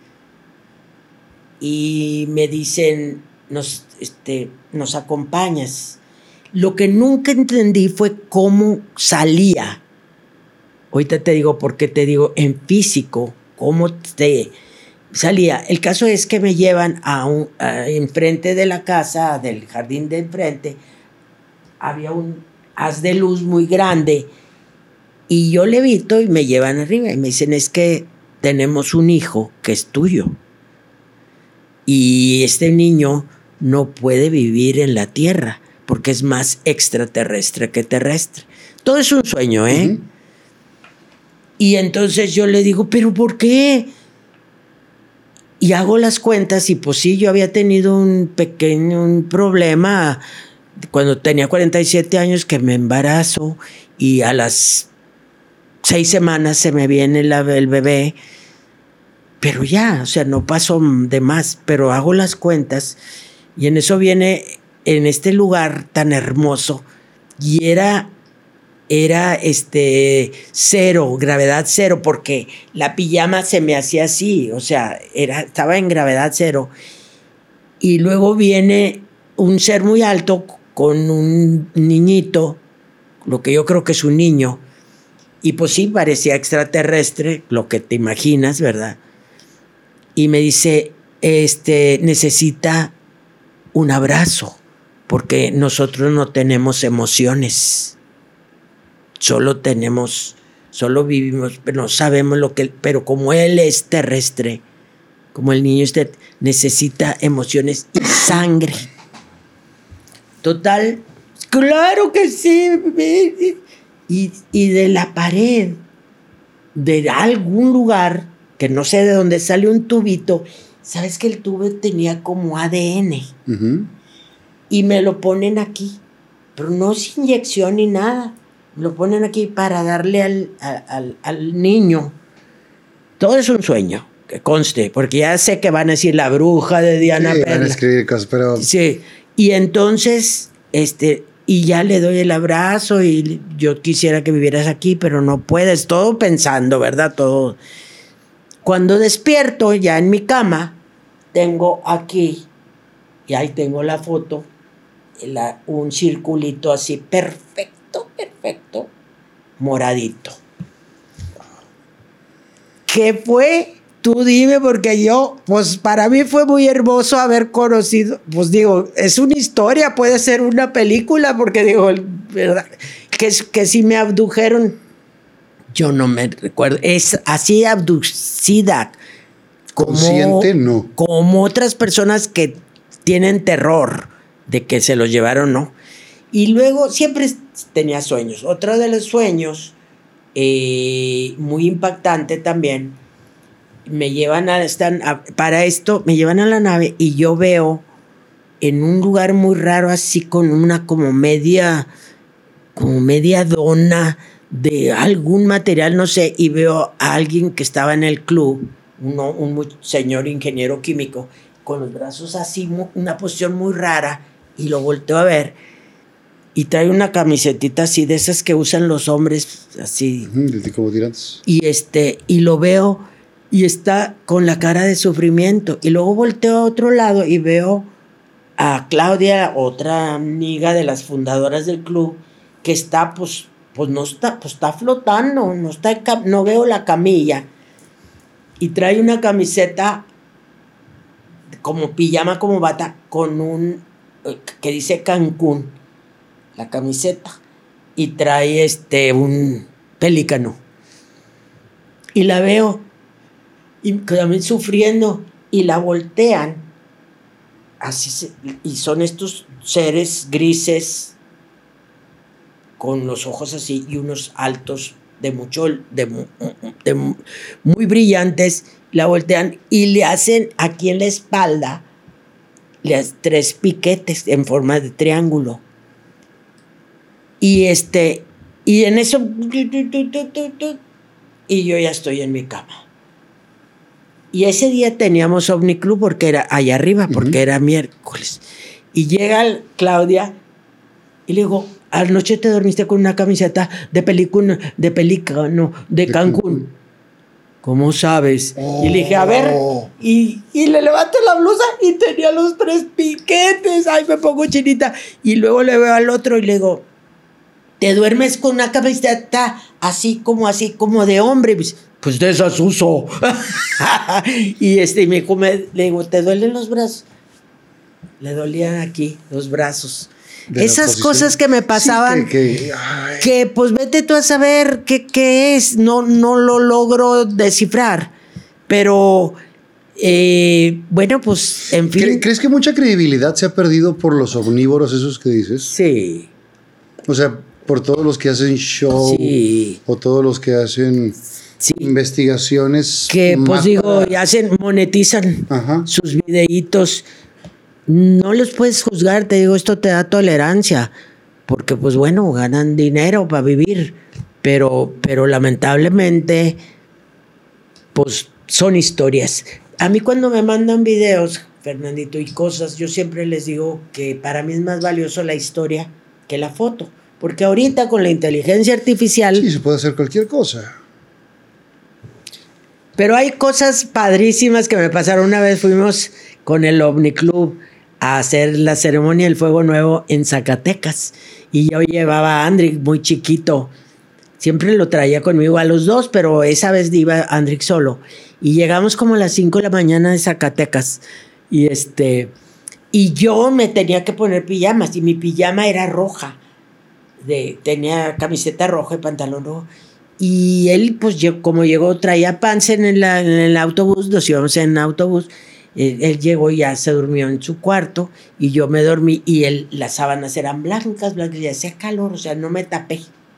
y me dicen, nos, este, nos acompañas. Lo que nunca entendí fue cómo salía. Ahorita te digo por qué te digo en físico, cómo te salía. El caso es que me llevan a un, a, enfrente de la casa, del jardín de enfrente, había un haz de luz muy grande y yo levito y me llevan arriba y me dicen, es que tenemos un hijo que es tuyo y este niño no puede vivir en la tierra, porque es más extraterrestre que terrestre. Todo es un sueño, ¿eh? Uh-huh. Y entonces yo le digo, ¿pero por qué? Y hago las cuentas y pues sí, yo había tenido un pequeño un problema cuando tenía cuarenta y siete años, que me embarazo y a las seis semanas se me viene la, el bebé. Pero ya, o sea, no pasó de más, pero hago las cuentas y en eso viene... en este lugar tan hermoso, y era, era este, cero, gravedad cero, porque la pijama se me hacía así, o sea, era, estaba en gravedad cero. Y luego viene un ser muy alto con un niñito, lo que yo creo que es un niño, y pues sí, parecía extraterrestre, lo que te imaginas, ¿verdad? Y me dice, este, necesita un abrazo, porque nosotros no tenemos emociones, solo tenemos, solo vivimos, pero no sabemos lo que, pero como él es terrestre, como el niño este, necesita emociones y sangre. Total, claro que sí. Y, y de la pared, de algún lugar, que no sé de dónde, sale un tubito. ¿Sabes que el tubo tenía como A D N? Uh-huh. Y me lo ponen aquí, pero no es inyección ni nada. Me lo ponen aquí para darle al, al, al niño. Todo es un sueño, que conste, porque ya sé que van a decir la bruja de Diana sí, Perla. Van a escribir cosas, pero... Sí, y entonces, este, y ya le doy el abrazo y yo quisiera que vivieras aquí, pero no puedes. Todo pensando, ¿verdad? Todo. Cuando despierto ya en mi cama, tengo aquí, y ahí tengo la foto, La, un circulito así perfecto, perfecto, moradito. ¿Qué fue? Tú dime, porque yo, pues para mí fue muy hermoso haber conocido, pues digo, es una historia, puede ser una película, porque digo, ¿verdad? Que, que si me abdujeron, Yo no me recuerdo. Es así abducida. Como, Consciente, no. Como otras personas que tienen terror de que se los llevaron, no. Y luego siempre tenía sueños. Otro de los sueños, eh, muy impactante también, me llevan a, están a, para esto, me llevan a la nave y yo veo en un lugar muy raro, así con una como media, como media dona de algún material, no sé, y veo a alguien que estaba en el club, uno, un señor ingeniero químico, con los brazos así, una posición muy rara, y lo volteo a ver, y trae una camisetita así, de esas que usan los hombres, así. Uh-huh, como tirantes. Y, este, y lo veo, y está con la cara de sufrimiento, y luego volteo a otro lado y veo a Claudia, otra amiga de las fundadoras del club, que está, pues, pues no está, pues está flotando, no está, no veo la camilla, y trae una camiseta como pijama, como bata, con un, que dice Cancún, la camiseta, y trae este, un pelícano, y la veo, y también sufriendo, y la voltean, así se, y son estos seres grises, con los ojos así y unos altos de mucho, de, de muy brillantes, la voltean y le hacen aquí en la espalda le hacen tres piquetes en forma de triángulo. Y este, y en eso, y yo ya estoy en mi cama. Y ese día teníamos Ovni Club porque era allá arriba, porque uh-huh. era miércoles. Y llega Claudia y le digo, anoche te dormiste con una camiseta de película, de pelícano, de Cancún. ¿Cómo sabes? Oh. Y le dije, a ver, y, y le levanto la blusa y tenía los tres piquetes. Ay, me pongo chinita. Y luego le veo al otro y le digo, ¿te duermes con una camiseta así como, así como de hombre? Pues de esas uso. Y este, me, me, le digo, ¿te duelen los brazos? Le dolían aquí los brazos. Esas cosas que me pasaban, sí, que, que, que pues vete tú a saber qué, qué es, no, no lo logro descifrar, pero eh, bueno, pues en fin. ¿Crees que mucha credibilidad se ha perdido por los omnívoros esos que dices? Sí. O sea, por todos los que hacen show, sí. o todos los que hacen sí. investigaciones. Que pues digo, y hacen, monetizan Ajá. sus videitos. No los puedes juzgar, te digo, esto te da tolerancia, porque pues bueno, ganan dinero para vivir, pero, pero lamentablemente, pues son historias. A mí cuando me mandan videos, Fernandito, y cosas, yo siempre les digo que para mí es más valioso la historia que la foto, porque ahorita con la inteligencia artificial... Sí, se puede hacer cualquier cosa. Pero hay cosas padrísimas que me pasaron. Una vez fuimos con el Ovni Club a hacer la ceremonia del Fuego Nuevo en Zacatecas. Y yo llevaba a Andrick muy chiquito. Siempre lo traía conmigo a los dos, pero esa vez iba Andrick solo. Y llegamos como a las cinco de la mañana de Zacatecas. Y, este, y yo me tenía que poner pijamas. Y mi pijama era roja. De, tenía camiseta roja y pantalón rojo. Y él, pues, como llegó, traía pants en el, en el autobús. Nos íbamos en autobús. Él, él llegó y ya se durmió en su cuarto y yo me dormí y él, las sábanas eran blancas, blancas y hacía calor, o sea, no me tapé.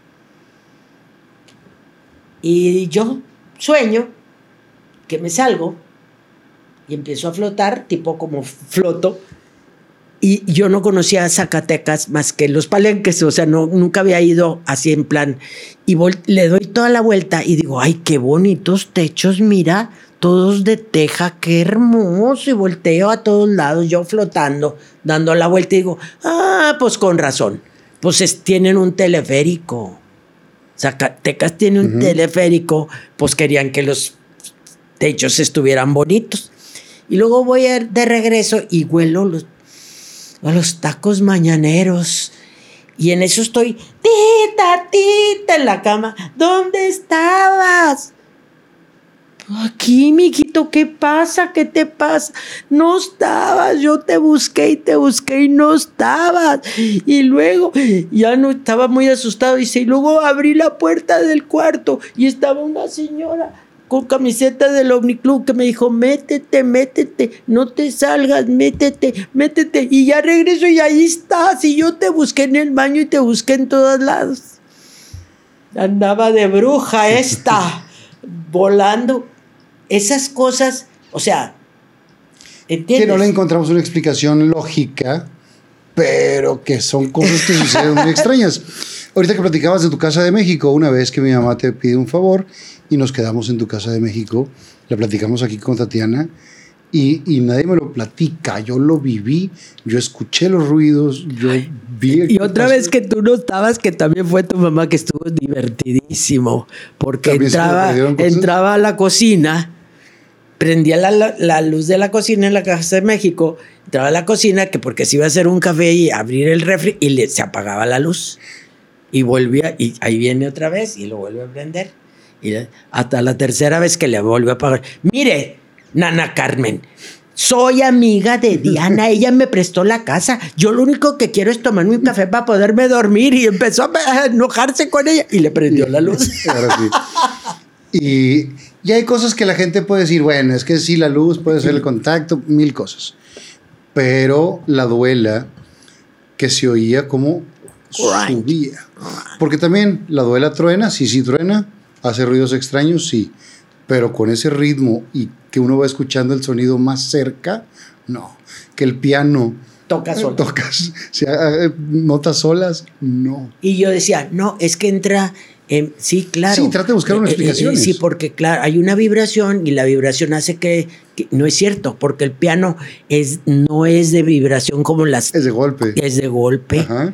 Y yo sueño que me salgo y empiezo a flotar, tipo como floto, y yo no conocía Zacatecas más que los palenques, o sea, no, nunca había ido así en plan, y vol- le doy toda la vuelta y digo, ay, qué bonitos techos, mira, todos de teja, qué hermoso, y volteo a todos lados, yo flotando, dando la vuelta y digo, ah, pues con razón, pues es, tienen un teleférico, Zacatecas tiene un uh-huh. teleférico, pues querían que los techos estuvieran bonitos. Y luego voy a, de regreso y huelo los, a los tacos mañaneros, y en eso estoy, tita, tita, en la cama, ¿dónde estabas? Aquí, mijito, ¿qué pasa? ¿Qué te pasa? No estabas, yo te busqué y te busqué y no estabas. Y luego ya no estaba muy asustado. Dice, y luego abrí la puerta del cuarto y estaba una señora con camiseta del Omniclub que me dijo, métete, métete, no te salgas, métete, métete. Y ya regreso y ahí estás. Y yo te busqué en el baño y te busqué en todos lados. Andaba de bruja esta, volando. Esas cosas, o sea, ¿entiendes? Que no le encontramos una explicación lógica, pero que son cosas que suceden muy extrañas. Ahorita que platicabas de tu casa de México, una vez que mi mamá te pide un favor y nos quedamos en tu casa de México, la platicamos aquí con Tatiana y, y nadie me lo platica. Yo lo viví, yo escuché los ruidos, yo vi... Y otra vez que tú no estabas, que también fue tu mamá, que estuvo divertidísimo, porque entraba, entraba a la cocina, prendía la, la, la luz de la cocina en la casa de México, entraba a la cocina, que porque se iba a hacer un café y abrir el refri, y le, se apagaba la luz. Y volvía, y ahí viene otra vez, y lo vuelve a prender. Y hasta la tercera vez que le vuelve a apagar. Mire, Nana Carmen, soy amiga de Diana, ella me prestó la casa. Yo lo único que quiero es tomarme un café para poderme dormir. Y empezó a enojarse con ella y le prendió la luz. Ahora sí. Y, y hay cosas que la gente puede decir, bueno, es que sí, la luz puede ser el contacto, mil cosas. Pero la duela que se oía como subía. Porque también la duela truena, sí, sí truena, hace ruidos extraños, sí. Pero con ese ritmo y que uno va escuchando el sonido más cerca, no. Que el piano... Toca solo. Tocas, o sea, notas solas, no. Y yo decía, no, es que entra... Eh, sí, claro. Sí, trata de buscar una explicación. Eh, eh, sí, porque claro, hay una vibración y la vibración hace que, que... No es cierto, porque el piano es, no es de vibración como las... Es de golpe. Es de golpe. Ajá.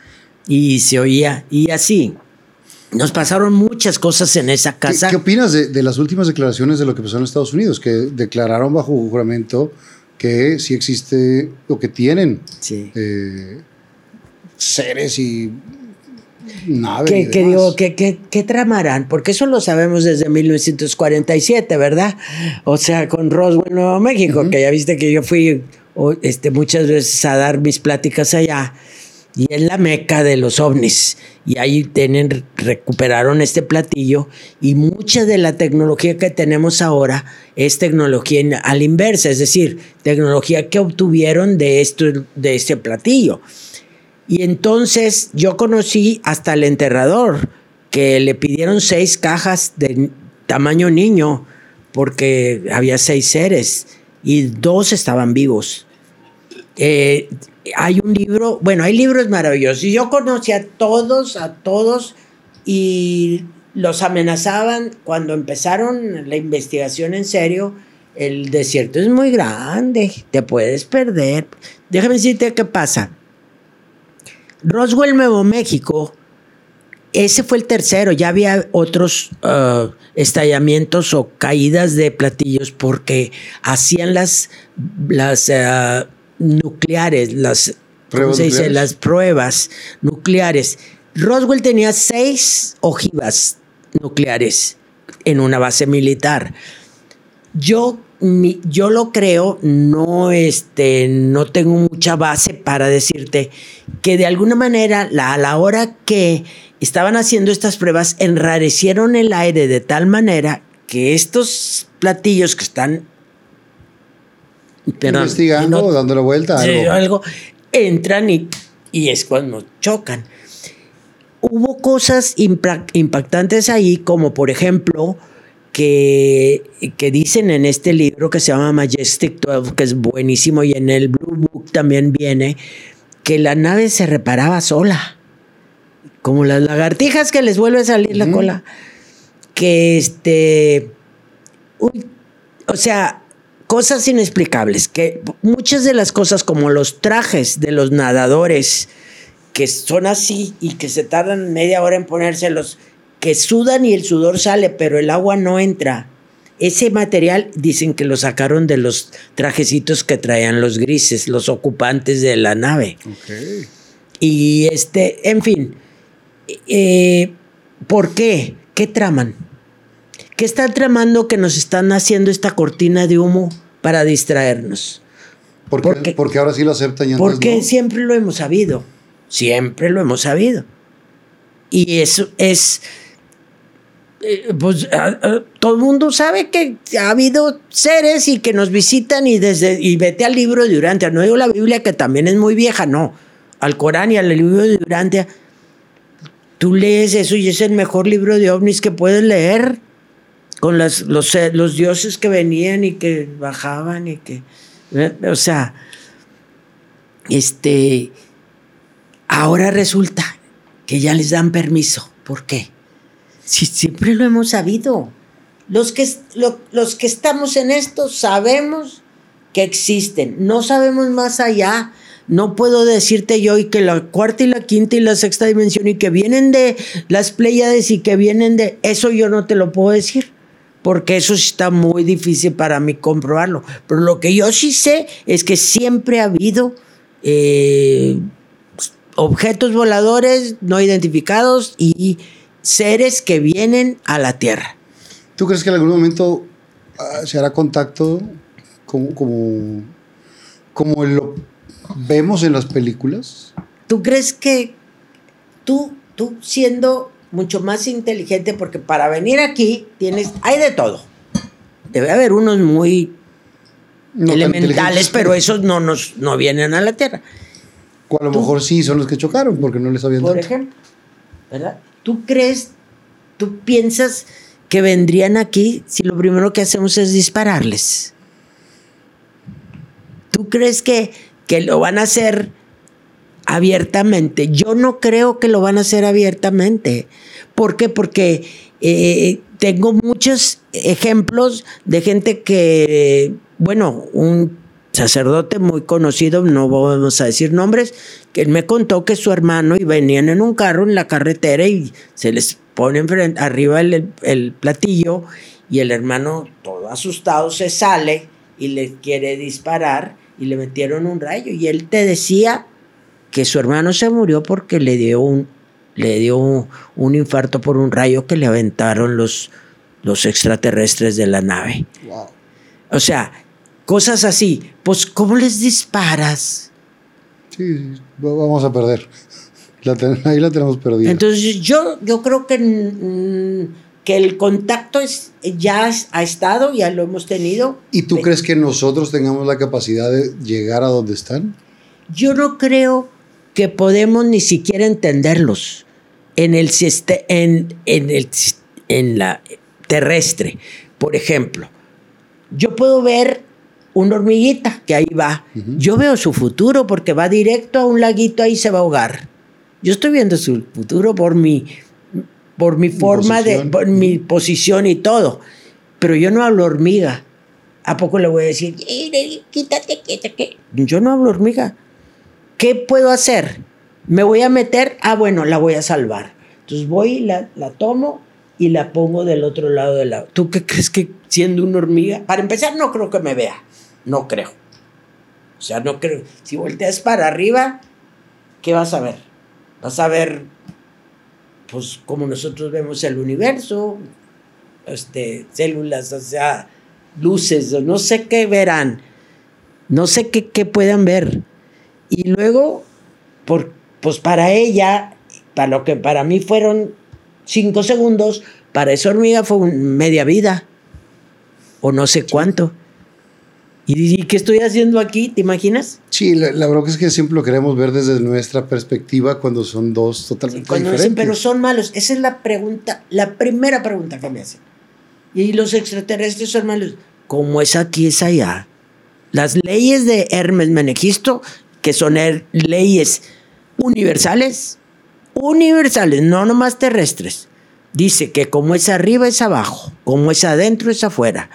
Y se oía, y así... Nos pasaron muchas cosas en esa casa. ¿Qué, qué opinas de, de las últimas declaraciones de lo que pasó en Estados Unidos? Que declararon bajo juramento que sí existe, o que tienen sí. eh, seres y naves. ¿Qué, y que digo, ¿qué, qué, ¿Qué tramarán? Porque eso lo sabemos desde mil novecientos cuarenta y siete, ¿verdad? O sea, con Roswell, Nuevo México, uh-huh. que ya viste que yo fui este, muchas veces a dar mis pláticas allá. Y es la meca de los ovnis. Y ahí tienen, recuperaron este platillo. Y mucha de la tecnología que tenemos ahora es tecnología a la inversa. Es decir, tecnología que obtuvieron de, esto, de este platillo. Y entonces yo conocí hasta el enterrador, que le pidieron seis cajas de tamaño niño, porque había seis seres y dos estaban vivos. Eh... Hay un libro, bueno, hay libros maravillosos. Y yo conocí a todos, a todos, y los amenazaban cuando empezaron la investigación en serio. El desierto es muy grande, te puedes perder. Déjame decirte qué pasa. Roswell, Nuevo México, ese fue el tercero. Ya había otros uh, estallamientos o caídas de platillos porque hacían las... las uh, nucleares, las, ¿cómo se dice? Las pruebas nucleares. Roswell tenía seis ojivas nucleares en una base militar. Yo, mi, yo lo creo, no, este, no tengo mucha base para decirte que de alguna manera la, a la hora que estaban haciendo estas pruebas enrarecieron el aire de tal manera que estos platillos que están Pero, investigando, no, dándole vuelta a algo. algo entran y, y es cuando chocan. Hubo cosas impactantes ahí, como por ejemplo, que, que dicen en este libro que se llama Majestic doce, que es buenísimo, y en el Blue Book también viene, que la nave se reparaba sola, como las lagartijas que les vuelve a salir uh-huh. la cola. Que este... Uy, o sea... Cosas inexplicables, que muchas de las cosas como los trajes de los nadadores que son así y que se tardan media hora en ponérselos, que sudan y el sudor sale pero el agua no entra, ese material dicen que lo sacaron de los trajecitos que traían los grises, los ocupantes de la nave. Okay. Y este, en fin, eh, ¿por qué? ¿Qué traman? ¿Qué están tramando que nos están haciendo esta cortina de humo para distraernos? ¿Por qué, porque, porque ahora sí lo aceptan y antes porque no? Siempre lo hemos sabido. Siempre lo hemos sabido. Y eso es... Eh, pues a, a, todo el mundo sabe que ha habido seres y que nos visitan y desde y vete al libro de Urantia. No digo la Biblia, que también es muy vieja, no. Al Corán y al libro de Urantia. Tú lees eso y es el mejor libro de ovnis que puedes leer. Con las, los, los dioses que venían y que bajaban y que... O sea, este... Ahora resulta que ya les dan permiso. ¿Por qué? Si siempre lo hemos sabido. Los que, lo, los que estamos en esto sabemos que existen. No sabemos más allá. No puedo decirte yo y que la cuarta y la quinta y la sexta dimensión y que vienen de las Pléyades y que vienen de... Eso yo no te lo puedo decir, porque eso sí está muy difícil para mí comprobarlo. Pero lo que yo sí sé es que siempre ha habido eh, objetos voladores no identificados y seres que vienen a la Tierra. ¿Tú crees que en algún momento uh, se hará contacto como, como, como lo vemos en las películas? ¿Tú crees que tú, tú siendo mucho más inteligente, porque para venir aquí tienes, hay de todo? Debe haber unos muy no elementales, pero esos no, nos, no vienen a la Tierra. O a lo mejor sí son los que chocaron porque no les habían dado. Por ejemplo, ¿verdad? ¿Tú crees, tú piensas que vendrían aquí si lo primero que hacemos es dispararles? ¿Tú crees que, que lo van a hacer abiertamente? Yo no creo que lo van a hacer abiertamente. ¿Por qué? Porque eh, tengo muchos ejemplos de gente que, bueno, un sacerdote muy conocido, no vamos a decir nombres, que él me contó que su hermano y venían en un carro en la carretera y se les pone enfrente, arriba el, el, el platillo y el hermano todo asustado se sale y le quiere disparar y le metieron un rayo y él te decía que su hermano se murió porque le dio un, le dio un, un infarto por un rayo que le aventaron los, los extraterrestres de la nave. Wow. O sea, cosas así. Pues, ¿cómo les disparas? Sí, vamos a perder. La ten, ahí la tenemos perdida. Entonces, yo, yo creo que, mm, que el contacto es, ya ha estado, ya lo hemos tenido. ¿Y tú crees que nosotros tengamos la capacidad de llegar a donde están? Yo no creo que podemos ni siquiera entenderlos en el, en, en el en la terrestre. Por ejemplo, yo puedo ver una hormiguita que ahí va. Uh-huh. Yo veo su futuro porque va directo a un laguito, ahí se va a ahogar. Yo estoy viendo su futuro por mi, por mi forma posición. de, por mi posición y todo. Pero yo no hablo hormiga. ¿A poco le voy a decir, quítate, quítate? Yo no hablo hormiga. ¿Qué puedo hacer? Me voy a meter, ah, bueno, la voy a salvar. Entonces voy, la, la tomo y la pongo del otro lado del lago. ¿Tú qué crees que siendo una hormiga? Para empezar, no creo que me vea. No creo. O sea, no creo. Si volteas para arriba, ¿qué vas a ver? Vas a ver, pues, como nosotros vemos el universo, este, células, o sea, luces, no sé qué verán. No sé qué, qué puedan ver. Y luego, por, pues para ella, para lo que para mí fueron cinco segundos, para esa hormiga fue un, media vida. O no sé cuánto. ¿Y, ¿Y qué estoy haciendo aquí? ¿Te imaginas? Sí, la, la verdad es que siempre lo queremos ver desde nuestra perspectiva cuando son dos totalmente sí, diferentes. Dicen, pero son malos. Esa es la pregunta, la primera pregunta que me hacen. Y los extraterrestres son malos. ¿Cómo es aquí, es allá? Las leyes de Hermes Menegisto, que son er, leyes universales, universales, no nomás terrestres. Dice que como es arriba es abajo, como es adentro es afuera.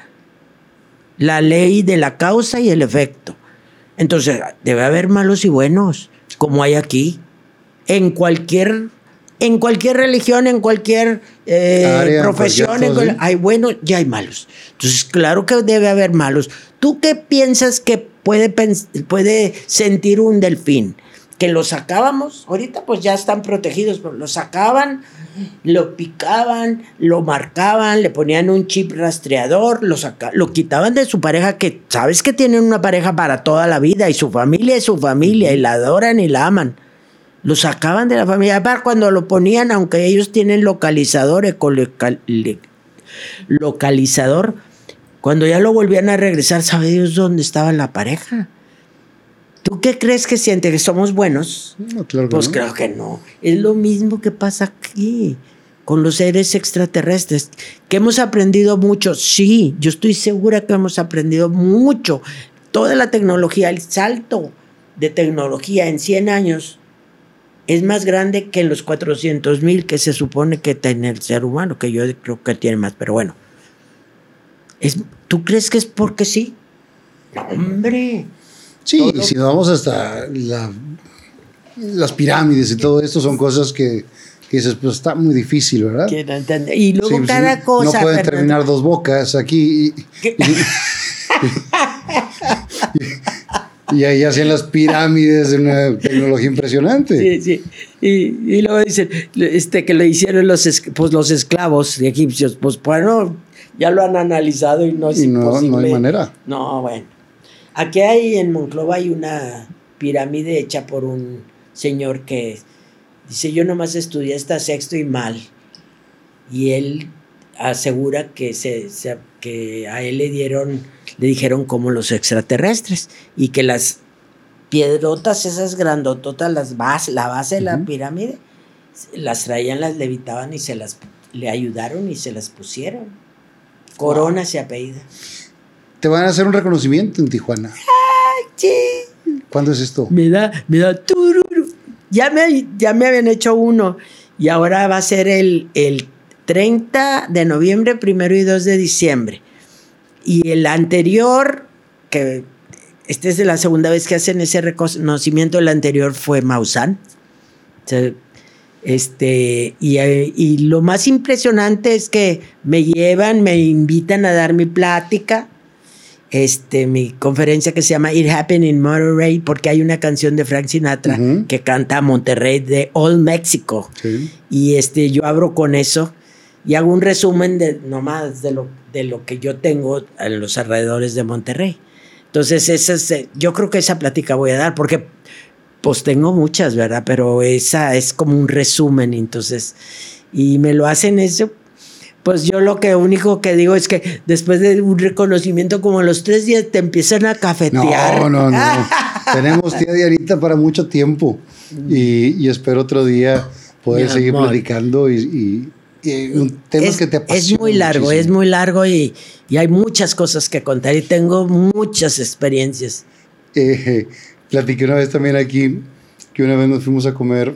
La ley de la causa y el efecto. Entonces, debe haber malos y buenos, como hay aquí. En cualquier, en cualquier religión, en cualquier eh, Área, profesión, en cual, hay buenos y hay malos. Entonces, claro que debe haber malos. ¿Tú qué piensas que puede, puede sentir un delfín? que lo sacábamos, ahorita pues ya están protegidos, pero lo sacaban, lo picaban, lo marcaban, le ponían un chip rastreador, lo, saca, lo quitaban de su pareja, que sabes que tienen una pareja para toda la vida y su familia es su familia y la adoran y la aman. Lo sacaban de la familia. Para cuando lo ponían, aunque ellos tienen localizador, ecolocal, localizador, cuando ya lo volvían a regresar, ¿sabe Dios dónde estaba la pareja? ¿Tú qué crees que siente? ¿Que somos buenos? No, claro que pues no. Creo que no. Es lo mismo que pasa aquí con los seres extraterrestres. ¿Que hemos aprendido mucho? Sí, yo estoy segura que hemos aprendido mucho. Toda la tecnología, el salto de tecnología en cien años es más grande que en los cuatrocientos mil que se supone que tiene el ser humano, que yo creo que tiene más, pero bueno. Es, ¿tú crees que es porque sí? No, hombre. Sí, todo... si nos vamos hasta la, las pirámides y todo esto, son cosas que, que dices, pues está muy difícil, ¿verdad? Quiero entender. Y luego sí, cada sí, cosa. No pueden Fernando, terminar dos bocas aquí. Y, y, y ahí hacían las pirámides de una tecnología impresionante. Sí, sí. Y, y luego dicen este, que lo hicieron los, pues, los esclavos egipcios. Pues bueno, ya lo han analizado y no es y no, imposible. no hay manera. No, bueno. Aquí hay en Monclova hay una pirámide hecha por un señor que dice, yo nomás estudié hasta sexto y mal. Y él asegura que, se, se, que a él le dieron, le dijeron como los extraterrestres y que las piedrotas esas grandototas, las base, la base de la uh-huh. pirámide, las traían, las levitaban y se las le ayudaron y se las pusieron. Corona wow. se apellida. Te van a hacer un reconocimiento en Tijuana. Ay, sí. ¿Cuándo es esto? Me da, me da tururu. Ya me, ya me habían hecho uno y ahora va a ser el, el treinta de noviembre, primero y dos de diciembre. Y el anterior, que esta es la segunda vez que hacen ese reconocimiento, el anterior fue Maussan. O sea, este, y, y lo más impresionante es que me llevan, me invitan a dar mi plática. Este, mi conferencia que se llama It Happened in Monterrey, porque hay una canción de Frank Sinatra uh-huh. que canta Monterrey de Old Mexico. Sí. Y este, yo abro con eso y hago un resumen de nomás de lo, de lo que yo tengo en los alrededores de Monterrey. Entonces, esa es, yo creo que esa plática voy a dar, porque pues tengo muchas, ¿verdad? Pero esa es como un resumen, entonces, y me lo hacen eso. Pues yo lo que único que digo es que después de un reconocimiento como a los tres días te empiezan a cafetear. No, no, no. Tenemos tía Dianita para mucho tiempo y, y espero otro día poder Mi seguir amor. platicando y, y, y un tema es, que te apasiona. Es muy largo, muchísimo. es muy largo y, y hay muchas cosas que contar y tengo muchas experiencias. Eh, platiqué una vez también aquí que una vez nos fuimos a comer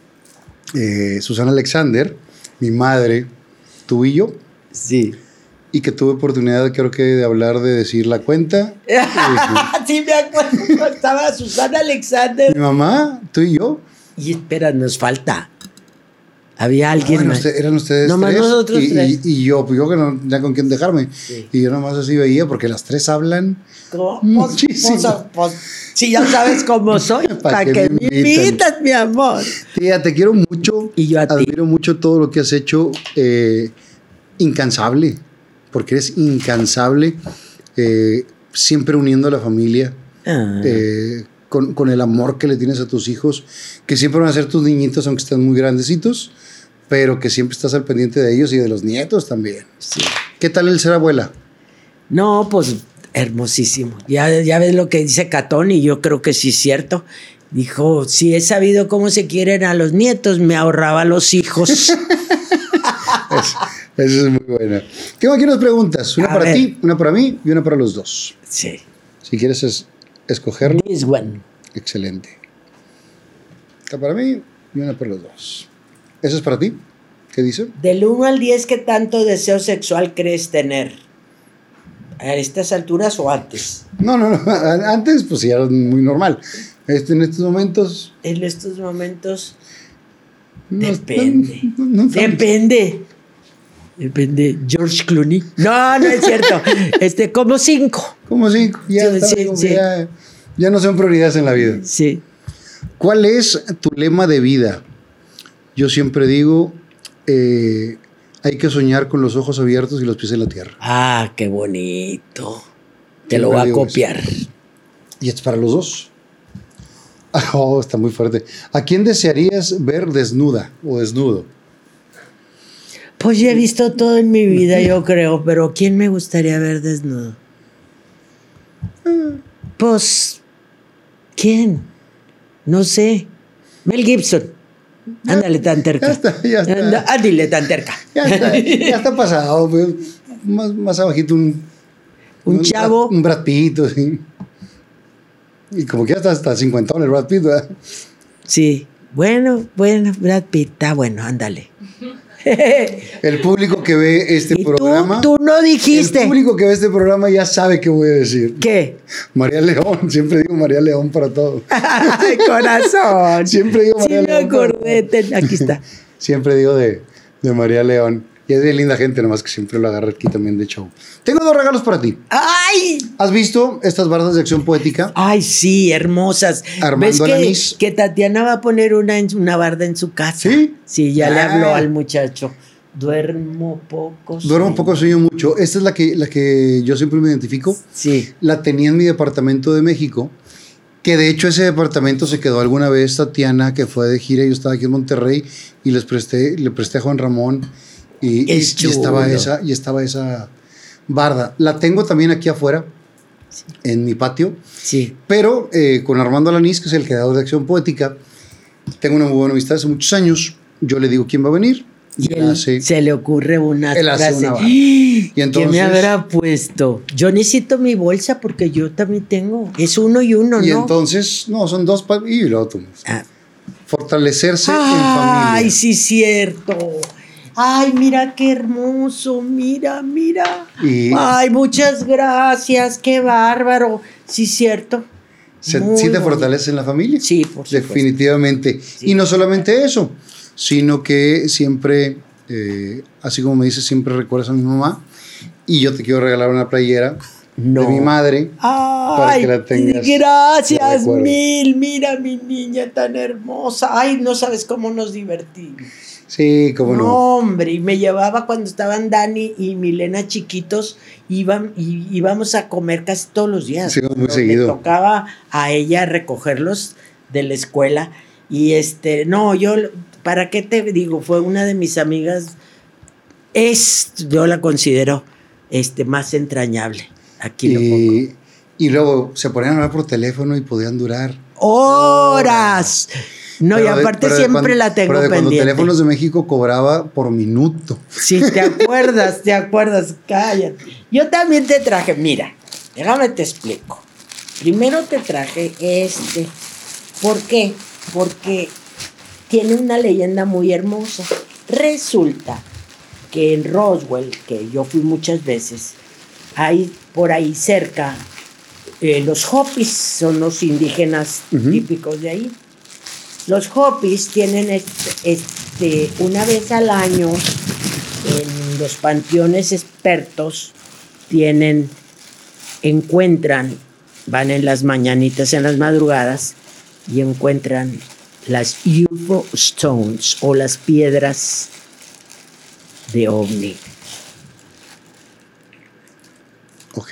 eh, Susana Alexander, mi madre, tú y yo. Sí. Y que tuve oportunidad, creo que, de hablar, de decir la cuenta. Sí, me acuerdo. Estaba Susana Alexander. Mi mamá, tú y yo. Y espera, nos falta. Había alguien no, más. Usted, eran ustedes no, tres. Más nosotros y, tres. Y, y yo, pues yo que no tenía con quién dejarme. Sí. Y yo nomás así veía, porque las tres hablan ¿Cómo? muchísimo. Pues, pues, si ya sabes cómo soy, ¿para qué me invitas, mi amor? Tía, te quiero mucho. Y yo a ti. Admiro mucho todo lo que has hecho. Eh, incansable. Porque eres incansable. Eh, siempre uniendo a la familia. Ah. Eh, con, con el amor que le tienes a tus hijos. Que siempre van a ser tus niñitos, aunque estén muy grandecitos. Pero que siempre estás al pendiente de ellos y de los nietos también. Sí. ¿Qué tal el ser abuela? No, pues hermosísimo. Ya, ya ves lo que dice Catón y yo creo que sí es cierto. Dijo, si he sabido cómo se quieren a los nietos, me ahorraba a los hijos. Eso es muy buena. Tengo aquí unas preguntas. Una a para ver. ti, una para mí y una para los dos. Sí. Si quieres es, escogerlo. This one. Excelente. Una para mí y una para los dos. ¿Eso es para ti? ¿Qué dice? Del uno al diez, ¿qué tanto deseo sexual crees tener? ¿A estas alturas o antes? No, no, no. Antes, pues ya era muy normal. Este, en estos momentos... En estos momentos... No, depende. No, no, no, depende. Depende. George Clooney. No, no es cierto. este, como cinco. Como cinco. Ya, sí, está, sí, como sí. ya, ya no son prioridades en la vida. Sí. ¿Cuál es tu lema de vida? Yo siempre digo, eh, hay que soñar con los ojos abiertos y los pies en la tierra. Ah, qué bonito. Te Siempre lo voy a digo copiar. eso. Y es para los dos. Oh, está muy fuerte. ¿A quién desearías ver desnuda o desnudo? Pues ya he visto todo en mi vida, yo creo, pero ¿quién me gustaría ver desnudo? Pues, ¿quién? No sé. Mel Gibson. Ándale tan terca. Ya está, ya está. Anda, ándale tan terca. Ya está, ya está pasado. Pues. Más, más abajito un... Un chavo. Un Brad Pitt, sí. Y como que ya está hasta cincuentón el Brad Pitt, ¿verdad? Sí. Bueno, bueno, Brad Pitt, está bueno, ándale. El público que ve este ¿Y programa... Tú, tú no dijiste. El público que ve este programa ya sabe qué voy a decir. ¿Qué? María León. Siempre digo María León para todo. ¡Ay, corazón! Siempre digo María sí León. me acordé. Ten, aquí está. Siempre digo de, de María León. Y es de linda gente, nomás que siempre lo agarra aquí también de show. Tengo dos regalos para ti. ¡Ay! ¿Has visto estas bardas de acción poética? Ay, sí, hermosas. Armando ¿Ves que, Alanís. que Tatiana va a poner una, en, una barda en su casa? ¿Sí? Sí, ya Ah. le habló al muchacho. Duermo poco. Duermo un sueño. poco, sueño mucho. Esta es la que, la que yo siempre me identifico. Sí. La tenía en mi departamento de México. Que de hecho ese departamento se quedó alguna vez Tatiana, que fue de gira. Yo estaba aquí en Monterrey y les presté, le presté a Juan Ramón. Y, y, Es y estaba chulo. esa, y estaba esa barda. La tengo también aquí afuera, sí, en mi patio. Sí. Pero eh, con Armando Alanís, que es el creador de Acción Poética, tengo una muy buena amistad hace muchos años. Yo le digo quién va a venir. Y él él hace- se le ocurre una él hace frase. una barra. Y entonces- ¿Qué me habrá puesto? Yo necesito mi bolsa porque yo también tengo. Es uno y uno, y ¿no? entonces, no, son dos. pa- Y lo otro. Ah. Fortalecerse en Ay, familia. sí, cierto. Ay, mira qué hermoso, mira, mira. Y- Ay, muchas gracias, qué bárbaro. Sí, cierto. Se- Muy sí te bonito. fortalece en la familia. Sí, por supuesto. Definitivamente. Sí. Y no solamente eso, sino que siempre, eh, así como me dices, siempre recuerdas a mi mamá. Y yo te quiero regalar una playera No. de mi madre. para Ay, que la tengas gracias de recuerdo. mil. Mira mi niña tan hermosa. Ay, no sabes cómo nos divertimos. Sí, cómo No, no. hombre, y me llevaba cuando estaban Dani y Milena chiquitos, iban, y íbamos a comer casi todos los días. Sí, muy Cuando seguido. Le tocaba a ella recogerlos de la escuela. Y este, no, yo, ¿para qué te digo? Fue una de mis amigas, es, yo la considero este, más entrañable. Aquí lo pongo. Y, y luego se ponían a hablar por teléfono y podían durar. ¡Horas! No, Pero y de- aparte pero de siempre cuando- la tengo pero de cuando pendiente. Teléfonos de México cobraba por minuto. Si te acuerdas, te acuerdas, cállate. Yo también te traje, mira, déjame te explico. Primero te traje este. ¿Por qué? Porque tiene una leyenda muy hermosa. Resulta que en Roswell, que yo fui muchas veces, hay por ahí cerca, eh, los Hopis son los indígenas Ujú. típicos de ahí. Los Hopis tienen este, este, una vez al año en los panteones expertos, tienen, encuentran, van en las mañanitas, en las madrugadas, y encuentran las U F O Stones o las piedras de ovni. Ok.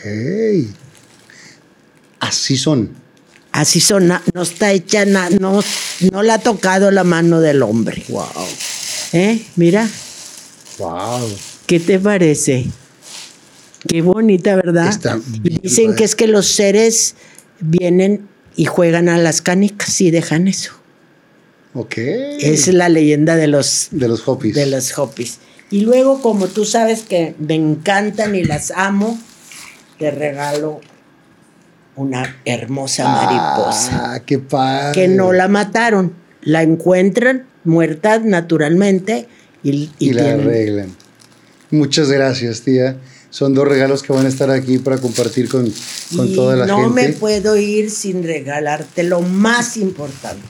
Así son. Así son, na- no está hecha, na- no, no la ha tocado la mano del hombre. Wow. ¿Eh? Mira, Wow. ¿qué te parece? Qué bonita, ¿verdad? Está Y bien dicen padre. que es que los seres vienen y juegan a las canicas y dejan eso. Ok. Es la leyenda de los, de los Hopis. de los Hopis. Y luego, como tú sabes que me encantan y las amo, te regalo una hermosa mariposa. Ah, qué padre. Que no la mataron, la encuentran muerta naturalmente y, y Y la tienen- arreglan. Muchas gracias, tía. Son dos regalos que van a estar aquí para compartir con, con y toda la no gente. me puedo ir sin regalarte lo más importante.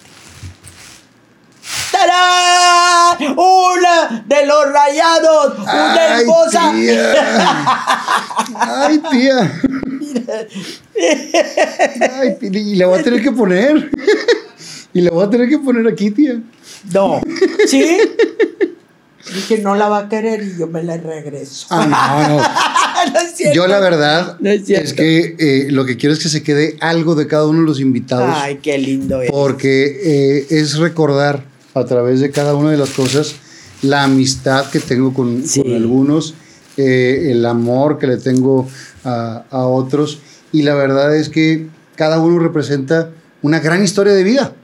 ¡Tarán! ¡Una de los Rayados! ¡Una ¡Ay, esposa! tía! ¡Ay, tía! Ay, tía, y la voy a tener que poner. Y la voy a tener que poner aquí, tía. No. ¿Sí? Dije, no la va a querer y yo me la regreso. Ah, no, no. No es cierto. Yo la verdad No es cierto. es que eh, lo que quiero es que se quede algo de cada uno de los invitados. Ay, qué lindo es. Porque eh, es recordar a través de cada una de las cosas la amistad que tengo con, Sí. con algunos, eh, el amor que le tengo a, a otros. Y la verdad es que cada uno representa una gran historia de vida.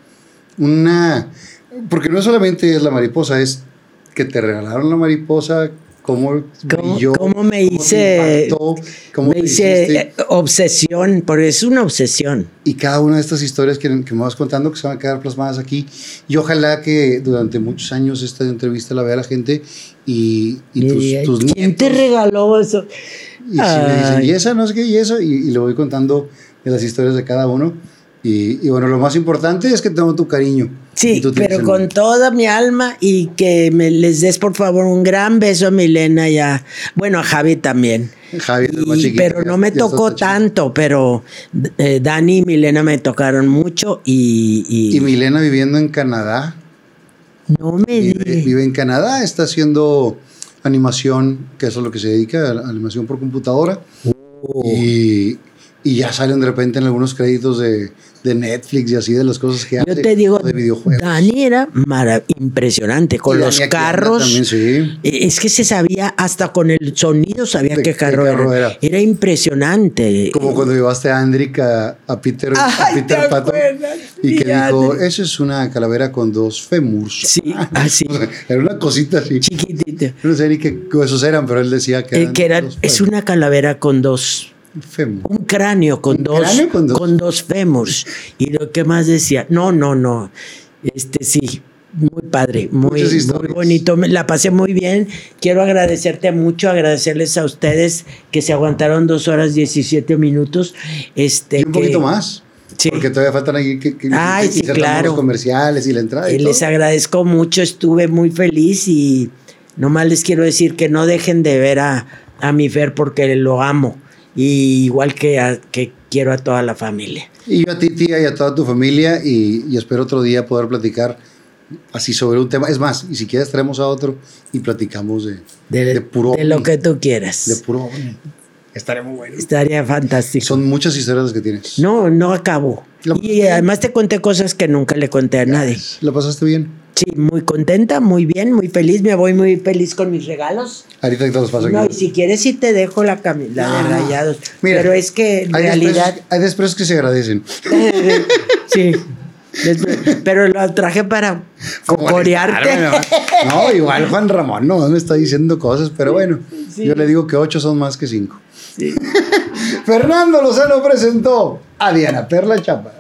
Una, porque no solamente es la mariposa, es que te regalaron la mariposa, cómo ¿Cómo, brilló, cómo me cómo te hice, impactó, cómo me te hice hiciste. eh, obsesión, porque es una obsesión. Y cada una de estas historias que, que me vas contando, que se van a quedar plasmadas aquí. Y ojalá que durante muchos años esta entrevista la vea la gente y, y tus, Diría, tus ¿quién nietos. te regaló eso? Y si me dicen, Ay. y esa, no sé qué, y eso, y, y le voy contando de las historias de cada uno. Y, y bueno, lo más importante es que tengo tu cariño. Sí, Y tú tienes pero el con mío. toda mi alma y que me les des por favor un gran beso a Milena y a, bueno, a Javi también. Javi es el más Y- chiquito, pero ya- no me ya está tocó chiquito. tanto, pero eh, Dani y Milena me tocaron mucho y... y- Y Milena viviendo en Canadá. no me Vive, di. vive en Canadá, está haciendo animación, que eso es lo que se dedica, a la animación por computadora. Oh. Y, y ya salen de repente en algunos créditos de, de Netflix y así de las cosas que Yo hace. te digo, o de videojuegos. Dani era mara- impresionante con Y los Dani aquí anda carros. también, sí. Eh, Es que se sabía, hasta con el sonido sabía De qué qué carro, carro era. era. Era impresionante. Como cuando llevaste a Andrick a, a Peter, a Ay, Peter ¿te Pato. acuerdas? Y que Sí, dijo, Andrick. eso es una calavera con dos fémurs. Sí, así, O sea, era una cosita así. chiquitito. No sé ni qué huesos eran, pero él decía que Eh, eran que era, dos es fémurs. una calavera con dos, Fémur. un cráneo con ¿Un dos, cráneo con dos? con dos fémurs. Y lo que más decía, no, no, no, este sí, muy padre, muy, Muchas muy historias. bonito, me la pasé muy bien. Quiero agradecerte mucho, agradecerles a ustedes que se aguantaron dos horas diecisiete minutos. Este, Y un que- poquito más. Sí. Porque todavía faltan ahí que, que, Ay, que sí, insertamos claro. los comerciales y la entrada. Y Eh, les todo. agradezco mucho, estuve muy feliz y nomás les quiero decir que no dejen de ver a, a mi Fer porque lo amo. Y igual que, a- que quiero a toda la familia. Y yo a ti, tía, y a toda tu familia. Y, y espero otro día poder platicar así sobre un tema. Es más, y si quieres traemos a otro y platicamos de, De, de puro de lo ovni. que tú quieras. De puro ovni. Estaría muy bueno. Estaría fantástico. Son muchas historias las que tienes. No, no acabo. Lo- Y además te conté cosas que nunca le conté a nadie. ¿La pasaste bien? Sí, muy contenta, muy bien, muy feliz. Me voy muy feliz con mis regalos. Ahorita te los paso No, aquí. y si quieres sí te dejo la cami- la de No. Rayados. Mira, Pero es que en hay realidad... desprecios- hay desprecios que se agradecen. Sí. Después- pero lo traje para corearte. No, igual Juan Ramón no me está diciendo cosas, pero bueno, Sí. yo le digo que ocho son más que cinco. Sí. Fernando Lozano presentó a Diana Perla Chapa.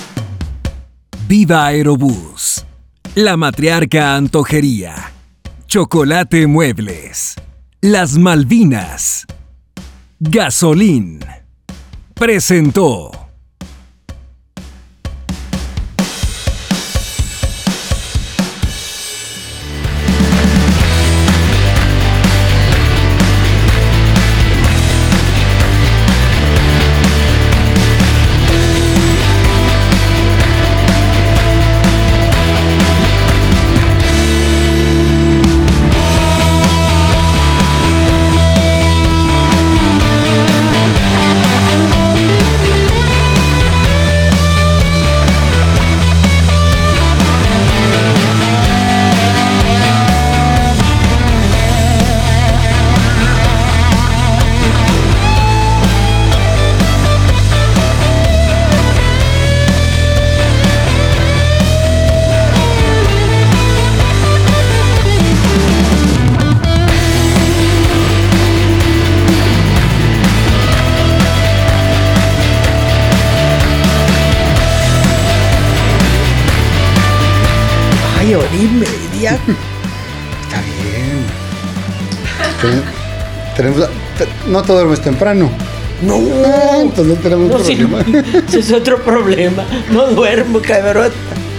Viva Aerobús, La Matriarca Antojería, Chocolate Muebles, Las Malvinas, Gasolín, presentó. Ay, hora y media. Está bien. Ten- tenemos, te- no te duermes temprano. No. Ah, entonces no tenemos No, sí, problema. ese es otro problema. No duermo, cabrón.